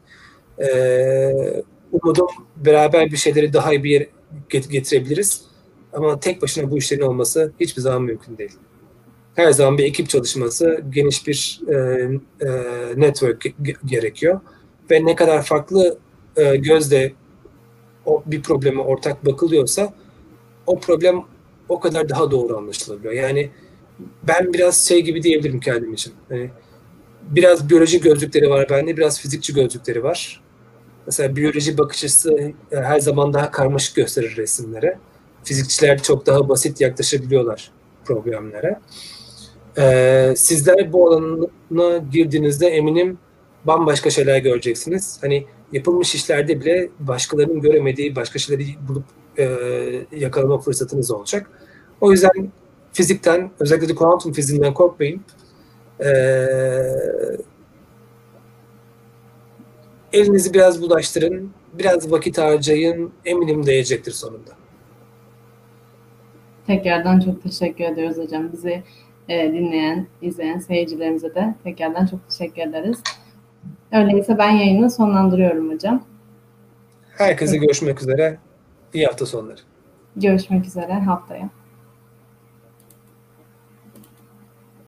Umudum beraber bir şeyleri daha iyi bir yere getirebiliriz. Ama tek başına bu işlerin olması hiçbir zaman mümkün değil. Her zaman bir ekip çalışması, geniş bir network gerekiyor. Ve ne kadar farklı gözle bir probleme ortak bakılıyorsa o problem o kadar daha doğru anlaşılabiliyor. Yani ben biraz gibi diyebilirim kendim için. Yani biraz biyoloji gözlükleri var bende, biraz fizikçi gözlükleri var. Mesela biyoloji bakış açısı her zaman daha karmaşık gösterir resimlere. Fizikçiler çok daha basit yaklaşabiliyorlar problemlere. Sizler bu alana girdiğinizde eminim bambaşka şeyler göreceksiniz. Hani yapılmış işlerde bile başkalarının göremediği başka şeyleri bulup yakalama fırsatınız olacak. O yüzden fizikten, özellikle de kuantum fiziğinden korkmayın. Elinizi biraz bulaştırın, biraz vakit harcayın, eminim değecektir sonunda. Tekrardan çok teşekkür ediyoruz hocam. Bizi dinleyen, izleyen seyircilerimize de tekrardan çok teşekkür ederiz. Öyleyse ben yayını sonlandırıyorum hocam. Herkese görüşmek üzere. İyi hafta sonları. Görüşmek üzere haftaya.